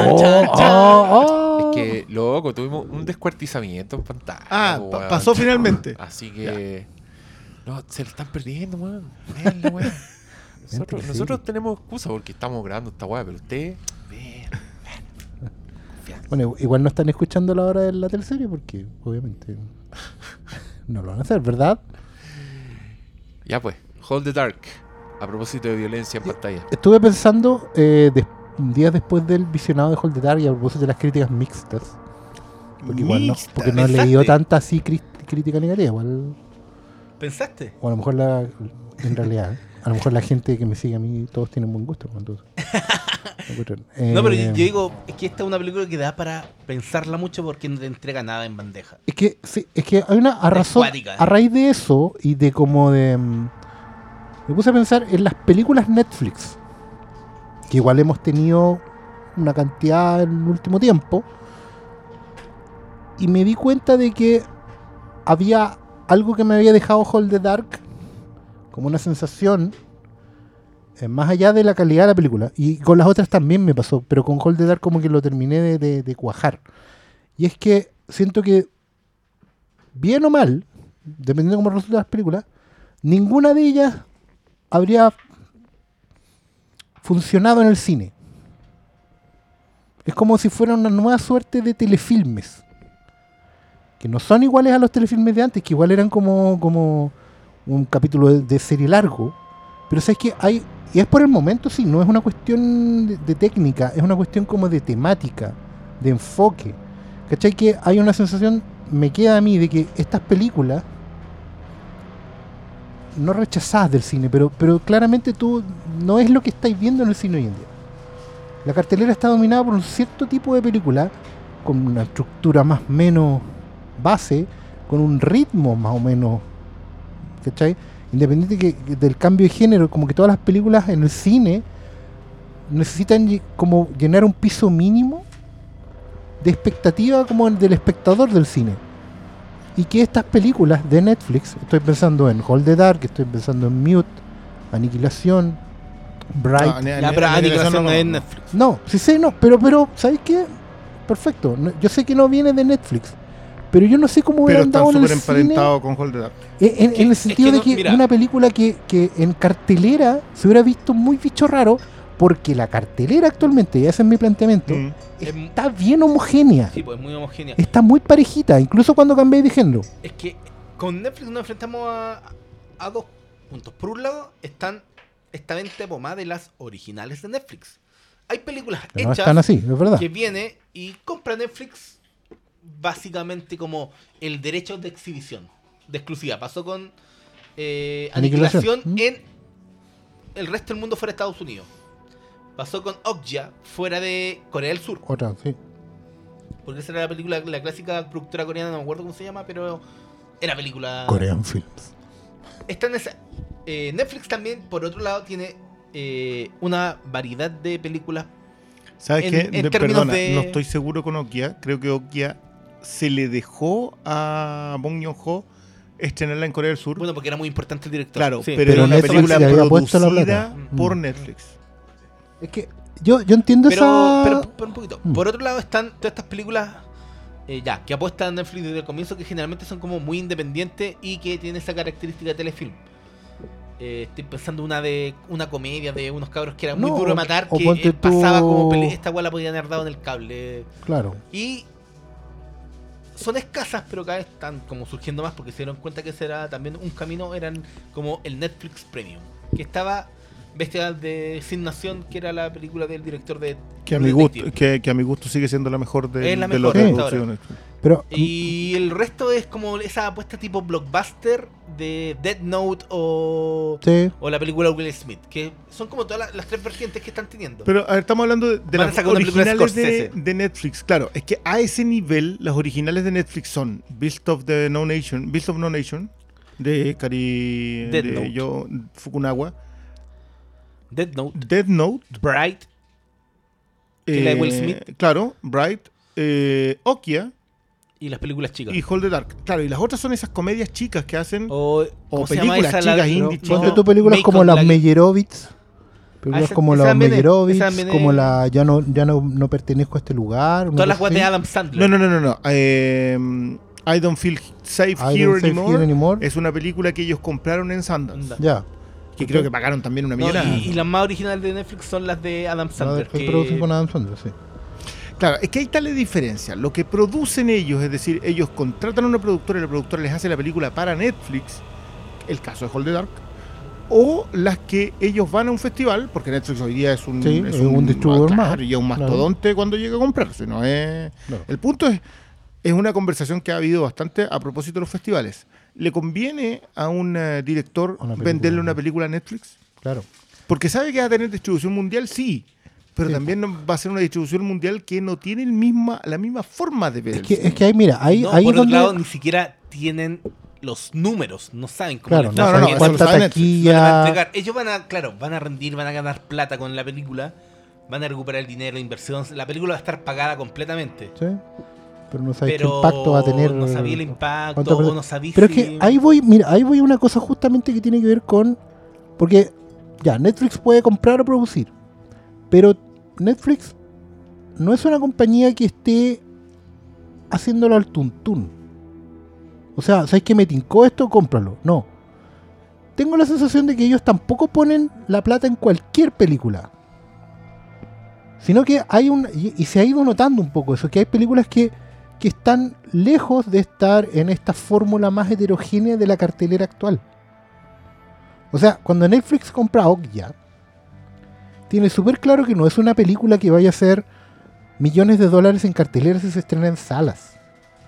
Oh. Es que, loco, tuvimos un descuartizamiento en pantalla. Ah, po, weón. pasó finalmente. Así que... No, se lo están perdiendo, weón. Véanlo, weón. Nosotros tenemos excusa porque estamos grabando esta weá, pero ustedes... Vean. Bueno, igual no están escuchando la hora de la teleserie porque obviamente no lo van a hacer, ¿verdad? Ya pues, Hold the Dark. A propósito de violencia en pantalla. Estuve pensando días después del visionado de Hold the Dark y a propósito de las críticas mixtas. Porque igual no, Mixtas. porque no he ¿Pensaste? leído tanta así crítica negativa. Igual, ¿Pensaste? o a lo mejor en realidad, a lo mejor la gente que me sigue a mí todos tienen buen gusto. Entonces, No, pero yo digo, es que esta es una película que da para pensarla mucho porque no te entrega nada en bandeja. Es que, sí, es que hay una cuática. a raíz de eso y de como de... me puse a pensar en las películas Netflix, que igual hemos tenido una cantidad en el último tiempo, y me di cuenta de que había algo que me había dejado Hold the Dark, como una sensación, más allá de la calidad de la película, y con las otras también me pasó, pero con Hold the Dark como que lo terminé de cuajar. Y es que siento que, bien o mal, dependiendo de cómo resultan las películas, ninguna de ellas habría funcionado en el cine. Es como si fuera una nueva suerte de telefilmes, que no son iguales a los telefilmes de antes, que igual eran como un capítulo de serie largo, pero sabes que hay, y es por el momento, sí, no es una cuestión de técnica, es una cuestión como de temática, de enfoque. ¿Cachai? Que hay una sensación, me queda a mí, de que estas películas, no rechazadas del cine, pero claramente tú no es lo que estáis viendo en el cine hoy en día. La cartelera está dominada por un cierto tipo de película con una estructura más o menos base, con un ritmo más o menos, ¿cachai? Independiente del cambio de género, como que todas las películas en el cine necesitan como llenar un piso mínimo de expectativa como el del espectador del cine. Y que estas películas de Netflix, estoy pensando en Hold the Dark, estoy pensando en Mute, Aniquilación, Bright. Pero Aniquilación no es Netflix. No, sí sé, no, pero ¿sabes qué? Perfecto. Yo sé que no viene de Netflix, pero yo no sé cómo Pero hubieran está dado en el súper cine. emparentado con Hold the Dark. En el sentido de que mira, una película que en cartelera se hubiera visto muy bicho raro, porque la cartelera actualmente, y ese es mi planteamiento, está bien homogénea. Sí, pues es muy homogénea. Está muy parejita, incluso cuando cambié de género. Es que con Netflix nos enfrentamos a dos puntos. Por un lado, están esta venta pomada de las originales de Netflix. Hay películas Pero no hechas están así, es verdad. que viene y compra Netflix básicamente como el derecho de exhibición, de exclusiva. Pasó con Aniquilación en el resto del mundo fuera de Estados Unidos. Pasó con Okja fuera de Corea del Sur. Otra, sí. Porque esa era la película, la clásica productora coreana, no me acuerdo cómo se llama, pero era película... Korean Films. Está en esa... Netflix también, por otro lado, tiene una variedad de películas. ¿Sabes En- qué? en términos Perdona, de- no estoy seguro con Okja. Creo que Okja se le dejó a Bong Joon-ho estrenarla en Corea del Sur. Bueno, porque era muy importante el director. claro, Sí. pero Pero es una Netflix película le había puesto la producida plata. por Mm. Netflix. Es que yo entiendo esa... pero un poquito. Mm. Por otro lado están todas estas películas que apuestan a Netflix desde el comienzo, que generalmente son como muy independientes y que tienen esa característica de telefilm. Estoy pensando una comedia de unos cabros que era muy No, duro de matar, o que ponte pasaba tú- como esta weá la podían haber dado en el cable. Claro. Y son escasas, pero cada vez están como surgiendo más porque se dieron cuenta que ese era también un camino, eran como el Netflix Premium, que estaba Bestia de Sin Nación, que era la película del director de Que a True mi gusto, Detective. que a mi gusto sigue siendo la mejor de, Es la de mejor las hasta producciones. Pero Y el resto es como esa apuesta tipo blockbuster de Death Note sí. o la película Will Smith, que son como todas las tres vertientes que están teniendo. Pero a ver, estamos hablando de Van a las sacar una película de originales de, Scorsese. Netflix. Claro, es que a ese nivel las originales de Netflix son Beast of No Nation de Kari Death de Note. Yo Fukunaga, Death Note, Death Note, Bright, que es la de Will Smith. claro, Bright, Okja y las películas chicas. y Hold the Dark. Claro, y las otras son esas comedias chicas que hacen O ¿cómo se llama películas esa? chicas La- indie, pero- Ponte tu películas como Macon, las la- Meyerowitz. Películas esa- como esa las también es- Meyerowitz, esa también es- como la Ya no pertenezco a este lugar. una Todas las cosa guas de así. Adam Sandler. No. I Don't Feel Safe I Here Don't Safe Anymore. Here Anymore. Es una película que ellos compraron en Sundance. Anda. Ya. Que creo que pagaron también una No, millonada. y las más originales de Netflix son las de Adam La Sandler. que que- producen con Adam Sandler, sí. Claro, es que ahí está la diferencia. Lo que producen ellos, es decir, ellos contratan a una productora y la productora les hace la película para Netflix, el caso de Hold the Dark, o las que ellos van a un festival, porque Netflix hoy día es un, Sí, es un distribuidor claro, más. y es un mastodonte cuando llega a comprar. Si no es... Claro. El punto es una conversación que ha habido bastante a propósito de los festivales. ¿Le conviene a un director Una película, venderle una ¿no? película a Netflix? Claro. Porque sabe que va a tener distribución mundial, sí. Pero Sí. también va a ser una distribución mundial que no tiene la misma forma de ver. Es que ahí, mira, ahí, No, ahí por es otro donde... lado, ni siquiera tienen los números, no saben cómo Claro, les no va a no, saben salir. eso lo cuánta sabe Netflix. No le van a taquilla... entregar. Ellos van a rendir, van a ganar plata con la película, van a recuperar el dinero, la inversión. La película va a estar pagada completamente. Sí, pero no sabes Pero qué impacto va a tener. no sabía el impacto, cuánto o no sabía Pero es si- que ahí voy, mira, ahí voy a una cosa justamente que tiene que ver con... Porque ya, Netflix puede comprar o producir, pero Netflix no es una compañía que esté haciéndolo al tuntún. O sea, ¿sabes qué? Me tincó esto, cómpralo. No. Tengo la sensación de que ellos tampoco ponen la plata en cualquier película. Sino que hay un... Y se ha ido notando un poco eso, que hay películas que están lejos de estar en esta fórmula más heterogénea de la cartelera actual. O sea, cuando Netflix compra Okja, tiene súper claro que no es una película que vaya a ser millones de dólares en carteleras si se estrena en salas.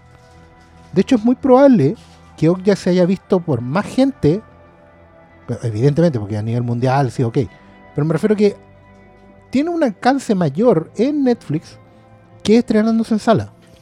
De hecho, es muy probable que Okja se haya visto por más gente, pero evidentemente, porque a nivel mundial sí, ok, pero me refiero que tiene un alcance mayor en Netflix que estrenándose en sala.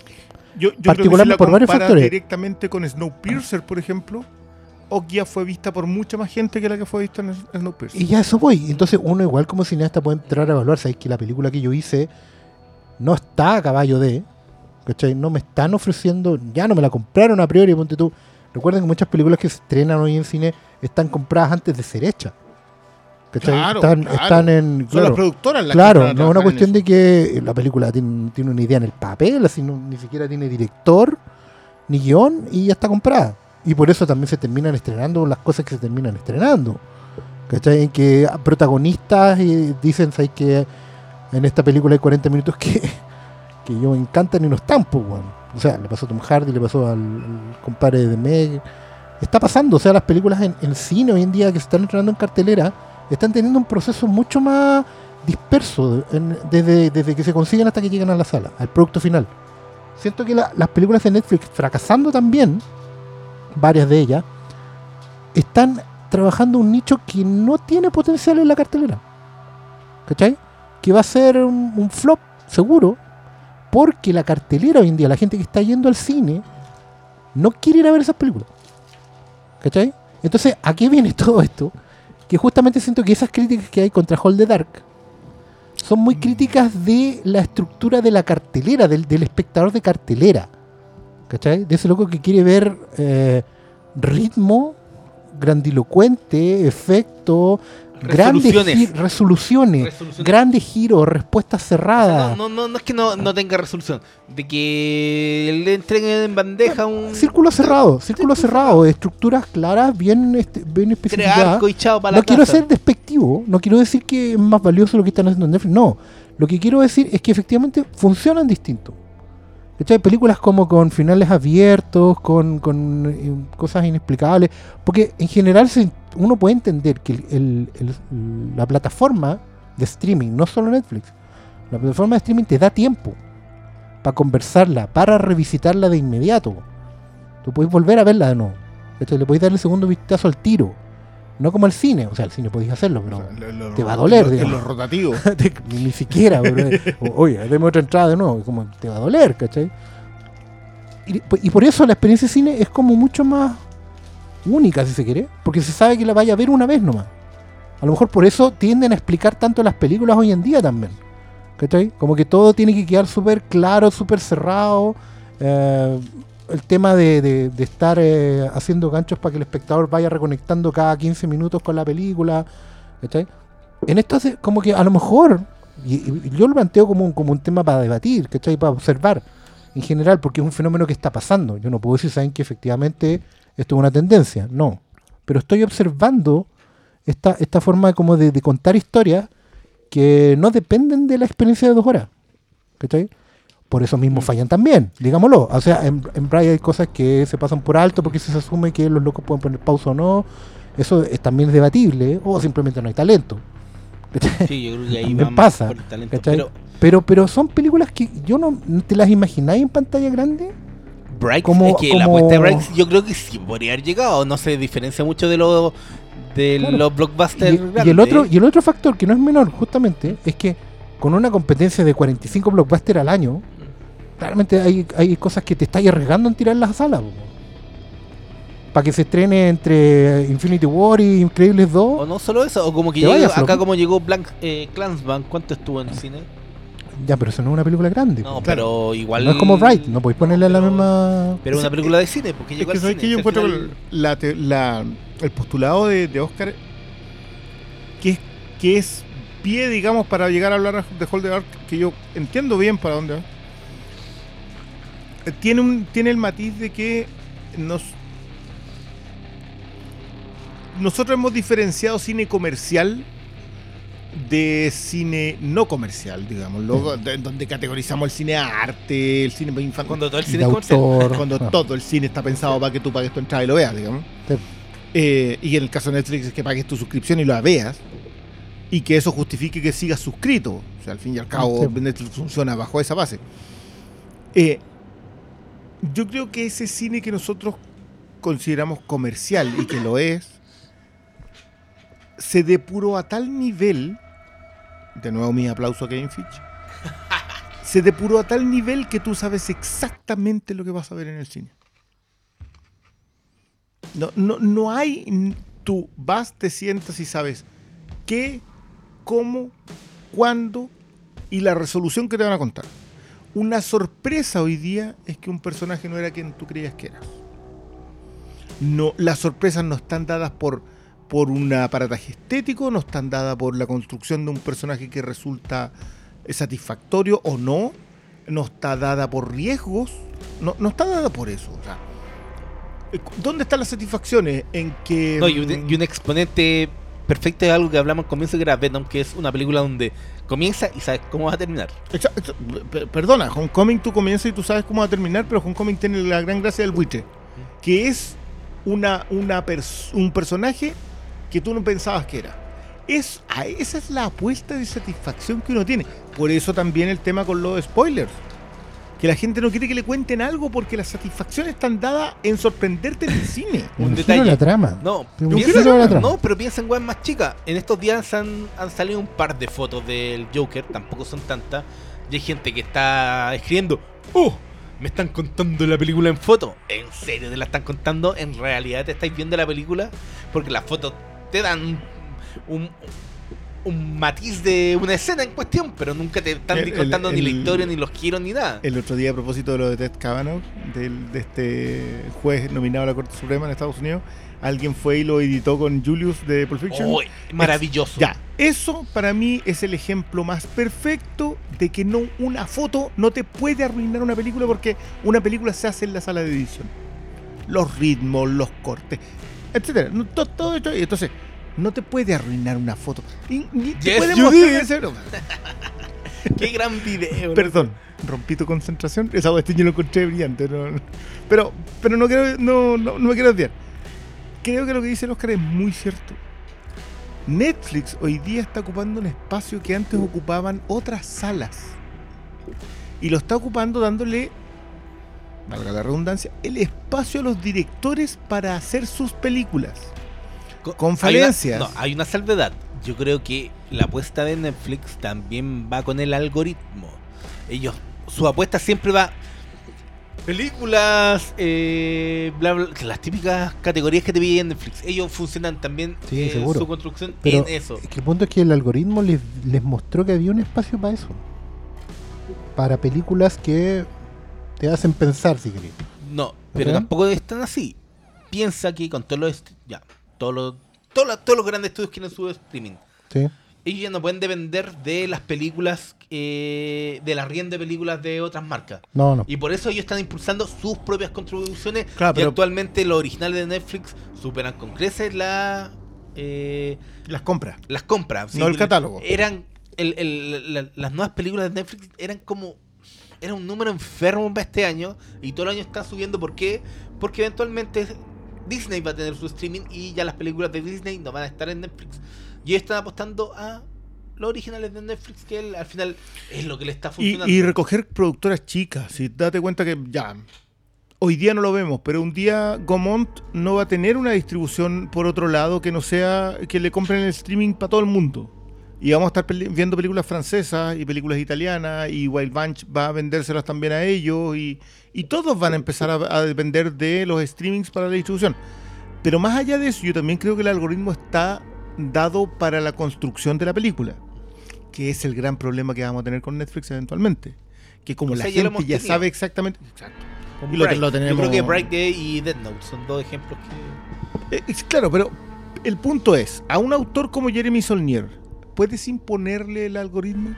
Yo creo que si Particularmente la por varios comparas factores. directamente con Snowpiercer, por ejemplo, Okja fue vista por mucha más gente que la que fue vista en Snowpiercer. Y ya eso voy. Entonces uno igual como cineasta puede entrar a evaluar. Sabéis que la película que yo hice no está a caballo de, ¿cachai? No me están ofreciendo, ya no me la compraron a priori, ponte tú. Recuerden que muchas películas que se estrenan hoy en cine están compradas antes de ser hechas. ¿Cachai? Claro, están en... Son Claro, las productoras las claro, que van a no es una trabajar en cuestión de eso. que la película tiene una idea en el papel, así ni siquiera tiene director ni guión y ya está comprada. Y por eso también se terminan estrenando las cosas que se terminan estrenando. ¿Cachai? En que protagonistas dicen, ¿sabes? Que en esta película hay 40 minutos que yo me encantan y no están, pues, bueno. O sea, le pasó a Tom Hardy, le pasó al compadre de Meg. Está pasando, o sea, las películas en cine hoy en día que se están estrenando en cartelera están teniendo un proceso mucho más disperso desde que se consiguen hasta que llegan a la sala, al producto final. Siento que las películas de Netflix, fracasando también, varias de ellas, están trabajando un nicho que no tiene potencial en la cartelera. ¿Cachai? Que va a ser un flop seguro, porque la cartelera hoy en día, la gente que está yendo al cine, no quiere ir a ver esas películas. ¿Cachai? Entonces, ¿a qué viene todo esto? Que justamente siento que esas críticas que hay contra Hold the Dark son muy críticas de la estructura de la cartelera, del espectador de cartelera. ¿Cachai? De ese loco que quiere ver ritmo, grandilocuente, efecto, Resoluciones. resoluciones, grandes giros, respuestas cerradas. No es que no tenga resolución. De que le entreguen en bandeja un... Círculo cerrado, estructuras claras, bien Tres especificadas. arcos y chao para la No quiero casa. ser despectivo, no quiero decir que es más valioso lo que están haciendo en Netflix, no. Lo que quiero decir es que efectivamente funcionan distinto. Hay películas como con finales abiertos, con cosas inexplicables, porque en general uno puede entender que la plataforma de streaming, no solo Netflix, la plataforma de streaming te da tiempo para conversarla, para revisitarla de inmediato. Tú puedes volver a verla de nuevo. Le podéis darle segundo vistazo al tiro. No como al cine, o sea, al cine podéis hacerlo, pero te va a doler, En digamos. los rotativos. Ni siquiera, bro. Oye, deme otra entrada de nuevo, como te va a doler, ¿cachai? Y por eso la experiencia de cine es como mucho más única, si se quiere, porque se sabe que la vaya a ver una vez nomás. A lo mejor por eso tienden a explicar tanto las películas hoy en día también, ¿cachai? Como que todo tiene que quedar súper claro, súper cerrado. El tema de estar haciendo ganchos para que el espectador vaya reconectando cada 15 minutos con la película, ¿cachai? En esto como que a lo mejor, y yo lo planteo como un tema para debatir, ¿cachai? Para observar en general, porque es un fenómeno que está pasando. Yo no puedo decir, ¿saben? Que efectivamente esto es una tendencia, no. Pero estoy observando esta forma como de contar historias que no dependen de la experiencia de 2 horas, ¿cachai? Por eso mismo fallan también, digámoslo. O sea, en Bright hay cosas que se pasan por alto porque se asume que los locos pueden poner pausa o no. Eso también es debatible, ¿eh? O simplemente no hay talento. Sí, yo creo que ahí También va pasa, más por el talento. ¿cachai? Pero Pero son películas que yo no te las imagináis en pantalla grande. Bright, Como- es que la como- apuesta de Bright yo creo que sí podría haber llegado. No se diferencia mucho de los Claro. blockbusters Y grandes. el otro factor que no es menor, justamente, es que con una competencia de 45 blockbusters al año, claramente hay cosas que te estás arriesgando en tirarlas a sala. Para que se estrene entre Infinity War y Increíbles 2. O no solo eso, o como que Te llegó, vayas, acá loco. como llegó Clansman, ¿cuánto estuvo en cine? Ya, pero eso no es una película grande. No, po. pero igual... No es como Bright, no podéis ponerle la pero- misma. Pero una película de cine, porque Es llegó que al sabes cine. que yo al encuentro final- el postulado de Oscar que es pie, digamos, para llegar a hablar de Hold the Dark, que yo entiendo bien para dónde va. Tiene el matiz de que nosotros hemos diferenciado cine comercial de cine no comercial, digamos, donde categorizamos el cine arte, el cine infantil, Cuando todo el de cine es comercial. autor. cuando Ah, todo el cine está pensado para que tú pagues tu entrada y lo veas, digamos. sí. Y en el caso de Netflix es que pagues tu suscripción y la veas y que eso justifique que sigas suscrito. O sea, al fin y al cabo Sí. Netflix funciona bajo esa base. Yo creo que ese cine que nosotros consideramos comercial y que lo es, se depuró a tal nivel, de nuevo mi aplauso a Kevin Fitch, se depuró a tal nivel que tú sabes exactamente lo que vas a ver en el cine. No hay... Tú vas, te sientas y sabes qué, cómo, cuándo y la resolución que te van a contar. Una sorpresa hoy día es que un personaje no era quien tú creías que era. No, las sorpresas no están dadas por un aparataje estético, no están dadas por la construcción de un personaje que resulta satisfactorio o no está dada por riesgos, no está dada por eso. O sea, ¿dónde están las satisfacciones? En que... No, y un exponente perfecto de algo que hablamos al comienzo, que era Venom, que es una película donde comienza y sabes cómo va a terminar. Perdona, Homecoming tú comienzas y tú sabes cómo va a terminar, pero Homecoming tiene la gran gracia del buitre, que es un personaje que tú no pensabas que era. Esa es la apuesta de satisfacción que uno tiene. Por eso también el tema con los spoilers. Que la gente no quiere que le cuenten algo porque las satisfacciones están dadas en sorprenderte en el cine. Un Un detalle. giro a la trama. No, Un piensa- giro a la trama. no, pero piensa en weas más chicas. En estos días han salido un par de fotos del Joker, tampoco son tantas. Y hay gente que está escribiendo: ¡Oh! Me están contando la película en foto. ¿En serio te la están contando? ¿En realidad te estáis viendo la película? Porque las fotos te dan un matiz de una escena en cuestión, pero nunca te están contando ni la historia, ni los giros, ni nada. El otro día, a propósito de lo de Ted Kavanaugh, de este juez nominado a la Corte Suprema en Estados Unidos, alguien fue y lo editó con Julius de Pulp Fiction. Oh, maravilloso. Ya, eso para mí es el ejemplo más perfecto de que una foto no te puede arruinar una película, porque una película se hace en la sala de edición. Los ritmos, los cortes, etcétera. Todo esto. Entonces, no te puede arruinar una foto. Ni te Yes, puede you mostrar did. ese- Qué gran video. Perdón, rompí tu concentración. Esa cuestión yo lo encontré brillante. Pero no quiero, no me quiero desviar. Creo que lo que dice el Oscar es muy cierto. Netflix hoy día está ocupando un espacio que antes ocupaban otras salas. Y lo está ocupando dándole, valga la redundancia, el espacio a los directores para hacer sus películas. Con falencias. Hay una salvedad. Yo creo que la apuesta de Netflix también va con el algoritmo. Su apuesta siempre va películas, bla, bla, las típicas categorías que te piden en Netflix. Ellos funcionan también Sí, seguro. su construcción Pero en eso. es que el punto es que el algoritmo les mostró que había un espacio para eso. Para películas que te hacen pensar, si querés. No, pero ¿Ya? tampoco están así. Piensa que con todos los grandes estudios que tienen su streaming, Sí. ellos ya no pueden depender de las películas, de la rienda de películas de otras marcas. No. Y por eso ellos están impulsando sus propias contribuciones. Claro, y pero- actualmente los originales de Netflix superan con creces Las compras. las compras. No el catálogo. Eran las nuevas películas de Netflix era un número enfermo para este año, y todo el año está subiendo. ¿Por qué? Porque eventualmente Disney va a tener su streaming y ya las películas de Disney no van a estar en Netflix. Y ellos están apostando a los originales de Netflix, que al final es lo que le está funcionando. Y recoger productoras chicas. Si date cuenta que ya, hoy día no lo vemos, pero un día Gaumont no va a tener una distribución por otro lado que no sea que le compren el streaming para todo el mundo. Y vamos a estar viendo películas francesas y películas italianas, y Wild Bunch va a vendérselas también a ellos, y todos van a empezar a depender de los streamings para la distribución. Pero más allá de eso, yo también creo que el algoritmo está dado para la construcción de la película, que es el gran problema que vamos a tener con Netflix eventualmente. Que como O sea, la ya lo gente hemos ya tenido. sabe exactamente... Exacto. Con y lo Bright. tenemos- Yo creo que Bright Day y Death Note son dos ejemplos que... Claro, pero el punto es, a un autor como Jeremy Saulnier, ¿puedes imponerle el algoritmo?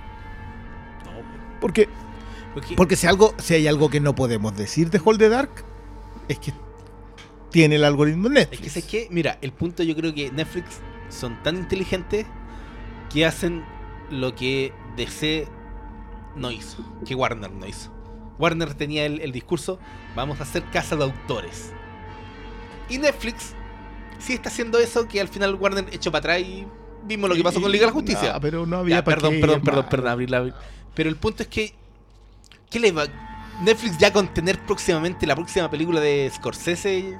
Porque si hay algo que no podemos decir de Hold the Dark, es que tiene el algoritmo de Es que Netflix. sé que, mira, el punto, yo creo que Netflix son tan inteligentes que hacen lo que DC no hizo, que Warner no hizo. Warner tenía el discurso: vamos a hacer casa de autores. Y Netflix sí está haciendo eso, que al final Warner echó para atrás y vimos lo que pasó con Liga de la Justicia. No, pero no había Ya, pa' perdón, qué, perdón, hermano. abrirla. Pero el punto es que ¿qué le va? Netflix ya con tener próximamente la próxima película de Scorsese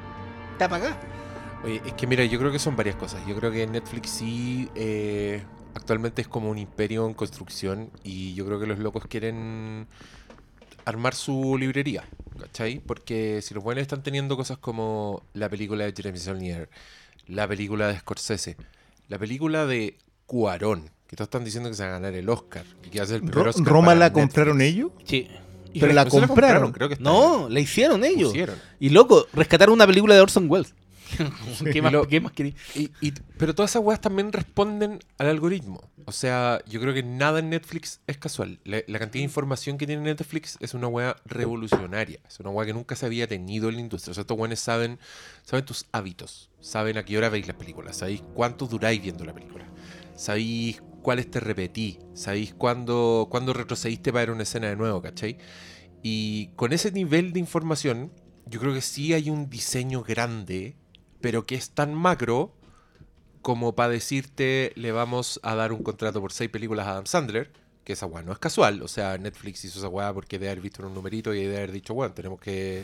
está para acá. Oye, es que mira, yo creo que son varias cosas. Yo creo que Netflix sí actualmente es como un imperio en construcción y yo creo que los locos quieren armar su librería, ¿cachai? Porque si los buenos están teniendo cosas como la película de Jeremy Saulnier, la película de Scorsese, la película de Cuarón, que todos están diciendo que se va a ganar el Oscar, y que va a ser el primer Oscar ¿Roma para la Netflix. compraron ellos? Sí. Pero la No se compraron. creo que está No, la hicieron bien. ellos. Pusieron. Y loco, rescataron una película de Orson Welles. ¿Qué más, Lo- qué más querí? Pero todas esas weas también responden al algoritmo. O sea, yo creo que nada en Netflix es casual. La cantidad de información que tiene Netflix es una wea revolucionaria. Es una wea que nunca se había tenido en la industria. O sea, estos weones saben tus hábitos. Saben a qué hora veis las películas. Sabéis cuánto duráis viendo la película. Sabéis cuáles te repetí. Sabéis cuándo retrocediste para ver una escena de nuevo, ¿cachai? Y con ese nivel de información, yo creo que sí hay un diseño grande, pero que es tan macro como para decirte le vamos a dar un contrato por 6 películas a Adam Sandler, que esa weá no es casual. O sea, Netflix hizo esa weá porque de haber visto en un numerito y de haber dicho, bueno, tenemos que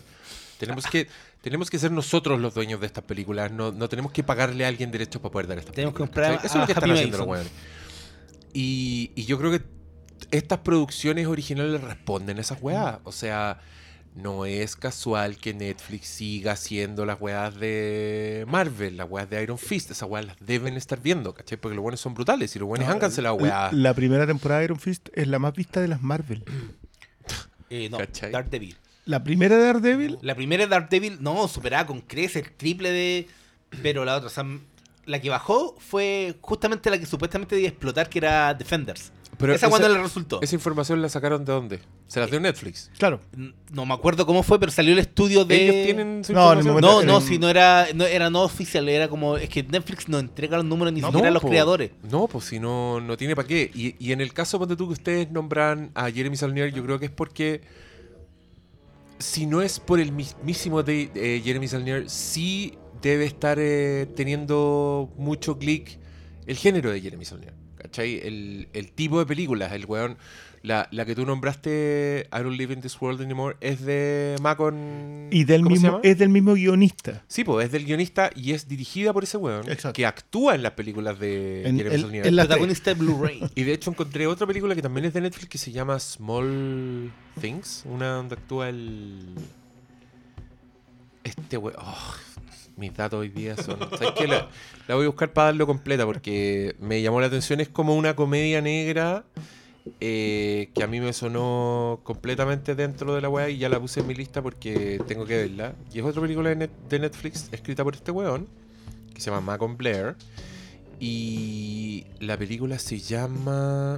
ser nosotros los dueños de estas películas, no tenemos que pagarle a alguien derechos para poder dar estas Tenemos que películas. comprar ¿cachai? Eso es lo a que están Happy haciendo los Madison. weones. Y yo creo que estas producciones originales responden a esas weas. O sea, no es casual que Netflix siga haciendo las weas de Marvel, las weas de Iron Fist. Esas weas las deben estar viendo, ¿cachai? Porque los buenos son brutales y los buenos han cancelado weas. La primera temporada de Iron Fist es la más vista de las Marvel. No, ¿Cachai? Daredevil. La primera de Daredevil, La primera de Daredevil, no, superada con creces, triple de... Pero la otra, o sea, la que bajó fue justamente la que supuestamente iba a explotar, que era Defenders. Pero esa cuando le resultó. ¿Esa información la sacaron de dónde? ¿Se las dio Netflix? claro. No me acuerdo cómo fue, pero salió el estudio de... ¿Ellos tienen su No, en el información? momento- No, en- si no era no oficial, era como... Es que Netflix no entrega los números ni siquiera a los po. creadores. No, pues si no tiene para qué. Y en el caso, ponte tú, que ustedes nombran a Jeremy Saulnier, yo creo que es porque si no es por el mismísimo de Jeremy Saulnier, sí debe estar teniendo mucho clic el género de Jeremy Saulnier. ¿Cachai? El tipo de películas, el weón. La que tú nombraste, I Don't Live in This World Anymore, es de Macon. Y del ¿cómo se mismo, llama? es del mismo guionista. Sí, pues es del guionista y es dirigida por ese weón Exacto. que actúa en las películas de En- Jeremy en- Saulnier. en la- Protagonista de Blu-ray. Y de hecho encontré otra película que también es de Netflix que se llama Small Things, una donde actúa este weón. Mis datos hoy día son... ¿Sabes qué? La voy a buscar para darlo completa porque me llamó la atención. Es como una comedia negra que a mí me sonó completamente dentro de la weá y ya la puse en mi lista porque tengo que verla. Y es otra película de Netflix escrita por este weón que se llama Macon Blair. Y la película se llama...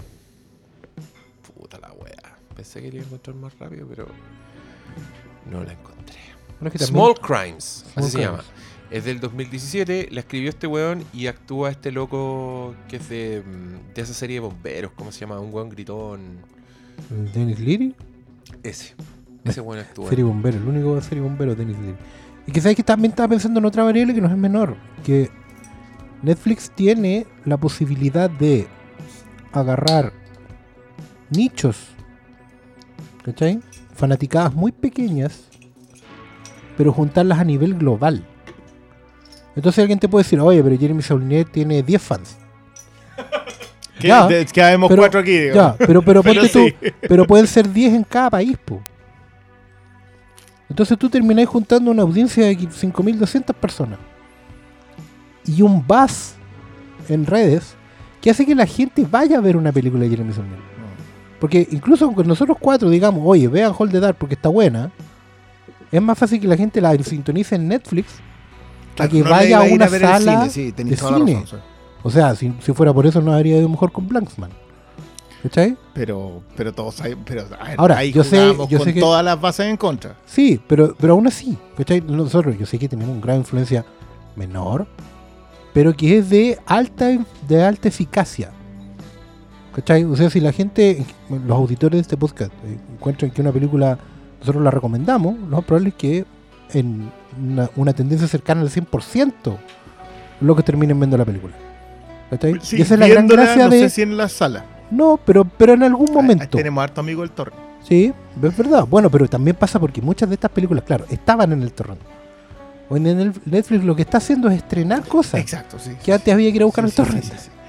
Puta la weá. Pensé que la iba a encontrar más rápido, pero no la encontré. Bueno, es que también- Small Crimes, Small así se Crimes. llama. Es del 2017, la escribió este weón y actúa este loco que es de esa serie de bomberos, ¿cómo se llama? Un weón gritón. Dennis Leary, Ese weón actúa. serie bombero, el único serie bombero Dennis Leary. Y que sabes que también estaba pensando en otra variable que no es menor, que Netflix tiene la posibilidad de agarrar nichos, ¿cachai? Fanaticadas muy pequeñas, pero juntarlas a nivel global. Entonces alguien te puede decir, oye, pero Jeremy Saulnier tiene 10 fans. Que, Ya, que habemos pero- 4 aquí, digamos. Ya, pero Pero ponte sí. tú, pero pueden ser 10 en cada país, po. Entonces tú terminás juntando una audiencia de 5.200 personas. Y un buzz en redes que hace que la gente vaya a ver una película de Jeremy Saulnier. Porque incluso aunque nosotros 4 digamos, oye, vean Hold the Dark porque está buena, es más fácil que la gente la sintonice en Netflix a que No le vaya iba a ir una ver el sala cine, sí, tenés de toda la cine. razón, sí. O sea, si fuera por eso no habría ido mejor con Blanksman. ¿Cachai? Pero todos hay, pero a ver, Ahora, ahí yo sé jugábamos con que- todas las bases en contra. Sí, pero aún así, ¿cachai? Nosotros, yo sé que tenemos una gran influencia menor, pero que es de alta eficacia. ¿Cachai? O sea, si la gente, los auditores de este podcast, encuentran que una película nosotros la recomendamos, lo más probable es que en una tendencia cercana al 100% lo que terminen viendo la película. ¿Cachai? Sí, y esa es la gran viéndola, gracia no de... sé si en la sala. No, pero en algún Ahí momento. tenemos harto amigo del torre. Sí, es verdad. Bueno, pero también pasa porque muchas de estas películas, claro, estaban en el torrent. O en el Netflix lo que está haciendo es estrenar cosas Exacto, sí. que antes había que ir a buscar Sí, el sí, torrent. sí, sí, sí.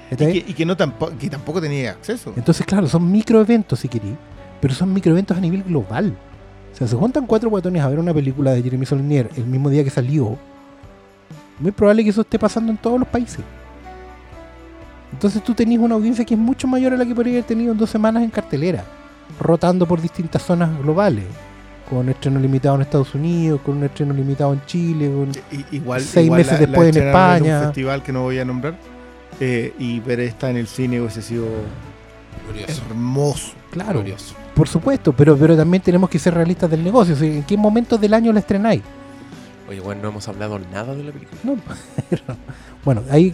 ¿Cachai? Y que tampoco tenía acceso. Entonces, claro, son microeventos si querís, pero son microeventos a nivel global. O sea, se juntan 4 guatones a ver una película de Jeremy Saulnier el mismo día que salió. Muy probable que eso esté pasando en todos los países. Entonces tú tenés una audiencia que es mucho mayor a la que podría haber tenido en 2 semanas en cartelera, rotando por distintas zonas globales, con estreno limitado en Estados Unidos, con un estreno limitado en Chile, con Igual 6 meses la después en estrenaron España. un festival que no voy a nombrar. Y ver esta en el cine hubiese sido Glorioso. hermoso. Claro, Glorioso. por supuesto, pero también tenemos que ser realistas del negocio. O sea, ¿en qué momentos del año la estrenáis? Oye, bueno, no hemos hablado nada de la película. No, bueno, ahí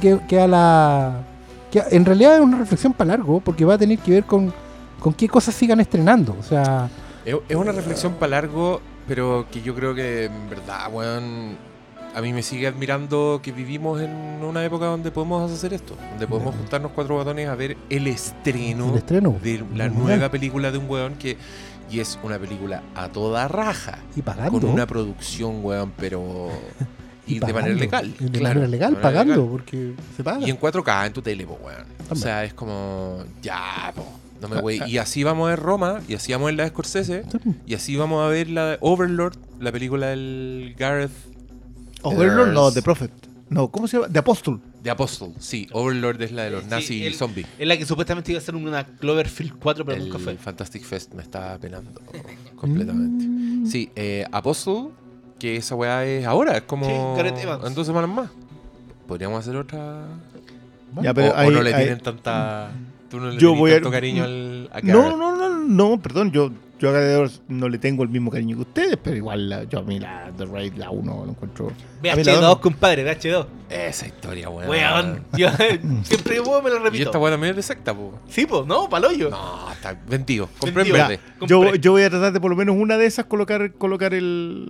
en realidad es una reflexión para largo, porque va a tener que ver con qué cosas sigan estrenando. O sea, Es una reflexión para largo, pero que yo creo que en verdad, weón, a mí me sigue admirando que vivimos en una época donde podemos hacer esto, donde podemos juntarnos 4 botones a ver el estreno de la nueva película de un weón y es una película a toda raja, y pagando. con una producción, weón, pero y de pagando, manera legal. de claro, manera legal, de manera pagando, legal. porque se paga. Y en 4K en tu tele, po, weón. O También. sea, es como, ya, po, no me wey. Y así vamos a ver Roma, y así vamos a ver la de Scorsese, y así vamos a ver la de Overlord, la película del Gareth. Overlord, no, Edders. The Prophet. No, ¿cómo se llama? The Apostle. De Apostle, sí. Overlord es la de los Sí, nazis zombies. Es la que supuestamente iba a ser una Cloverfield 4, pero El nunca fue. Fantastic Fest me está penando completamente. Sí, Apostle, que esa weá es ahora, es como Sí, Gareth Evans. en 2 semanas más. Podríamos hacer otra. Ya, o, pero o ahí- no le ahí- tienen tanta. Tú no le Yo tienes voy a- tanto cariño a Gareth. No, perdón, yo a Gladiador no le tengo el mismo cariño que ustedes, pero igual yo a mí la The Raid, la 1 lo encuentro. A mí la VH2, dos- compadre, VH2. Esa historia, weón. Weón, yo siempre me lo Y repito. esta weá también es de secta, po. Sí, pues, no, paloyo. No, está vendido. Compré en Vendido. verde. Yo voy a tratar de por lo menos una de esas colocar el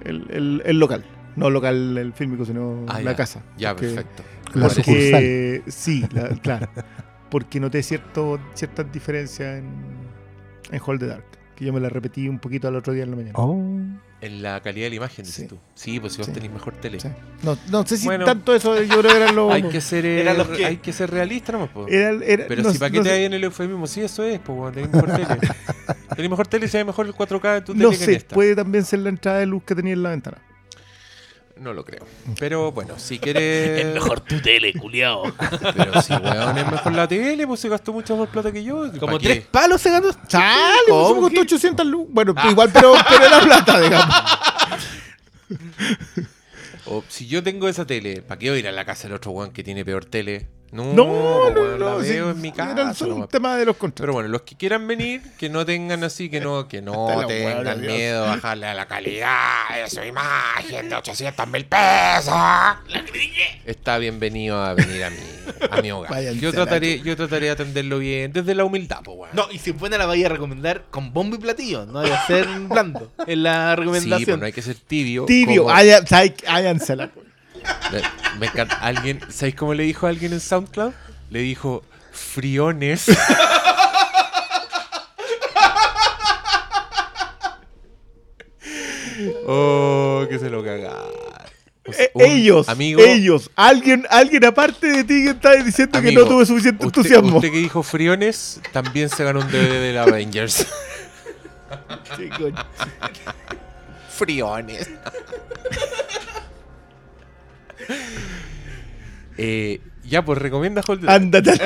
local. No local el fílmico, sino Ah, la ya. casa. Ya, Porque- perfecto. La Parece- sucursal. Sí, claro. Porque noté ciertas diferencias en Hold the Dark. Que yo me la repetí un poquito al otro día en la mañana. Oh. En la calidad de la imagen, dices Sí. tú. Sí, pues si vos Sí. tenéis mejor tele. Sí. No sé si Bueno. tanto eso, yo creo que eran los... Hay que ser, Eran los que- hay que ser realista nomás, po. era- Pero no- si para qué no te sé- hay en el eufemismo, sí, eso es, pues, bueno, tenés mejor tele. Tenés mejor tele y se ve mejor el 4K de tu tele No que en sé, esta. puede también ser la entrada de luz que tenía en la ventana. No lo creo. Pero bueno, si quieres. Es mejor tu tele, culiao. Pero si, weón, es mejor la tele, pues se gastó mucha más plata que yo. Como ¿Pa' 3 qué? palos se ganó. ¡Chale! ¿Cómo Me costó que? 800 luz. Bueno, igual, pero era plata, digamos. O si yo tengo esa tele, ¿para qué voy a ir a la casa del otro weón que tiene peor tele? No, No, weón, la sí, veo en mi casa. Era solo un nomás. tema de los Pero contratos. bueno, los que quieran venir, que no tengan así, que no Hasta la tengan hueá, Dios. miedo a bajarle a la calidad de su imagen de 800.000 pesos. Está bienvenido a venir a mi hogar. Váyanse Yo a la trataré de atenderlo bien, desde la humildad, pues, weón. No, y si buena la vaya a recomendar con bombo y platillo. No debe ser blando en la Sí, pues recomendación. no hay que ser tibio. Tibio, como- háyansela. Me encanta. Alguien, ¿sabéis cómo le dijo a alguien en SoundCloud? Le dijo friones. Oh, que se lo cagaron. O sea, un Ellos, alguien aparte de ti que está diciendo amigo, que no tuve suficiente usted, entusiasmo. usted que dijo friones, también se ganó un DVD de la Avengers. Sí, coño. Friones. Ya, pues recomienda Hold the Dark. Ándate.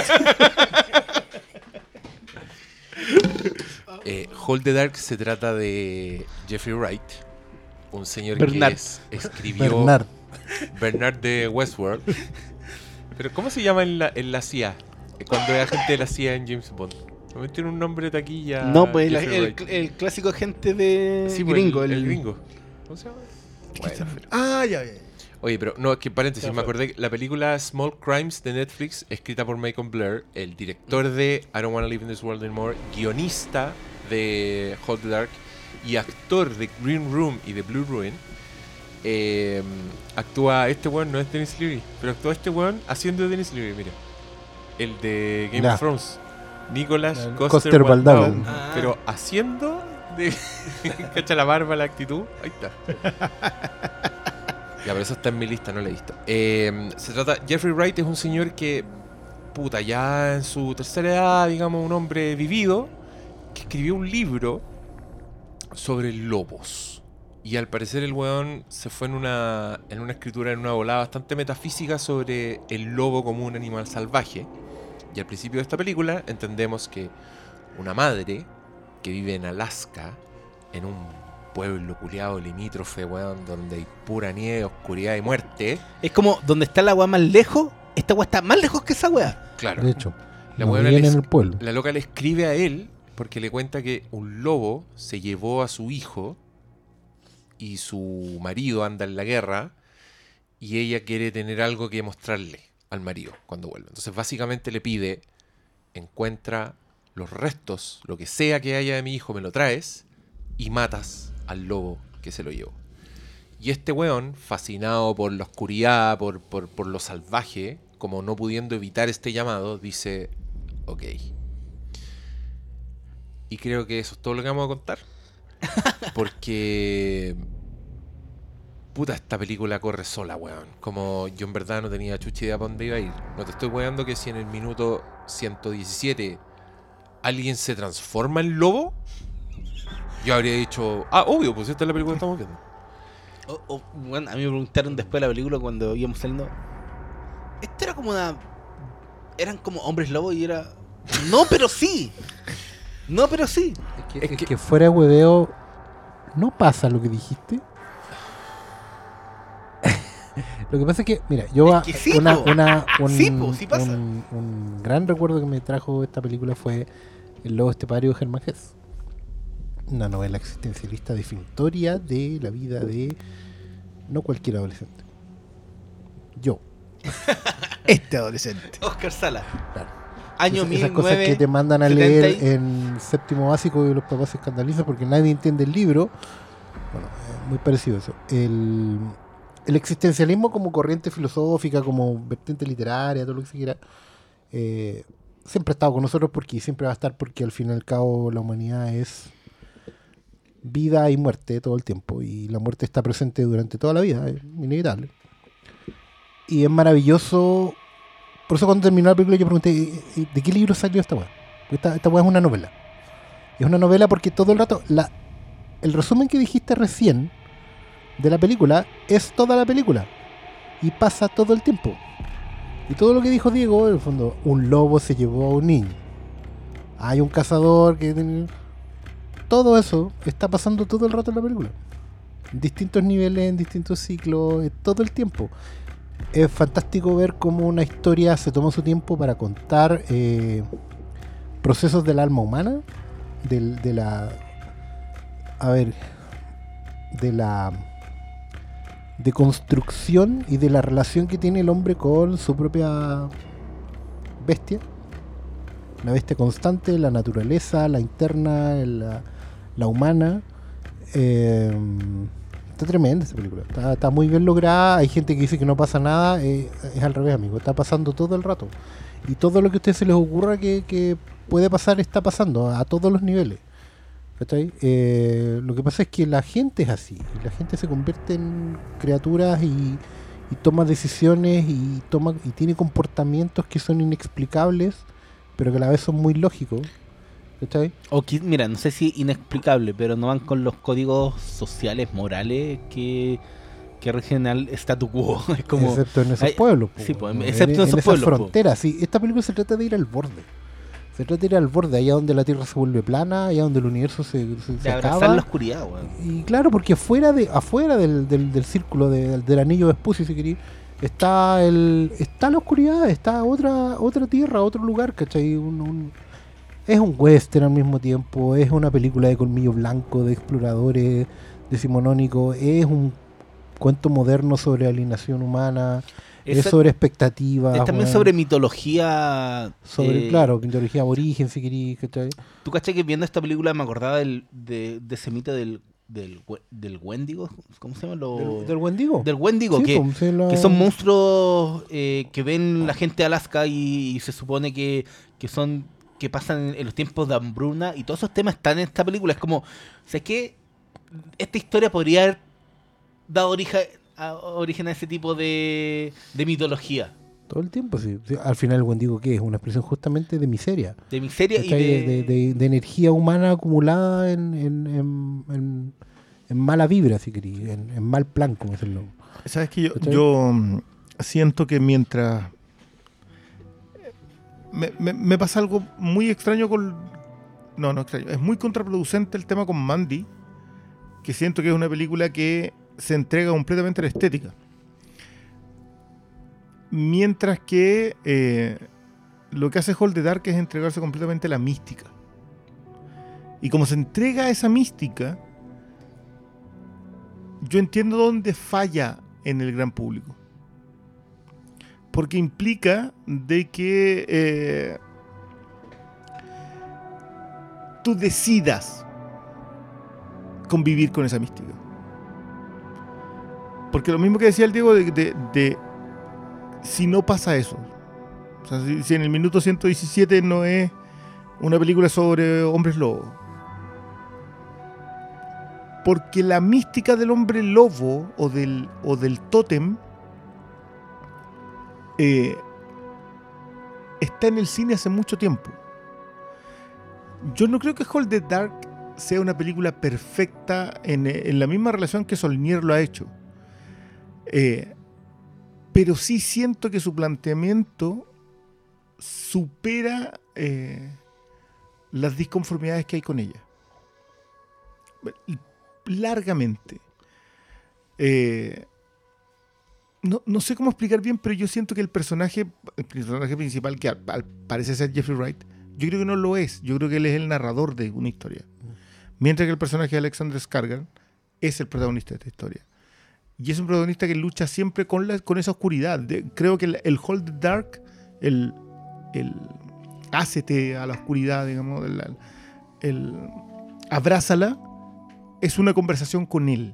Hold the Dark se trata de Jeffrey Wright, un señor Bernard. que escribió Bernard de Westworld. Pero ¿cómo se llama en la CIA? Cuando es agente de la CIA en James Bond. También tiene un nombre de taquilla. No, pues Jeffrey Wright. el clásico agente de Sí, pues, gringo. el gringo. ¿Cómo se llama? Bueno, Ya. oye, pero no, es que paréntesis, me acordé que la película Small Crimes de Netflix, escrita por Michael Blair, el director de I Don't Wanna Live in This World Anymore, guionista de Hold the Dark y actor de Green Room y de Blue Ruin, actúa este weón, no es Dennis Leary, pero actúa este weón haciendo de Dennis Leary, mira. El de Game Ya. of Thrones. Nicholas Coster Coster Waldau. Waldau. Ah. Pero haciendo de... ¿Cacha la barba, la actitud? Ahí está. Ya, pero eso está en mi lista, no la he visto. Se trata... Jeffrey Wright es un señor que puta, ya en su tercera edad, digamos, un hombre vivido, que escribió un libro sobre lobos. Y al parecer el weón se fue en una escritura, en una volada bastante metafísica sobre el lobo como un animal salvaje. Y al principio de esta película entendemos que una madre que vive en Alaska, en un pueblo culiado limítrofe, weón, donde hay pura nieve, oscuridad y muerte. Es como donde está la weá más lejos, esta weá está más lejos que esa weá. Claro. De hecho, La no weona viven le en el pueblo. La loca le escribe a él porque le cuenta que un lobo se llevó a su hijo y su marido anda en la guerra y ella quiere tener algo que mostrarle al marido cuando vuelve. Entonces básicamente le pide, encuentra los restos, lo que sea que haya de mi hijo, me lo traes y matas al lobo que se lo llevó. Y este weón, fascinado por la oscuridad, por lo salvaje, como no pudiendo evitar este llamado, dice, ok. Y creo que eso es todo lo que vamos a contar. Porque... puta, esta película corre sola, weón. Como yo en verdad no tenía chucha idea para dónde iba a ir. No te estoy weando que si en el minuto 117 alguien se transforma en lobo, yo habría dicho, ah, obvio, pues esta es la película que estamos viendo. Bueno, a mí me preguntaron después de la película cuando íbamos saliendo. Esto era como una... Eran como hombres lobos y era... No, pero sí. No, pero sí. Es que fuera de hueveo, no pasa lo que dijiste. Lo que pasa es que, mira, yo Es que sí, un pasa. un gran recuerdo que me trajo esta película fue El lobo estepario de Hermann Hesse. Una novela existencialista definitoria de la vida de no cualquier adolescente. Yo. Este adolescente. Oscar Sala. Claro. Año Esas cosas que te mandan a 1970 leer en séptimo básico y los papás se escandalizan porque nadie entiende el libro. Bueno, muy parecido a eso. El existencialismo como corriente filosófica, como vertiente literaria, todo lo que se quiera, siempre ha estado con nosotros porque siempre va a estar porque al fin y al cabo la humanidad es vida y muerte todo el tiempo y la muerte está presente durante toda la vida, es inevitable. Y es maravilloso. Por eso cuando terminó la película yo pregunté, ¿de qué libro salió esta weá? Esta weá es una novela. Es una novela porque todo el rato el resumen que dijiste recién de la película es toda la película y pasa todo el tiempo. Y todo lo que dijo Diego, en el fondo, un lobo se llevó a un niño. Hay un cazador que... Todo eso está pasando todo el rato en la película. En distintos niveles, en distintos ciclos, todo el tiempo. Es fantástico ver cómo una historia se toma su tiempo para contar procesos del alma humana, de la construcción y de la relación que tiene el hombre con su propia bestia. La bestia constante, la naturaleza, la interna, la humana. Está tremenda esta película. Está muy bien lograda. Hay gente que dice que no pasa nada. Es al revés, amigo. Está pasando todo el rato. Y todo lo que a ustedes se les ocurra que puede pasar, está pasando a todos los niveles. ¿Cachai? Lo que pasa es que la gente es así. La gente se convierte en criaturas y toma decisiones y tiene comportamientos que son inexplicables, pero que a la vez son muy lógicos. ¿Cachai? O que, mira, no sé si inexplicable, pero no van con los códigos sociales, morales que rigen al statu quo. Es como, excepto en esos pueblos. Sí, pues, ¿no? excepto en esos esas pueblos. fronteras. Sí, esta película se trata de ir al borde. Se trata de ir al borde, allá donde la Tierra se vuelve plana, allá donde el universo se De abrazar acaba. la oscuridad, weón. Y claro, porque afuera del círculo del anillo de Vespucio, si queréis, está la oscuridad, está otra tierra, otro lugar, ¿cachai? Es un western al mismo tiempo, es una película de colmillo blanco, de exploradores decimonónicos, es un cuento moderno sobre alienación humana, es sobre expectativas. Es también sobre mitología. Claro, mitología aborigen, si queréis, ¿cachai? ¿Tú cachai que viendo esta película me acordaba de ese mito del Wendigo? ¿Cómo se llama? ¿Del Wendigo? Del Wendigo, Sí, que son monstruos que ven la gente de Alaska y se supone que pasan en los tiempos de hambruna, y todos esos temas están en esta película. Es como, ¿sabes qué? Esta historia podría haber dado origen a ese tipo de mitología. Todo el tiempo, sí. Sí, al final el Wendigo, ¿qué es? Una expresión justamente de miseria. De miseria y ¿Cachai? De energía humana acumulada en mala vibra, si queréis, en mal plan, como es el lobo. ¿Sabes que ¿Cachai? yo siento que mientras... Me pasa algo muy extraño con... No extraño. Es muy contraproducente el tema con Mandy, que siento que es una película que se entrega completamente a la estética. Mientras que lo que hace Hold the Dark es entregarse completamente a la mística. Y como se entrega a esa mística, yo entiendo dónde falla en el gran público. Porque implica de que tú decidas convivir con esa mística. Porque lo mismo que decía el Diego de si no pasa eso, o sea, si en el minuto 117 no es una película sobre hombres lobos, porque la mística del hombre lobo o del tótem está en el cine hace mucho tiempo. Yo no creo que Hold the Dark sea una película perfecta en la misma relación que Saulnier lo ha hecho. Pero sí siento que su planteamiento supera las disconformidades que hay con ella. Largamente. No sé cómo explicar bien, pero yo siento que el personaje principal, que parece ser Jeffrey Wright, yo creo que no lo es. Yo creo que él es el narrador de una historia. Mientras que el personaje de Alexander Skarsgård es el protagonista de esta historia. Y es un protagonista que lucha siempre con esa oscuridad. Creo que el Hold the Dark, el hácete a la oscuridad, digamos, el abrázala, es una conversación con él.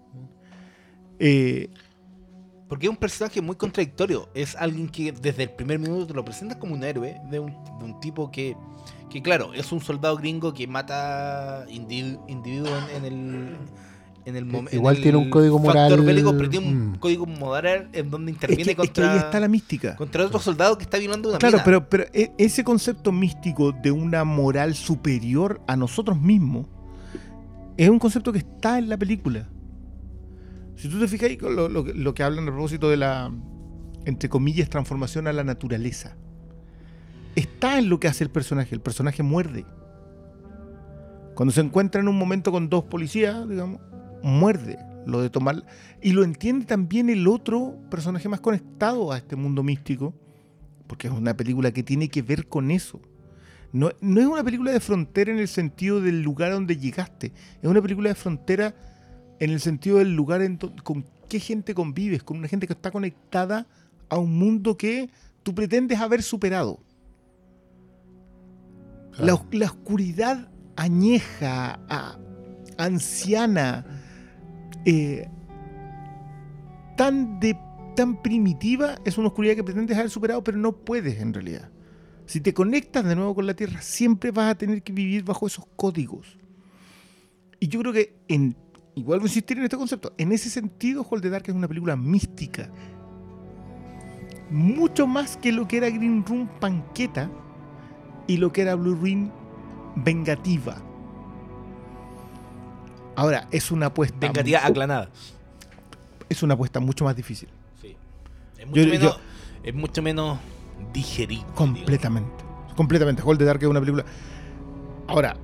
Porque es un personaje muy contradictorio. Es alguien que desde el primer minuto te lo presentas como un héroe, de un tipo que claro, es un soldado gringo que mata individuos en el momento. Igual tiene un código moral. Bélico, pero tiene un código moral en donde interviene es que ahí está la mística. contra otro soldado que está violando una Claro, mina. pero ese concepto místico de una moral superior a nosotros mismos es un concepto que está en la película. Si tú te fijas ahí con lo que hablan a propósito de la, entre comillas, transformación a la naturaleza, está en lo que hace el personaje. El personaje muerde. Cuando se encuentra en un momento con dos policías, digamos, muerde lo de tomar. Y lo entiende también el otro personaje más conectado a este mundo místico, porque es una película que tiene que ver con eso. No es una película de frontera en el sentido del lugar a donde llegaste. Es una película de frontera en el sentido del lugar con qué gente convives, con una gente que está conectada a un mundo que tú pretendes haber superado. Claro. La oscuridad añeja, anciana, tan primitiva, es una oscuridad que pretendes haber superado, pero no puedes en realidad. Si te conectas de nuevo con la Tierra, siempre vas a tener que vivir bajo esos códigos. Y yo creo que, y vuelvo a insistir en este concepto, en ese sentido Hold the Dark es una película mística. Mucho más que lo que era Green Room panqueta y lo que era Blue Ruin vengativa. Ahora, es una apuesta... Vengativa aclanada. Es una apuesta mucho más difícil. Sí. Es mucho menos digerible. Completamente. Completamente. Hold the Dark es una película... Ahora...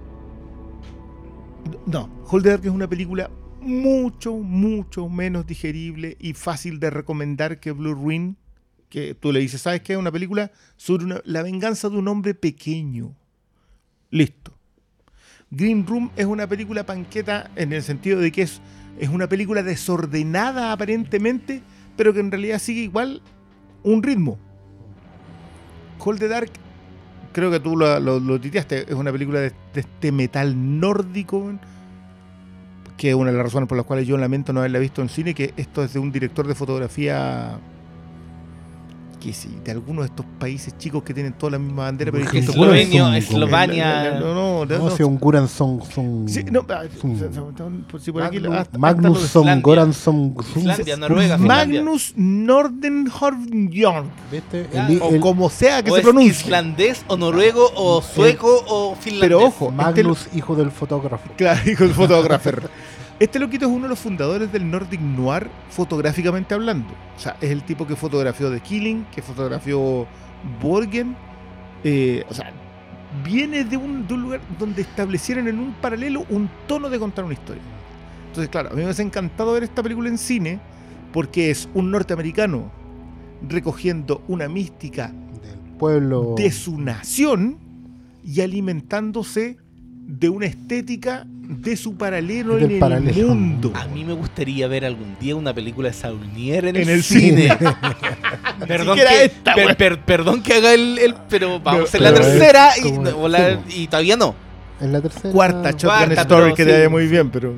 No, Hold the Dark es una película mucho, mucho menos digerible y fácil de recomendar que Blue Ruin, que tú le dices, ¿sabes qué? Es una película sobre la venganza de un hombre pequeño. Listo. Green Room es una película panqueta en el sentido de que es una película desordenada aparentemente, pero que en realidad sigue igual un ritmo. Hold the Dark, creo que tú lo titeaste, es una película de este metal nórdico, que es una de las razones por las cuales yo lamento no haberla visto en cine, que esto es de un director de fotografía que sí, de algunos de estos países chicos que tienen todas las mismas banderas, pero Porque distintos Eslovenia, colores. Eslovenia. No, si un Guran son Sí, no, si por aquí Magnusson, Islandia. Goransson, Islandia, Noruega, Finlandia. Magnus Nordenhornbjörn, ¿viste? Ya. o como sea que O se es pronuncie. islandés, o noruego, o sueco, o finlandés. Pero ojo, Magnus, hijo del fotógrafo. Claro, dijo el fotógrafo. Este loquito es uno de los fundadores del Nordic Noir, fotográficamente hablando. O sea, es el tipo que fotografió The Killing, que fotografió Borgen. O sea, viene de un lugar donde establecieron en un paralelo un tono de contar una historia. Entonces, claro, a mí me ha encantado ver esta película en cine porque es un norteamericano recogiendo una mística Del pueblo. de su nación y alimentándose de una estética de su paralelo Del en el paralelo. mundo. A mí me gustaría ver algún día una película de Saulnier en En el el cine. Perdón, siquiera que, esta, weón. perdón que haga el pero vamos a hacer la pero es tercera y, como- o la- sí, y todavía no. En la tercera. Cuarta Shotgun Cuarta, Story pero que sí. te vaya muy bien, pero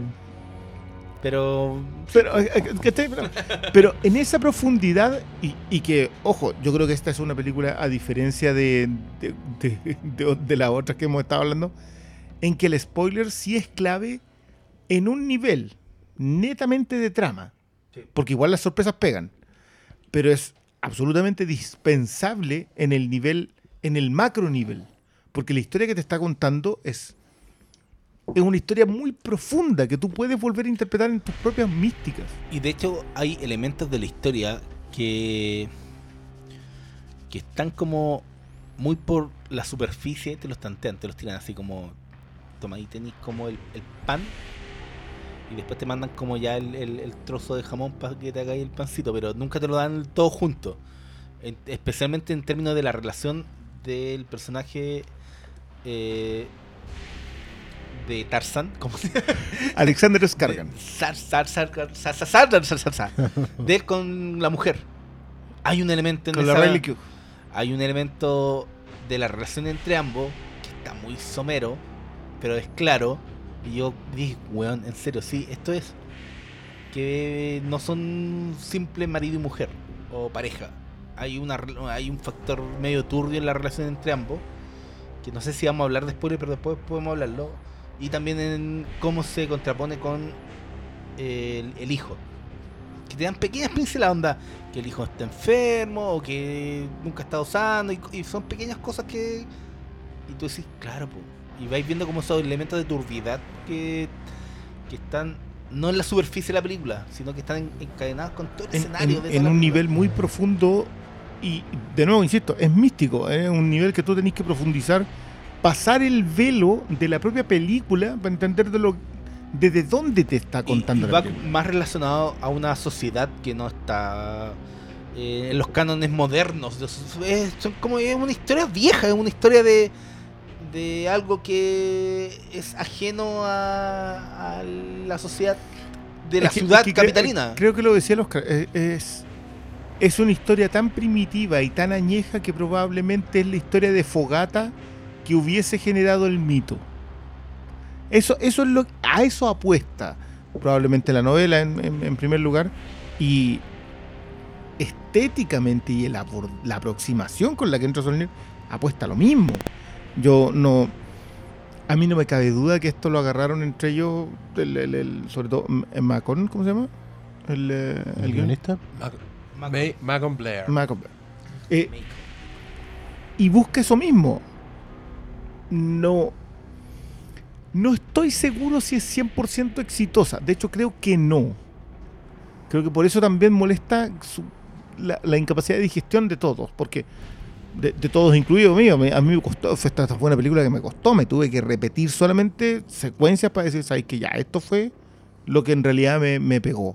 pero en esa profundidad y que, ojo, yo creo que esta es una película a diferencia de las otras que hemos estado hablando, en que el spoiler sí es clave en un nivel netamente de trama, porque igual las sorpresas pegan, pero es absolutamente dispensable en el nivel, en el macro nivel, porque la historia que te está contando es una historia muy profunda que tú puedes volver a interpretar en tus propias místicas. Y de hecho hay elementos de la historia que están como muy por la superficie, te los tantean, te los tiran así como toma ahí tenéis como el pan y después te mandan como ya el trozo de jamón para que te hagáis el pancito, pero nunca te lo dan todo junto. Especialmente en términos de la relación del personaje de Tarzan, ¿cómo se llama? Alexander Skarsgård. De él con la mujer. Hay un elemento en Con la esa- Riley Keough. hay un elemento de la relación entre ambos que está muy somero, pero es claro. Y yo dije, weón, en serio, sí, esto es. Que no son simple marido y mujer o pareja. Hay un factor medio turbio en la relación entre ambos. Que no sé si vamos a hablar después, pero después podemos hablarlo. Y también en cómo se contrapone con el hijo. Que te dan pequeñas pinceladas, onda, que el hijo está enfermo o que nunca está usando. Y son pequeñas cosas que. Y tú decís, claro, po. Y vais viendo como esos elementos de turbiedad que están no en la superficie de la película, sino que están encadenados con todo el escenario. de toda En la un película. nivel muy profundo y, de nuevo, insisto, es místico. Es un nivel que tú tenés que profundizar, pasar el velo de la propia película para entender desde dónde te está contando y la va película. más relacionado a una sociedad que no está en los cánones modernos. Son como es una historia vieja, es una historia de algo que es ajeno a la sociedad de la Es que- ciudad es que capitalina. Creo que lo decía el Oscar. Es una historia tan primitiva y tan añeja que probablemente es la historia de fogata que hubiese generado el mito. Eso es a eso apuesta probablemente la novela en primer lugar, y estéticamente y la aproximación con la que entra Saulnier apuesta a lo mismo. A mí no me cabe duda que esto lo agarraron entre ellos, sobre todo Macon, ¿cómo se llama? El guionista. Macon Blair. Macon. Y busca eso mismo. No estoy seguro si es 100% exitosa. De hecho, creo que no. Creo que por eso también molesta la incapacidad de digestión de todos. Porque de todos, incluido mío, a mí me costó. Esta fue una película que me costó. Me tuve que repetir solamente secuencias para decir, ¿sabes? Que ya esto fue lo que en realidad me pegó.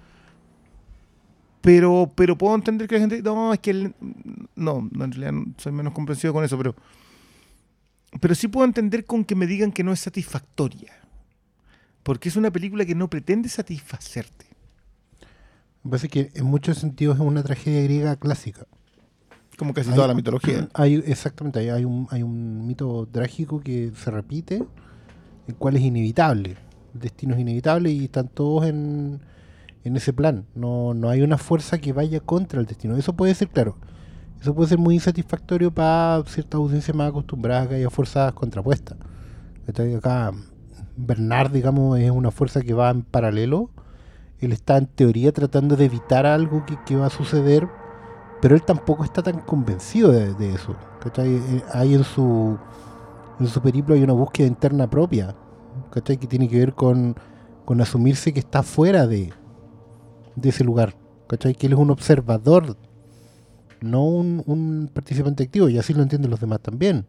Pero puedo entender que la gente... No, es que... No, en realidad soy menos comprensivo con eso, pero sí puedo entender con que me digan que no es satisfactoria. Porque es una película que no pretende satisfacerte. Me parece que en muchos sentidos es una tragedia griega clásica. Como casi toda la mitología. Exactamente, hay un mito trágico que se repite, el cual es inevitable. El destino es inevitable y están todos en ese plan. No hay una fuerza que vaya contra el destino. Eso puede ser, claro, eso puede ser muy insatisfactorio para ciertas audiencias más acostumbradas que haya fuerzas contrapuestas. ¿Cachai? Acá Bernard, digamos, es una fuerza que va en paralelo. Él está en teoría tratando de evitar algo que va a suceder, pero él tampoco está tan convencido de eso. ¿Cachai? Hay en su periplo hay una búsqueda interna propia, ¿cachai? Que tiene que ver con asumirse que está fuera de ese lugar, ¿cachai? Que él es un observador, no un participante activo, y así lo entienden los demás también.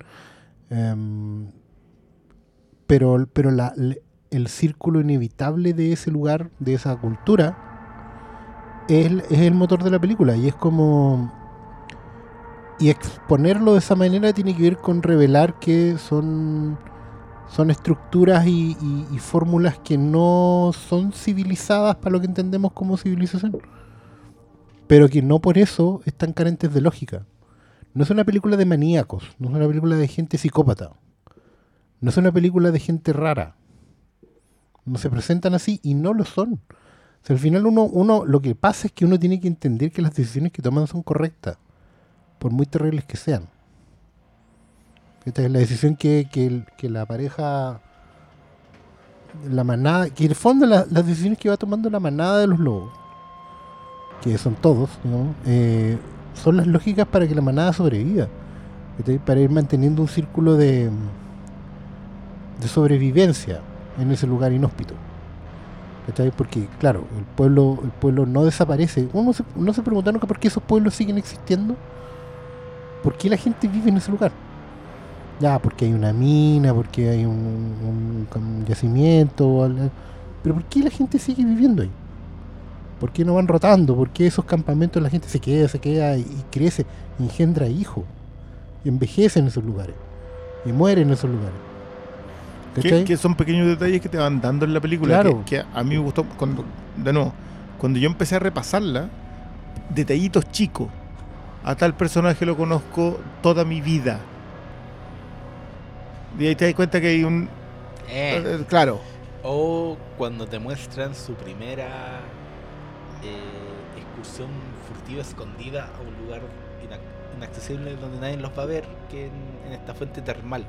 Pero el círculo inevitable de ese lugar, de esa cultura, es el motor de la película, y es como... Y exponerlo de esa manera tiene que ver con revelar que son estructuras y fórmulas que no son civilizadas para lo que entendemos como civilización, pero que no por eso están carentes de lógica. No es una película de maníacos, no es una película de gente psicópata, no es una película de gente rara. No se presentan así y no lo son. O sea, al final uno lo que pasa es que uno tiene que entender que las decisiones que toman son correctas, por muy terribles que sean. Esta es la decisión que la pareja, la manada, que en el fondo las decisiones que va tomando la manada de los lobos, que son todos, ¿no? Son las lógicas para que la manada sobreviva, para ir manteniendo un círculo de sobrevivencia en ese lugar inhóspito. ¿Cachai? Porque claro, el pueblo no desaparece. Uno se pregunta nunca por qué esos pueblos siguen existiendo. ¿Por qué la gente vive en ese lugar? Ya, porque hay una mina, porque hay un yacimiento, pero ¿por qué la gente sigue viviendo ahí? ¿Por qué no van rotando? ¿Por qué esos campamentos la gente se queda y crece, engendra hijos, y envejece en esos lugares, y muere en esos lugares? Que son pequeños detalles que te van dando en la película, claro. que a mí me gustó cuando yo empecé a repasarla, detallitos chicos. A tal personaje lo conozco toda mi vida. Y ahí te das cuenta que hay un... claro. O cuando te muestran su primera excursión furtiva escondida a un lugar inaccesible donde nadie los va a ver, que en esta fuente termal.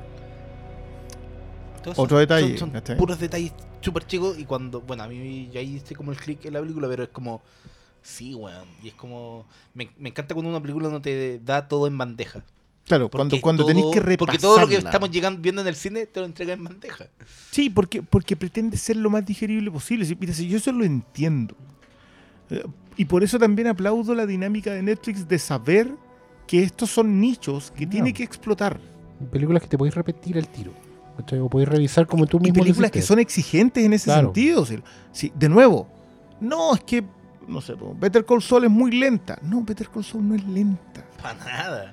Otro detalle. Son puros detalles súper chicos, y cuando... Bueno, a mí ya hice como el click en la película, pero es como... Sí, weón. Y es como... Me encanta cuando una película no te da todo en bandeja. Claro, cuando tenés que repasarla. Porque todo lo que estamos viendo en el cine te lo entrega en bandeja. Sí, porque pretende ser lo más digerible posible. Mira, si yo eso lo entiendo. Y por eso también aplaudo la dinámica de Netflix de saber que estos son nichos que tiene que explotar. Películas que te podéis repetir al tiro, ¿cachai? O podéis revisar como tú mismo. Y películas que son exigentes en ese sentido. Sí, de nuevo, no, es que, no sé, Better Call Saul es muy lenta. No, Better Call Saul no es lenta. Para nada.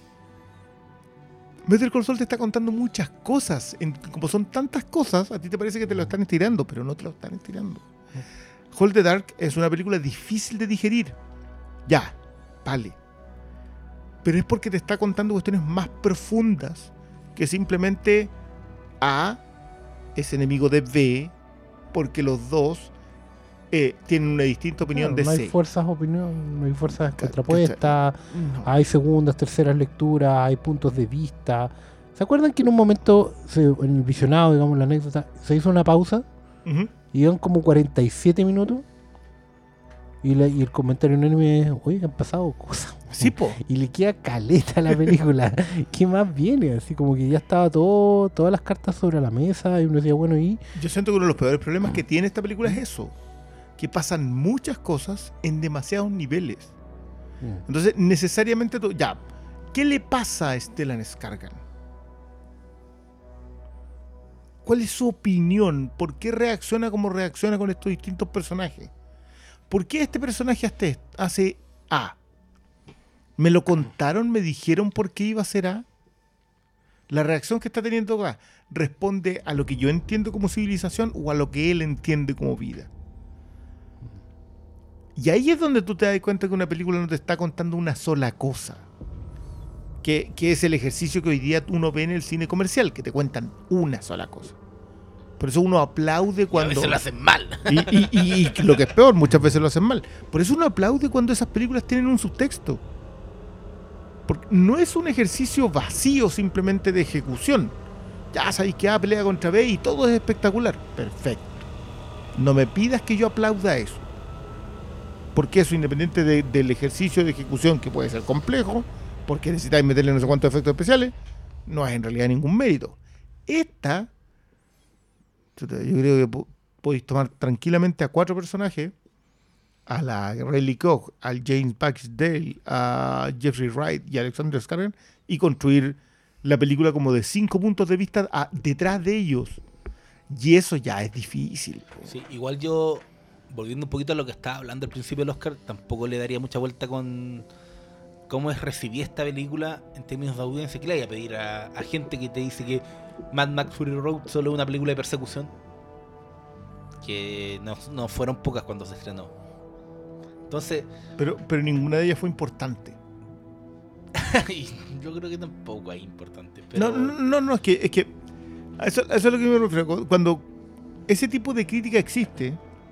Better Call Saul te está contando muchas cosas. Como son tantas cosas, a ti te parece que te lo están estirando, pero no te lo están estirando. Hold the Dark es una película difícil de digerir. Ya, vale. Pero es porque te está contando cuestiones más profundas que simplemente A es enemigo de B, porque los dos tienen una distinta opinión de no C. hay fuerzas no hay fuerzas contrapuestas, no. Hay segundas, terceras lecturas, hay puntos de vista. ¿Se acuerdan que en un momento, en el visionado, digamos, la anécdota, se hizo una pausa? Uh-huh. Y iban como 47 minutos. Y el comentario unánime es: oye, han pasado cosas. Sí, po. Y le queda caleta a la película. ¿Qué más viene? Así como que ya estaba todas las cartas sobre la mesa. Y uno decía, bueno, y... Yo siento que uno de los peores problemas que tiene esta película es eso. Que pasan muchas cosas en demasiados niveles. Entonces, necesariamente ¿qué le pasa a Stellan Skarsgård? ¿Cuál es su opinión? ¿Por qué reacciona como reacciona con estos distintos personajes? ¿Por qué este personaje hace A? ¿Me lo contaron? ¿Me dijeron por qué iba a ser A? La reacción que está teniendo A responde a lo que yo entiendo como civilización o a lo que él entiende como vida. Y ahí es donde tú te das cuenta que una película no te está contando una sola cosa. Que es el ejercicio que hoy día uno ve en el cine comercial, que te cuentan una sola cosa. Por eso uno aplaude cuando... Y a veces lo hacen mal. Y lo que es peor, muchas veces lo hacen mal. Por eso uno aplaude cuando esas películas tienen un subtexto. Porque no es un ejercicio vacío simplemente de ejecución. Ya sabéis que A pelea contra B y todo es espectacular. Perfecto. No me pidas que yo aplauda eso. Porque eso, independiente del ejercicio de ejecución, que puede ser complejo, porque necesitáis meterle no sé cuántos efectos especiales, no es en realidad ningún mérito. Esta, yo creo que podéis tomar tranquilamente a 4 personajes, a la Riley Koch, al James Baxdale, a Jeffrey Wright y a Alexander Skarsgård, y construir la película como de 5 puntos de vista detrás de ellos. Y eso ya es difícil. Sí, igual yo, volviendo un poquito a lo que estaba hablando al principio del Oscar, tampoco le daría mucha vuelta con cómo es recibir esta película en términos de audiencia. ¿Qué le vaya a pedir a gente que te dice que Mad Max Fury Road solo es una película de persecución? Que no fueron pocas cuando se estrenó. Entonces, pero ninguna de ellas fue importante. yo creo que tampoco es importante. Pero... No, es que eso es lo que me refiero. Cuando ese tipo de crítica existe,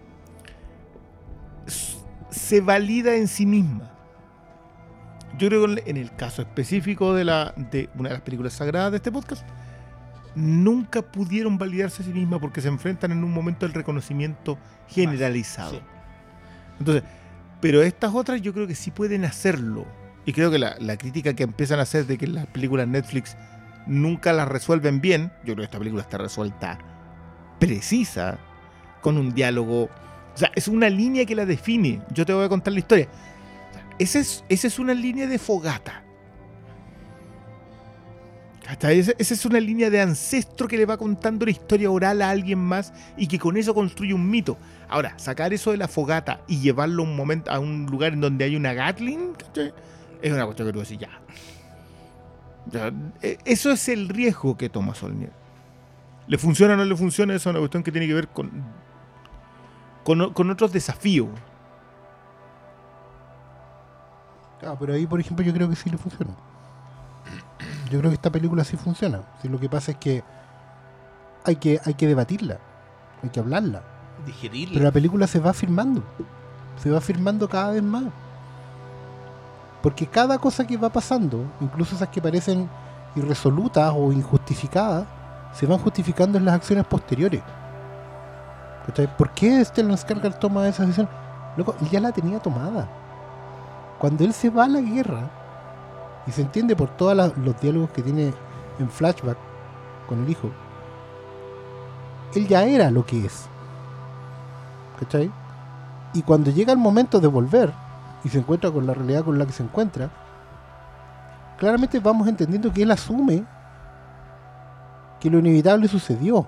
se valida en sí misma. Yo creo que en el caso específico de una de las películas sagradas de este podcast, nunca pudieron validarse a sí misma porque se enfrentan en un momento del reconocimiento generalizado. Sí. Entonces, pero estas otras yo creo que sí pueden hacerlo. Y creo que la crítica que empiezan a hacer de que las películas Netflix nunca las resuelven bien, yo creo que esta película está resuelta precisa, con un diálogo. O sea, es una línea que la define. Yo te voy a contar la historia. Esa es una línea de fogata. Esa es una línea de ancestro que le va contando la historia oral a alguien más y que con eso construye un mito. Ahora, sacar eso de la fogata y llevarlo a un lugar en donde hay una Gatling, ¿cachai? Es una cuestión que tú decís ya. Eso es el riesgo que toma Saulnier. ¿Le funciona o no le funciona? Eso es una cuestión que tiene que ver con otros desafíos. Claro, pero ahí, por ejemplo, yo creo que sí le funciona. Yo creo que esta película sí funciona. Sí, lo que pasa es que hay que debatirla, hay que hablarla. Digerirla. Pero la película se va afirmando cada vez más. Porque cada cosa que va pasando, incluso esas que parecen irresolutas o injustificadas, se van justificando en las acciones posteriores. ¿Cachai? ¿Por qué Stellan Skarsgård toma esa decisión? Loco, él ya la tenía tomada. Cuando él se va a la guerra, y se entiende por todos los diálogos que tiene en flashback con el hijo, él ya era lo que es. ¿Cachai? Y cuando llega el momento de volver y se encuentra con la realidad con la que se encuentra, claramente vamos entendiendo que él asume que lo inevitable sucedió.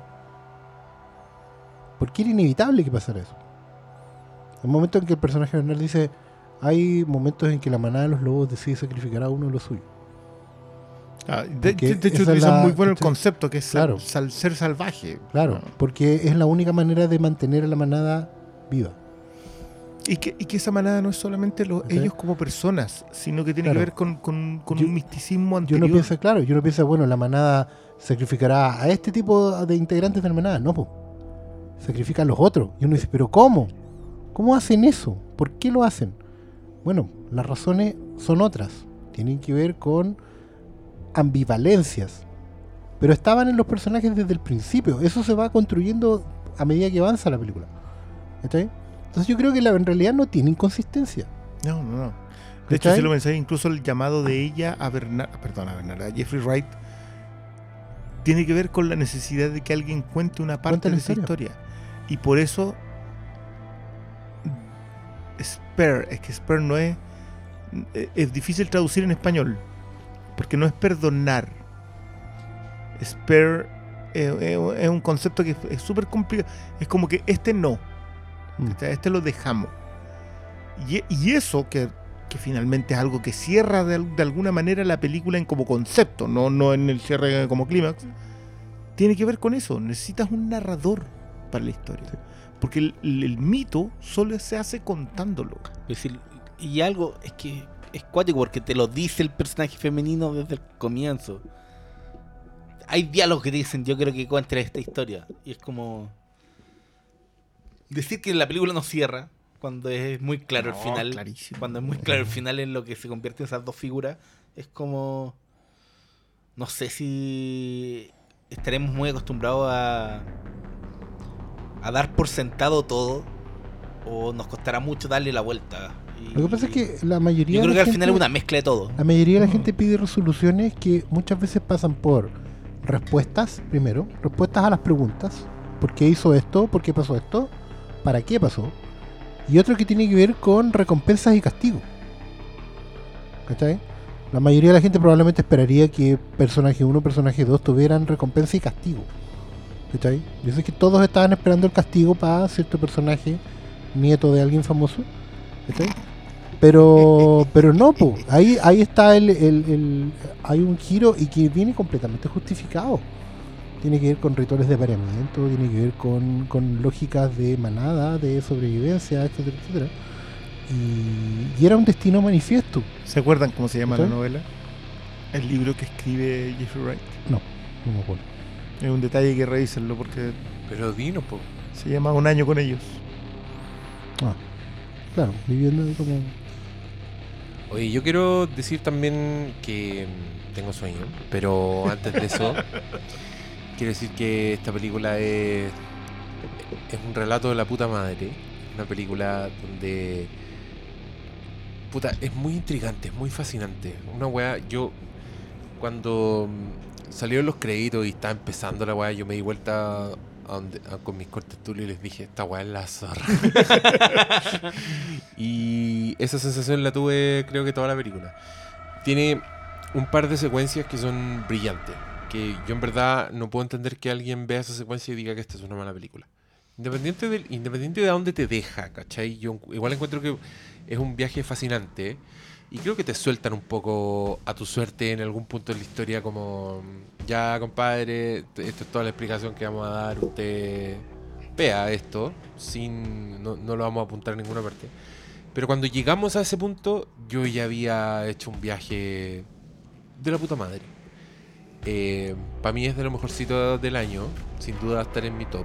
Porque era inevitable que pasara eso. El momento en que el personaje de Bernard dice: hay momentos en que la manada de los lobos decide sacrificar a uno de los suyos. De hecho, utilizan muy bueno el concepto, que es claro, ser salvaje. Claro, porque es la única manera de mantener a la manada viva. Y que esa manada no es solamente ellos como personas, sino que tiene que ver con un misticismo anterior. Yo no pienso, bueno, la manada sacrificará a este tipo de integrantes de la manada. No, po. Sacrifican a los otros. Y uno dice, ¿pero cómo? ¿Cómo hacen eso? ¿Por qué lo hacen? Bueno, las razones son otras. Tienen que ver con ambivalencias. Pero estaban en los personajes desde el principio. Eso se va construyendo a medida que avanza la película. ¿Está bien? Entonces yo creo que en realidad no tiene inconsistencia. No. De hecho, si lo pensáis, incluso el llamado de ella a Jeffrey Wright tiene que ver con la necesidad de que alguien cuente una parte de esa historia. Y por eso Spare no es difícil traducir en español, porque no es perdonar. Spare es un concepto que es súper complicado. Es como que no, este lo dejamos. Y eso que finalmente es algo que cierra de alguna manera la película como concepto, no en el cierre como clímax, tiene que ver con eso. Necesitas un narrador para la historia. Sí. Porque el mito solo se hace contándolo. Es decir, y algo es que es cuático porque te lo dice el personaje femenino desde el comienzo. Hay diálogos que te dicen: yo creo que cuenta esta historia. Y es como decir que la película no cierra cuando es muy claro el final. Clarísimo. Cuando es muy claro el final en lo que se convierte en esas dos figuras. Es como... No sé si estaremos muy acostumbrados a dar por sentado todo, o nos costará mucho darle la vuelta. Lo que pasa es que la mayoría yo creo de que la al gente, final es una mezcla de todo. la mayoría de la gente pide resoluciones que muchas veces pasan por respuestas, primero, respuestas a las preguntas. ¿Por qué hizo esto? ¿Por qué pasó esto? ¿Para qué pasó? Y otro que tiene que ver con recompensas y castigos. ¿Cachai? La mayoría de la gente probablemente esperaría que personaje 1, personaje 2 tuvieran recompensa y castigo. ¿Cachai? Yo sé que todos estaban esperando el castigo para cierto personaje, nieto de alguien famoso. ¿Cachai? Pero no, po. Ahí está hay un giro y que viene completamente justificado. Tiene que ver con rituales de apareamiento, tiene que ver con lógicas de manada, de sobrevivencia, etcétera, etcétera. Y era un destino manifiesto. ¿Se acuerdan cómo se llama ¿Sí? la novela? El libro que escribe Jeffrey Wright. No me acuerdo. Es un detalle que revísenlo porque Pero dinos, po. se llama Un año con ellos. Ah, claro, viviendo como... Oye, yo quiero decir también que tengo sueño, pero antes de eso, quiero decir que esta película es un relato de la puta madre. Una película donde... Puta, es muy intrigante, es muy fascinante. Una weá, yo... Cuando salieron los créditos y estaba empezando la weá, yo me di vuelta con mis cortes y les dije, esta weá es la zorra. Y esa sensación la tuve, creo que toda la película. Tiene un par de secuencias que son brillantes, que yo en verdad no puedo entender que alguien vea esa secuencia y diga que esta es una mala película. Independiente de dónde te deja, ¿cachai? Yo igual encuentro que es un viaje fascinante y creo que te sueltan un poco a tu suerte en algún punto de la historia, como ya, compadre, esto es toda la explicación que vamos a dar, usted vea esto, no lo vamos a apuntar en ninguna parte. Pero cuando llegamos a ese punto, yo ya había hecho un viaje de la puta madre. Para mí es de lo mejorcito del año, sin duda va a estar en mi top.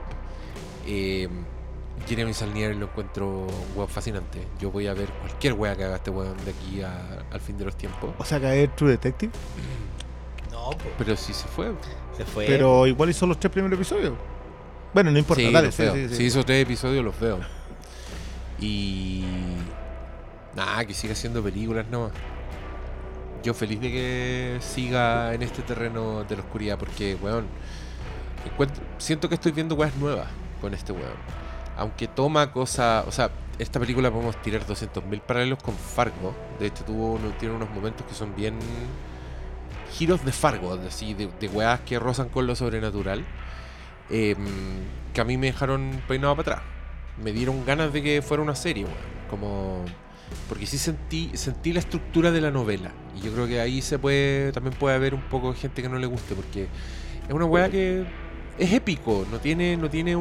Jeremy Saulnier lo encuentro un weón fascinante. Yo voy a ver cualquier wea que haga este weón de aquí al fin de los tiempos. O sea, que es True Detective. No, pues. Pero sí se fue. Se fue. Pero igual hizo los 3 primeros episodios. Bueno, no importa, Sí, dale. los veo. Si hizo 3 episodios, los veo. Y... nada, que siga haciendo películas nomás. Yo feliz de que siga en este terreno de la oscuridad, porque, weón, siento que estoy viendo weas nuevas con este weón. Aunque toma cosas... O sea, esta película podemos tirar 200.000 paralelos con Fargo. De hecho, tiene unos momentos que son bien... giros de Fargo, así, de weas que rozan con lo sobrenatural. Que a mí me dejaron peinado para atrás. Me dieron ganas de que fuera una serie, weón. Como... porque sí sentí la estructura de la novela. Y yo creo que ahí también puede haber un poco de gente que no le guste, porque es una weá que es épico, no tiene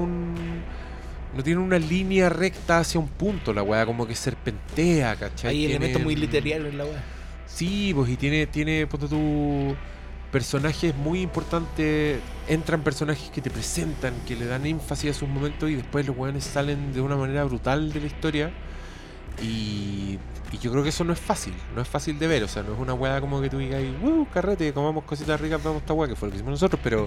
una línea recta hacia un punto, la weá como que serpentea, ¿cachai? Hay Tiene- elementos muy literarios en la web. Sí, pues, y tiene ponte tú, personajes muy importantes, entran personajes que te presentan, que le dan énfasis a sus momentos y después los weones salen de una manera brutal de la historia. Y yo creo que eso no es fácil de ver, o sea, no es una weá como que tú digas, carrete, comamos cositas ricas, vamos a esta weá, que fue lo que hicimos nosotros, pero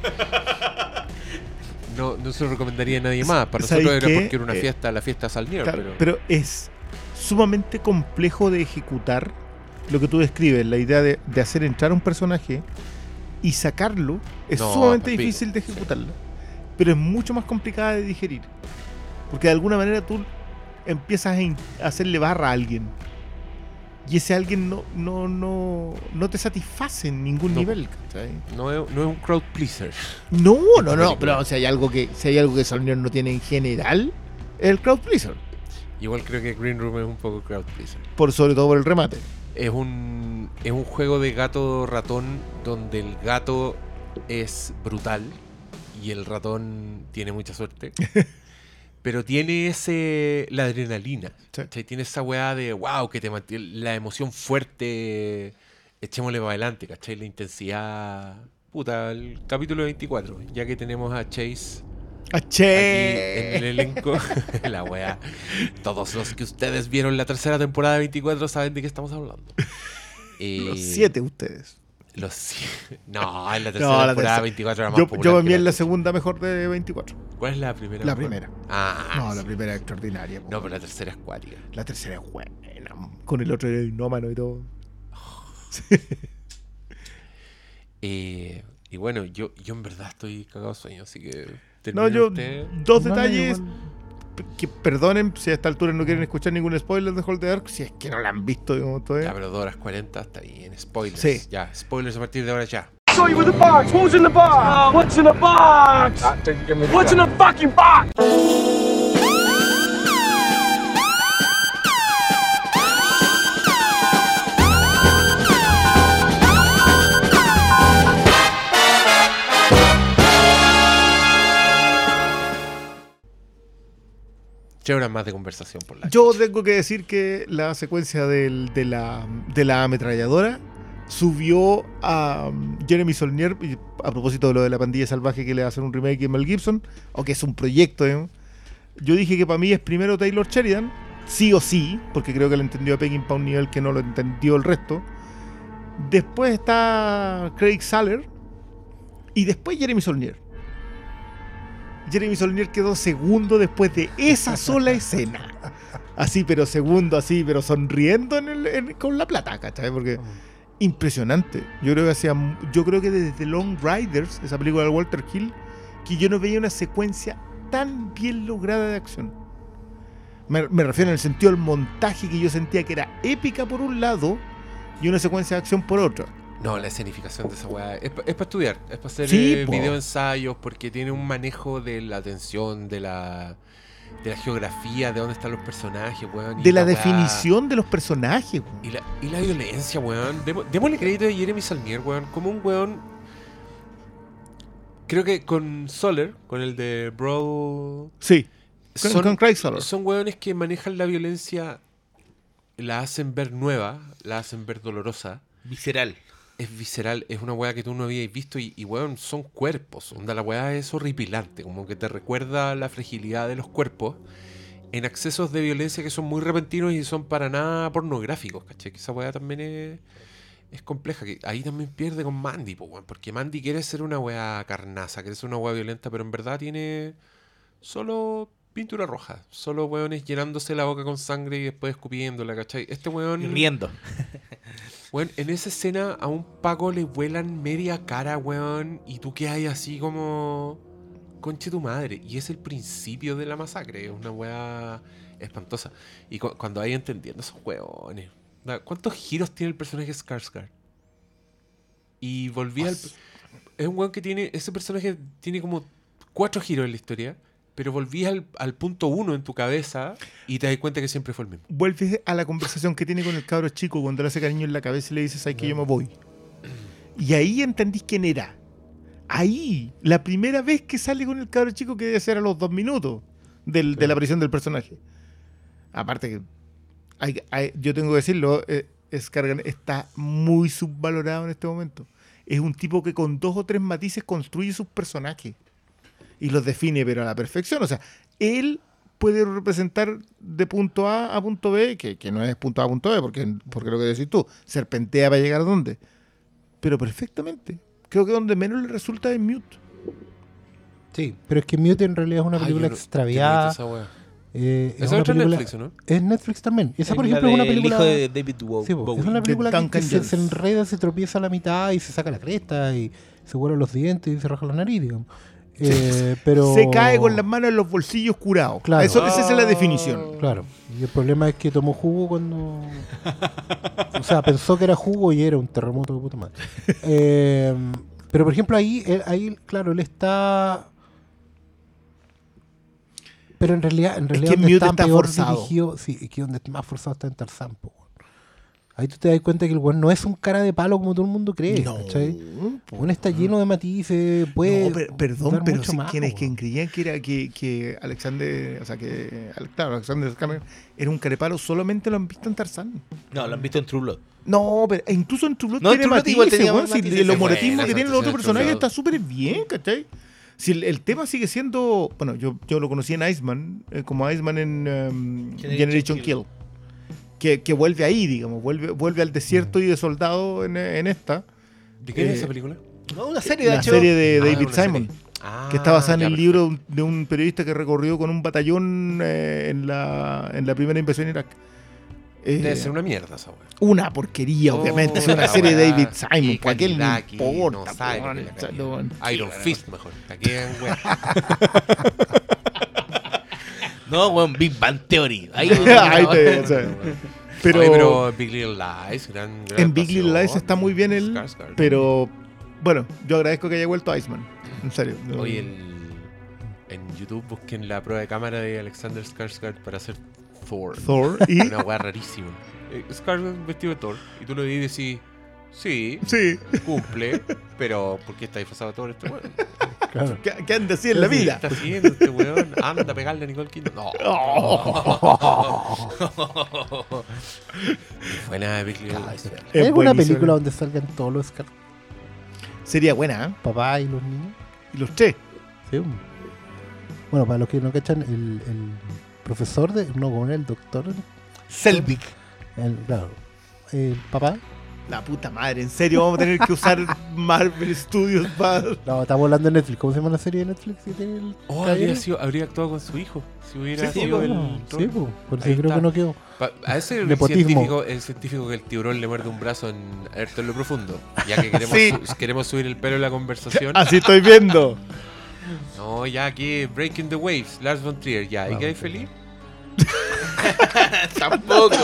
no se lo recomendaría a nadie más. Para ¿Sabes nosotros era qué? porque era una fiesta, la fiesta Saulnier, Claro, pero pero es sumamente complejo de ejecutar lo que tú describes, la idea de hacer entrar a un personaje y sacarlo es No, sumamente papi, difícil de ejecutarla, pero es mucho más complicada de digerir, porque de alguna manera tú empiezas a hacerle barra a alguien y ese alguien no te satisface en ningún No. nivel, ¿cachai? no es un crowd pleaser. No, película. pero si hay algo que Saulnier no tiene en general, es el crowd pleaser, Igual creo que Green Room es un poco crowd pleaser. sobre todo por el remate. Es un juego de gato ratón donde el gato es brutal y el ratón tiene mucha suerte. Pero tiene la adrenalina. Sí. ¿Cachai? Tiene esa weá de wow, que te mantiene la emoción fuerte. Echémosle para adelante, ¿cachai? La intensidad. Puta, el capítulo 24. Ya que tenemos a Chase aquí en el elenco. La weá. Todos los que ustedes vieron la tercera temporada de 24 saben de qué estamos hablando. Los 7 ustedes. No, en la No, tercera la temporada tercera. 24 era más Yo popular para que mí es la tercera. segunda mejor de 24. ¿Cuál es la primera? La mejor? primera. Ah, No, sí. la primera es extraordinaria. po. No, pero la tercera es cuática. La tercera es buena. Con el otro nómano y todo. Y bueno, yo en verdad estoy cagado de sueño, así que... No, termine yo. usted. Dos No, detalles. igual. Que perdonen si a esta altura no quieren escuchar ningún spoiler de Hold the Dark. Si es que no la han visto, digamos, Ya, todavía. pero 2 horas 40 está bien. Spoilers. Sí. Ya, spoilers a partir de ahora ya. Show you with the box. Who's in the box? What's in the box? What's in the fucking box? Ya horas más de conversación por la... Yo tengo que decir que la secuencia de la ametralladora subió a Jeremy Saulnier, y a propósito de lo de la pandilla salvaje que le va a hacer un remake de Mel Gibson, o que es un proyecto. Yo dije que para mí es primero Taylor Sheridan, sí o sí, porque creo que lo entendió Peckinpah a un nivel que no lo entendió el resto. Después está Craig Saller y después Jeremy Saulnier. Jeremy Saulnier quedó segundo después de esa sola escena. Así, pero segundo, así, pero sonriendo con la plata, ¿cachai? Porque impresionante. Yo creo que desde The Long Riders, esa película de Walter Hill, que yo no veía una secuencia tan bien lograda de acción. Me refiero en el sentido del montaje, que yo sentía que era épica por un lado y una secuencia de acción por otro. No, la escenificación de esa weá es para estudiar, es para hacer Sí, po. videoensayos, porque tiene un manejo de la atención, de la geografía, de dónde están los personajes, weón. y De la weá- definición de los personajes. weón. Y la violencia, weón. Démosle crédito a Jeremy Saulnier, weón. Como un weón. Creo que con Soler, con el de Brawl. Sí, con Craig Saller. Son weones que manejan la violencia, la hacen ver nueva, la hacen ver dolorosa. Visceral. Es visceral, es una weá que tú no habías visto y weón, son cuerpos. Onda, la weá es horripilante, como que te recuerda la fragilidad de los cuerpos en accesos de violencia que son muy repentinos y son para nada pornográficos, ¿cachai? Que esa weá también es compleja, que ahí también pierde con Mandy, po, weón, porque Mandy quiere ser una weá carnaza, quiere ser una weá violenta, pero en verdad tiene solo pintura roja, solo weones llenándose la boca con sangre y después escupiéndola, ¿cachai? Este weón... Y riendo. Weón, en esa escena a un Paco le vuelan media cara, weón, y tú quedas ahí así como... Conche tu madre. Y es el principio de la masacre, es una weá espantosa. Y cuando hay entendiendo esos weones... ¿Cuántos giros tiene el personaje Skarsgård? Y volví al... Es un weón que tiene... Ese personaje tiene como 4 giros en la historia, pero volví al punto 1 en tu cabeza y te das cuenta que siempre fue el mismo. Vuelves a la conversación que tiene con el cabro chico cuando le hace cariño en la cabeza y le dices, ay, que yo me voy. Y ahí entendís quién era. Ahí, la primera vez que sale con el cabro chico, que debe ser a los 2 minutos de la aparición del personaje. Aparte que yo tengo que decirlo, Skarsgård está muy subvalorado en este momento. Es un tipo que con 2 o 3 matices construye sus personajes y los define, pero a la perfección. O sea, él puede representar de punto A a punto B, que no es punto A a punto B, porque lo que decís tú, serpentea para llegar a dónde. Pero perfectamente. Creo que donde menos le resulta es Mute. Sí, pero es que Mute en realidad es una película extraviada. Esa weá. Es Esa una otra película, Netflix, ¿o no? Es Netflix también. Esa, por La ejemplo, es una del película... hijo de David Sí, po, Bowie. es una película De que Duncan se Jones. enreda, se tropieza a la mitad y se saca la cresta y se huele los dientes y se raja la nariz, digamos. Pero... Se cae con las manos en los bolsillos curados. Claro. Esa es la definición. Claro. Y el problema es que tomó jugo cuando... O sea, pensó que era jugo y era un terremoto de puta madre. Pero, por ejemplo, ahí, claro, él está... Pero en realidad que donde Mute está está peor forzado. dirigido... Sí, es que donde está más forzado está en Tarzán, po, weón. Ahí tú te das cuenta que el weón no es un cara de palo como todo el mundo cree, No, ¿cachai? po. El weón está lleno de matices, puede... No, perdón, dar pero mucho si más, quienes po, que weón. creían que era que Alexander, o sea que claro, Alexander Skarsgård era un carepalo, solamente lo han visto en Tarzán. No, lo han visto en True Blood. No, pero incluso en True Blood No, en tiene True Blood igual matices, tenía weón, más si matices. el Sí, humorismo buena, que tienen esa los otros actuación de personajes True Blood. está súper bien, ¿cachai? Si el tema sigue siendo, bueno, yo lo conocí en Iceman, como Iceman en Generation Generation Kill. que vuelve ahí, digamos, vuelve al desierto y de soldado en esta. ¿De qué es esa película? No, una serie de La HBO. serie de David una serie. Simon, Ah, que está basada en ya, el perfecto. libro de un periodista que recorrió con un batallón en la primera invasión en Irak. Debe ser una mierda esa weá. Una porquería, Oh, obviamente. Es una la serie de weá. David Simon. Qué ¿Para qué le calidad aquí, importa? no sabe po, lo que es la calidad. weón? Iron Fist mejor. Aquí es weá. No, weón, Big Bang Theory. Ahí, Ahí te- o sea, pero, Oye, pero Big Little Lies, gran en Big Little Lies actuación. está muy bien él. Skarsgård. Pero bueno, yo agradezco que haya vuelto Iceman. En serio. No- Oye, en YouTube busquen la prueba de cámara de Alexander Skarsgård para hacer Thor. Thor y. Una weá rarísima. Skarsgård vestido de Thor. Y tú lo ves y decís, sí, Sí. cumple, pero ¿por qué está disfrazado de Thor este weón? Claro. ¿Qué anda así en la ¿Qué vida? está haciendo este weón? Anda a pegarle a Nicole Kidman. No. Fue nada de Big Little Lies. ¿Hay Es alguna buenísimo. película donde salgan todos los Scar Sería buena, ¿eh? papá y los niños? Y los tres. Sí. Bueno, para los que no cachan, el profesor de. No, con el doctor. Selvig. Claro. El papá. La puta madre, en serio, vamos a tener que usar Marvel Studios para. No, estamos hablando de Netflix. ¿Cómo se llama la serie de Netflix que tiene el Oh, caballero? habría actuado con su hijo. Si hubiera Sí, sido pues, el Thor. Sí, pues. Por eso Ahí yo creo está. que no quedó. A ese el Nepotismo. científico que el tiburón le muerde un brazo en Alerta en lo profundo. Ya que queremos, Sí. queremos subir el pelo en la conversación. Así estoy viendo. No, ya aquí Breaking the Waves, Lars von Trier, ya. ¿Y Vamos, quedáis sí. feliz? Tampoco.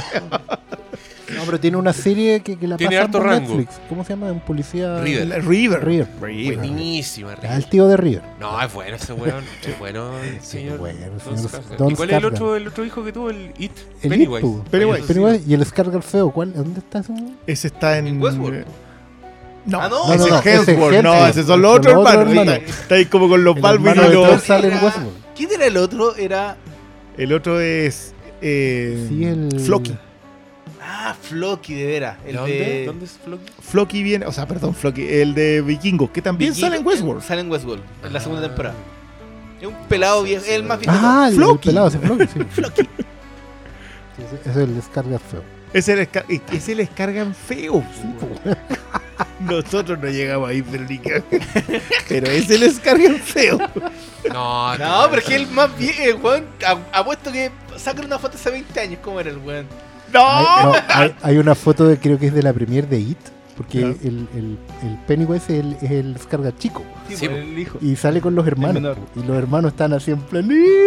No, pero tiene una serie que la Tiene pasan harto por rango. Netflix. ¿Cómo se llama? Un policía. River. River. River. Buenísima, Ah, el tío de River. No, es bueno ese weón. Es bueno el señor. bueno, el Don señor Skarsgård. Don ¿Y cuál es Skarsgård. el otro hijo que tuvo? El It. El Pennywise. It, Pennywise. Pennywise y el Skarsgård feo. ¿Dónde está ese? Ese está en. ¿En Westworld? No, Ah, no. ese No, no, es ese es Hemsworth. No, Hemsworth. esos son los Son otros los otros hermanos. hermanos. Está ahí como con los El Baldwin hermano y de Thor los. sale en Westworld. ¿Quién era el otro? Era. El otro es. Sí, el. Floki. Ah, Floki, de veras. El ¿Dónde? de. ¿Dónde es Floki? Floki viene. O sea, perdón, Floki. El de Vikingos, que también Vikingo. sale en Westworld. Sale en Westworld, en la segunda temporada. Es un pelado viejo, es el más viejo. Ah, el Floki. pelado, ese Floki, sí. Floki. Sí, ese es el Skarsgård feo. Ese les cargan feo. Nosotros no llegamos ahí, pero ni que- Pero ese les cargan feo. No, No, pero es que el más viejo, weón. Apuesto que sacan una foto hace 20 años. ¿Cómo era el weón? Hay, ¡No! no, hay una foto de, creo que es de la premiere de It, porque Ya. el Pennywise es el Skarsgård chico Sí, pues, el hijo. y sale con los hermanos menor. y los hermanos están así en plan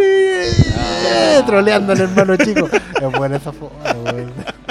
troleando al hermano chico. Es buena esa foto, weón.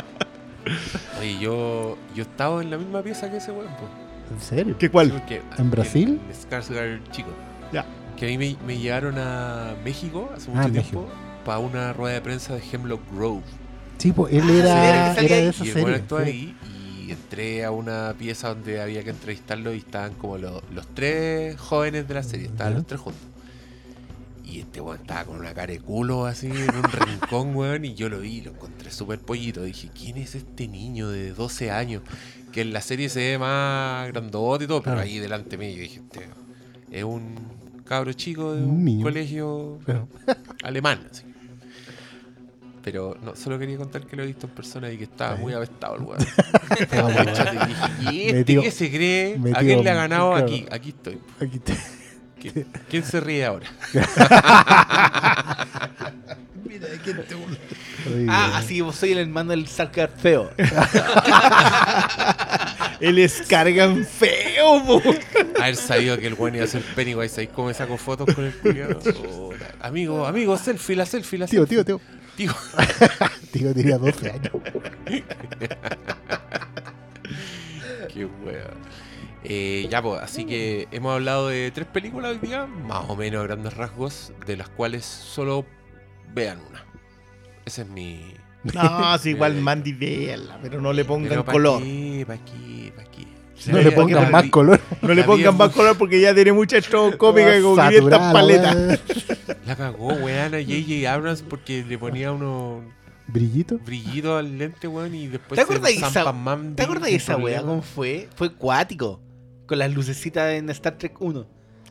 Oye, yo he estado en la misma pieza que ese weón, po. ¿En serio? ¿Qué Sí, cuál? porque- ¿En Brasil? El Skarsgård chico. Ya. Que a mí me llevaron a México hace mucho Ah, tiempo México. para una rueda de prensa de Hemlock Grove. Sí, pues él Ah, era, sí, que era de salía esa Y el weón serie. actuó sí. ahí y entré a una pieza donde había que entrevistarlo y estaban como los tres jóvenes de la serie, estaban Ya. los tres juntos. Y este weón estaba con una cara de culo así en un rincón, weón, y yo lo vi, lo encontré súper pollito. Dije, ¿quién es este niño de 12 años? Que en la serie se ve más grandote y todo, pero Claro. ahí delante mío yo dije, este es un cabro chico de Un un niño. colegio Pero- alemán, así. Pero no, solo quería contar que lo he visto en persona y que estaba muy avestado el weón. Estaba muy chato y dije, ¿y este Metido- qué se cree? ¿A metido- quién le ha ganado? claro. Aquí estoy. Aquí te- ¿Quién se ríe ahora? Oye, Así que vos soy el hermano del Skarsgård feo. El descargan feo, po. Haber sabido que el weón iba a ser Pennywise, ahí cómo me saco fotos con el culiado. Amigo, selfie, la selfie. Tío. Tío. Tío tenía 12 años. Qué weón. Ya pues, así que hemos hablado de 3 películas hoy día, más o menos a grandes rasgos, de las cuales solo vean una. Ese es mi... No, sí, igual Mandy véanla, pero no le pongan Pero ¿pa' color. qué? ¿Pa' qué? No le pongan más color. No le La pongan vida más muy- color porque ya tiene mucha show cómica con 500 Saturada, paletas. weón. La cagó, weón, a J.J. Abrams porque le ponía unos ¿Brillito? brillitos al lente, weón, y después ¿Te acuerdas de esa, ¿Te de esa weá? ¿Cómo fue? Fue cuático. Con las lucecitas en Star Trek 1.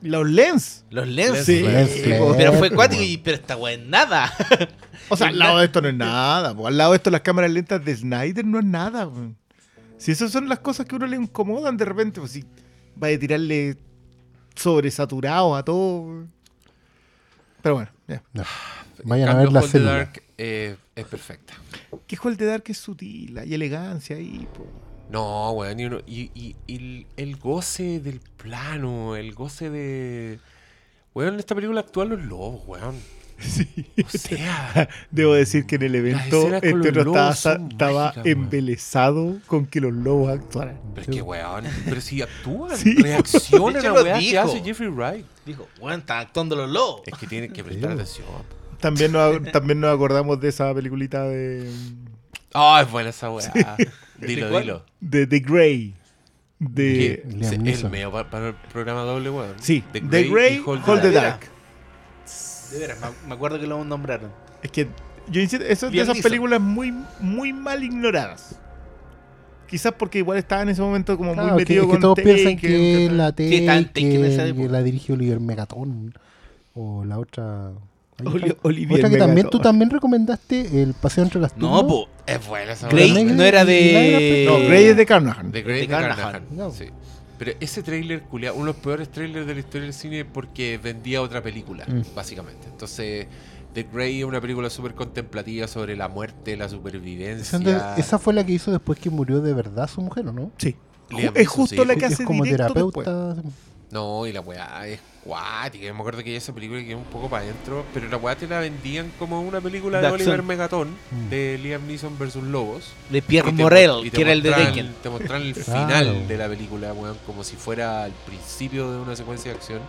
Los lens. Los lens. Sí. Lens flare, Pero fue po, cuático, weón. pero esta weá es nada. O sea, al lado de esto no es nada. Po. Al lado de esto las cámaras lentas de Snyder no es nada. Po. Si esas son las cosas que a uno le incomodan de repente, pues si vaya a tirarle sobresaturado a todo. Pero bueno, ya. No. En Vayan a cambio, ver la Hold the célula. Dark es perfecta. Que Hold the Dark es sutil, hay elegancia ahí. Po. No, weón, y el goce del plano, el goce de... Weón, en esta película actúan los lobos, weón. Sí. O sea, Debo decir que en el evento escenas con este los otro lobos son estaba mágicas, weón. embelesado con que los lobos actuaran. pero es que weón, pero si actúan, Sí. reaccionan De hecho, a lo weá que dijo. hace Jeffrey Wright. Dijo, weón, están actuando los lobos. Es que tienen que prestar atención. También nos acordamos de esa peliculita de Ah, es buena esa weá. Dilo, cuál? dilo. The Grey. Que Liam es el Neeson. medio para el programa doble, weón. Sí, The The Grey, y Hold the the Dark. Dark. De veras, me acuerdo que lo nombraron. Es que yo insisto, eso es de Liam esas Neeson. películas muy mal ignoradas. Quizás porque igual estaba en ese momento como Claro, muy que, metido es que con todos piensan Taken, que ¿cachai? la Sí, está en Taken, Taken esa que época. la dirigió Oliver Megaton o la otra. hay otra- Olivier otra que también tú Megaton. también recomendaste, El Paseo entre las No, tumbas. po. Es buena esa Grey weá. no era de. No, Grey es de Carnahan. The Grey de de Carnahan. Carnahan. No. Sí. Pero ese tráiler, culiao, uno de los peores trailers de la historia del cine porque vendía otra película, básicamente. Entonces, The Grey es una película súper contemplativa sobre la muerte, la supervivencia. Esa fue la que hizo después que murió de verdad su mujer, ¿o no? Sí. Liam Es Neeson, justo sí. la que Es hace como directo después. terapeuta. No, y la weá es cuática. Yo me acuerdo que esa película quedó un poco para adentro, pero la weá te la vendían como una película De de Oliver acción. Megaton, de Liam Neeson versus Lobos. De Pierre Y te Morel, y te que era el de mostraban- Taken. Te mostraron el Claro. final de la película, weón, como si fuera el principio de una secuencia de acción.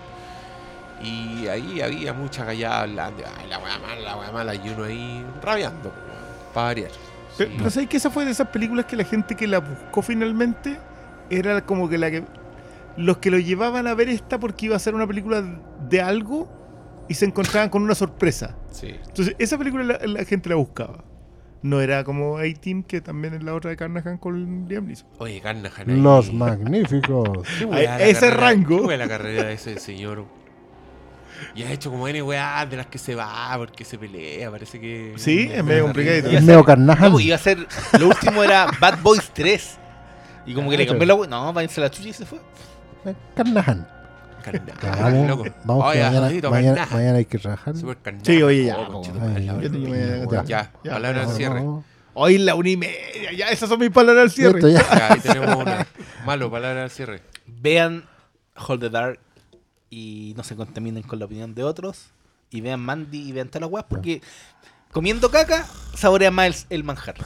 Y ahí había mucha gallada hablando, ay, la weá mala, y uno ahí rabiando, weón, para variar. Pero, Sí. pero ¿sabes que esa fue de esas películas que la gente que la buscó finalmente era como que la que los que lo llevaban a ver esta porque iba a ser una película de algo y se encontraban con una sorpresa. Sí. Entonces, esa película la gente la buscaba. No era como A-Team, que también es la otra de Carnahan con Liam Neeson. Oye, Carnahan ahí. Los Magníficos. Qué weá la ese carrera- rango. qué weá la carrera de ese señor. Y ha hecho como N weá de las que se va porque se pelea, parece que... Sí, es medio complicadito. Iba a Es ser- medio Carnahan. No, iba a ser. Lo último era Bad Boys 3. Y como que le Ah, cambió la. No, váyanse la chucha y se fue. Carnahan. Carnahan, loco. Vamos que Oye, mañana, Jodito, mañana, Carnahan. mañana hay que trabajar. Super Carnahan. Sí, oye, ya, Oh, po. conchetumare, Ay, la yo verdad. te- me- Ya, ya, palabra al no, cierre. no. Hoy la 1:30. Ya, esas son mis palabras al cierre. Listo, ya. Ya, ahí tenemos una. Malo, palabra al cierre. Vean Hold the Dark y no se contaminen con la opinión de otros. Y vean Mandy y vean todas las weas porque comiendo caca saborea más el manjar.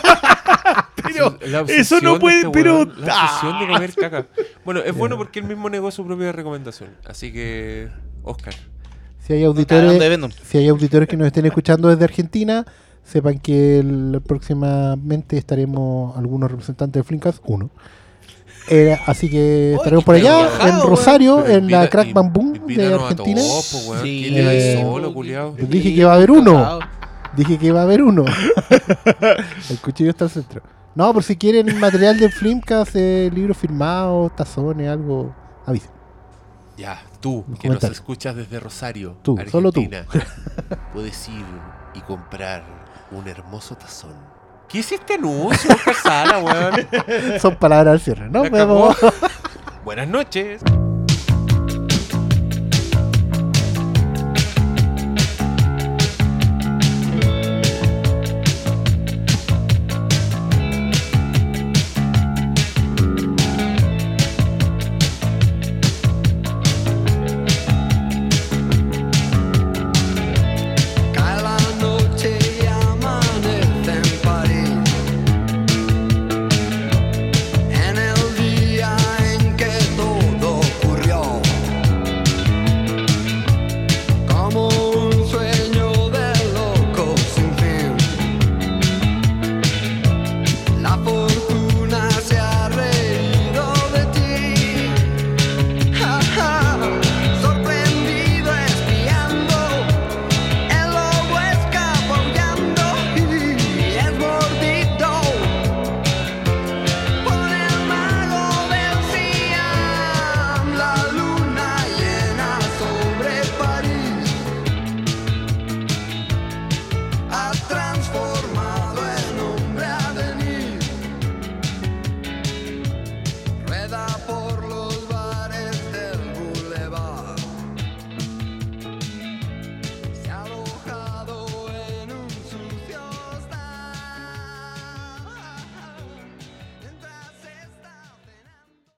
Pero La eso obsesión no de puede, este pero... weón, la obsesión de comer caca. Bueno, es bueno porque él mismo negó su propia recomendación. Así que, Oscar. Si hay Está hablando de auditores, Venom. si hay auditores que nos estén escuchando desde Argentina, sepan que próximamente estaremos algunos representantes de Flinkas, uno. Así que estaremos por qué allá, viajado, en weón. Rosario, Pero en la invita- Crack Bamboo de invítanos a Argentina. todos, po, weón. Sí. ¿Quién le va a ir Eh, solo, culiao? Les dije que iba a haber uno. Dije que iba a haber uno. El cuchillo está al centro. No, por si quieren material de Flimcast, libros firmados, tazones, algo, avisen. Ya, tú, Un que nos comentario. escuchas desde Rosario, Tú, solo tú. Argentina, puedes ir y comprar un hermoso tazón. ¿Qué es este anuncio, Oscar Sala, weón? Son palabras al cierre. Nos La cagó. vemos. Buenas noches.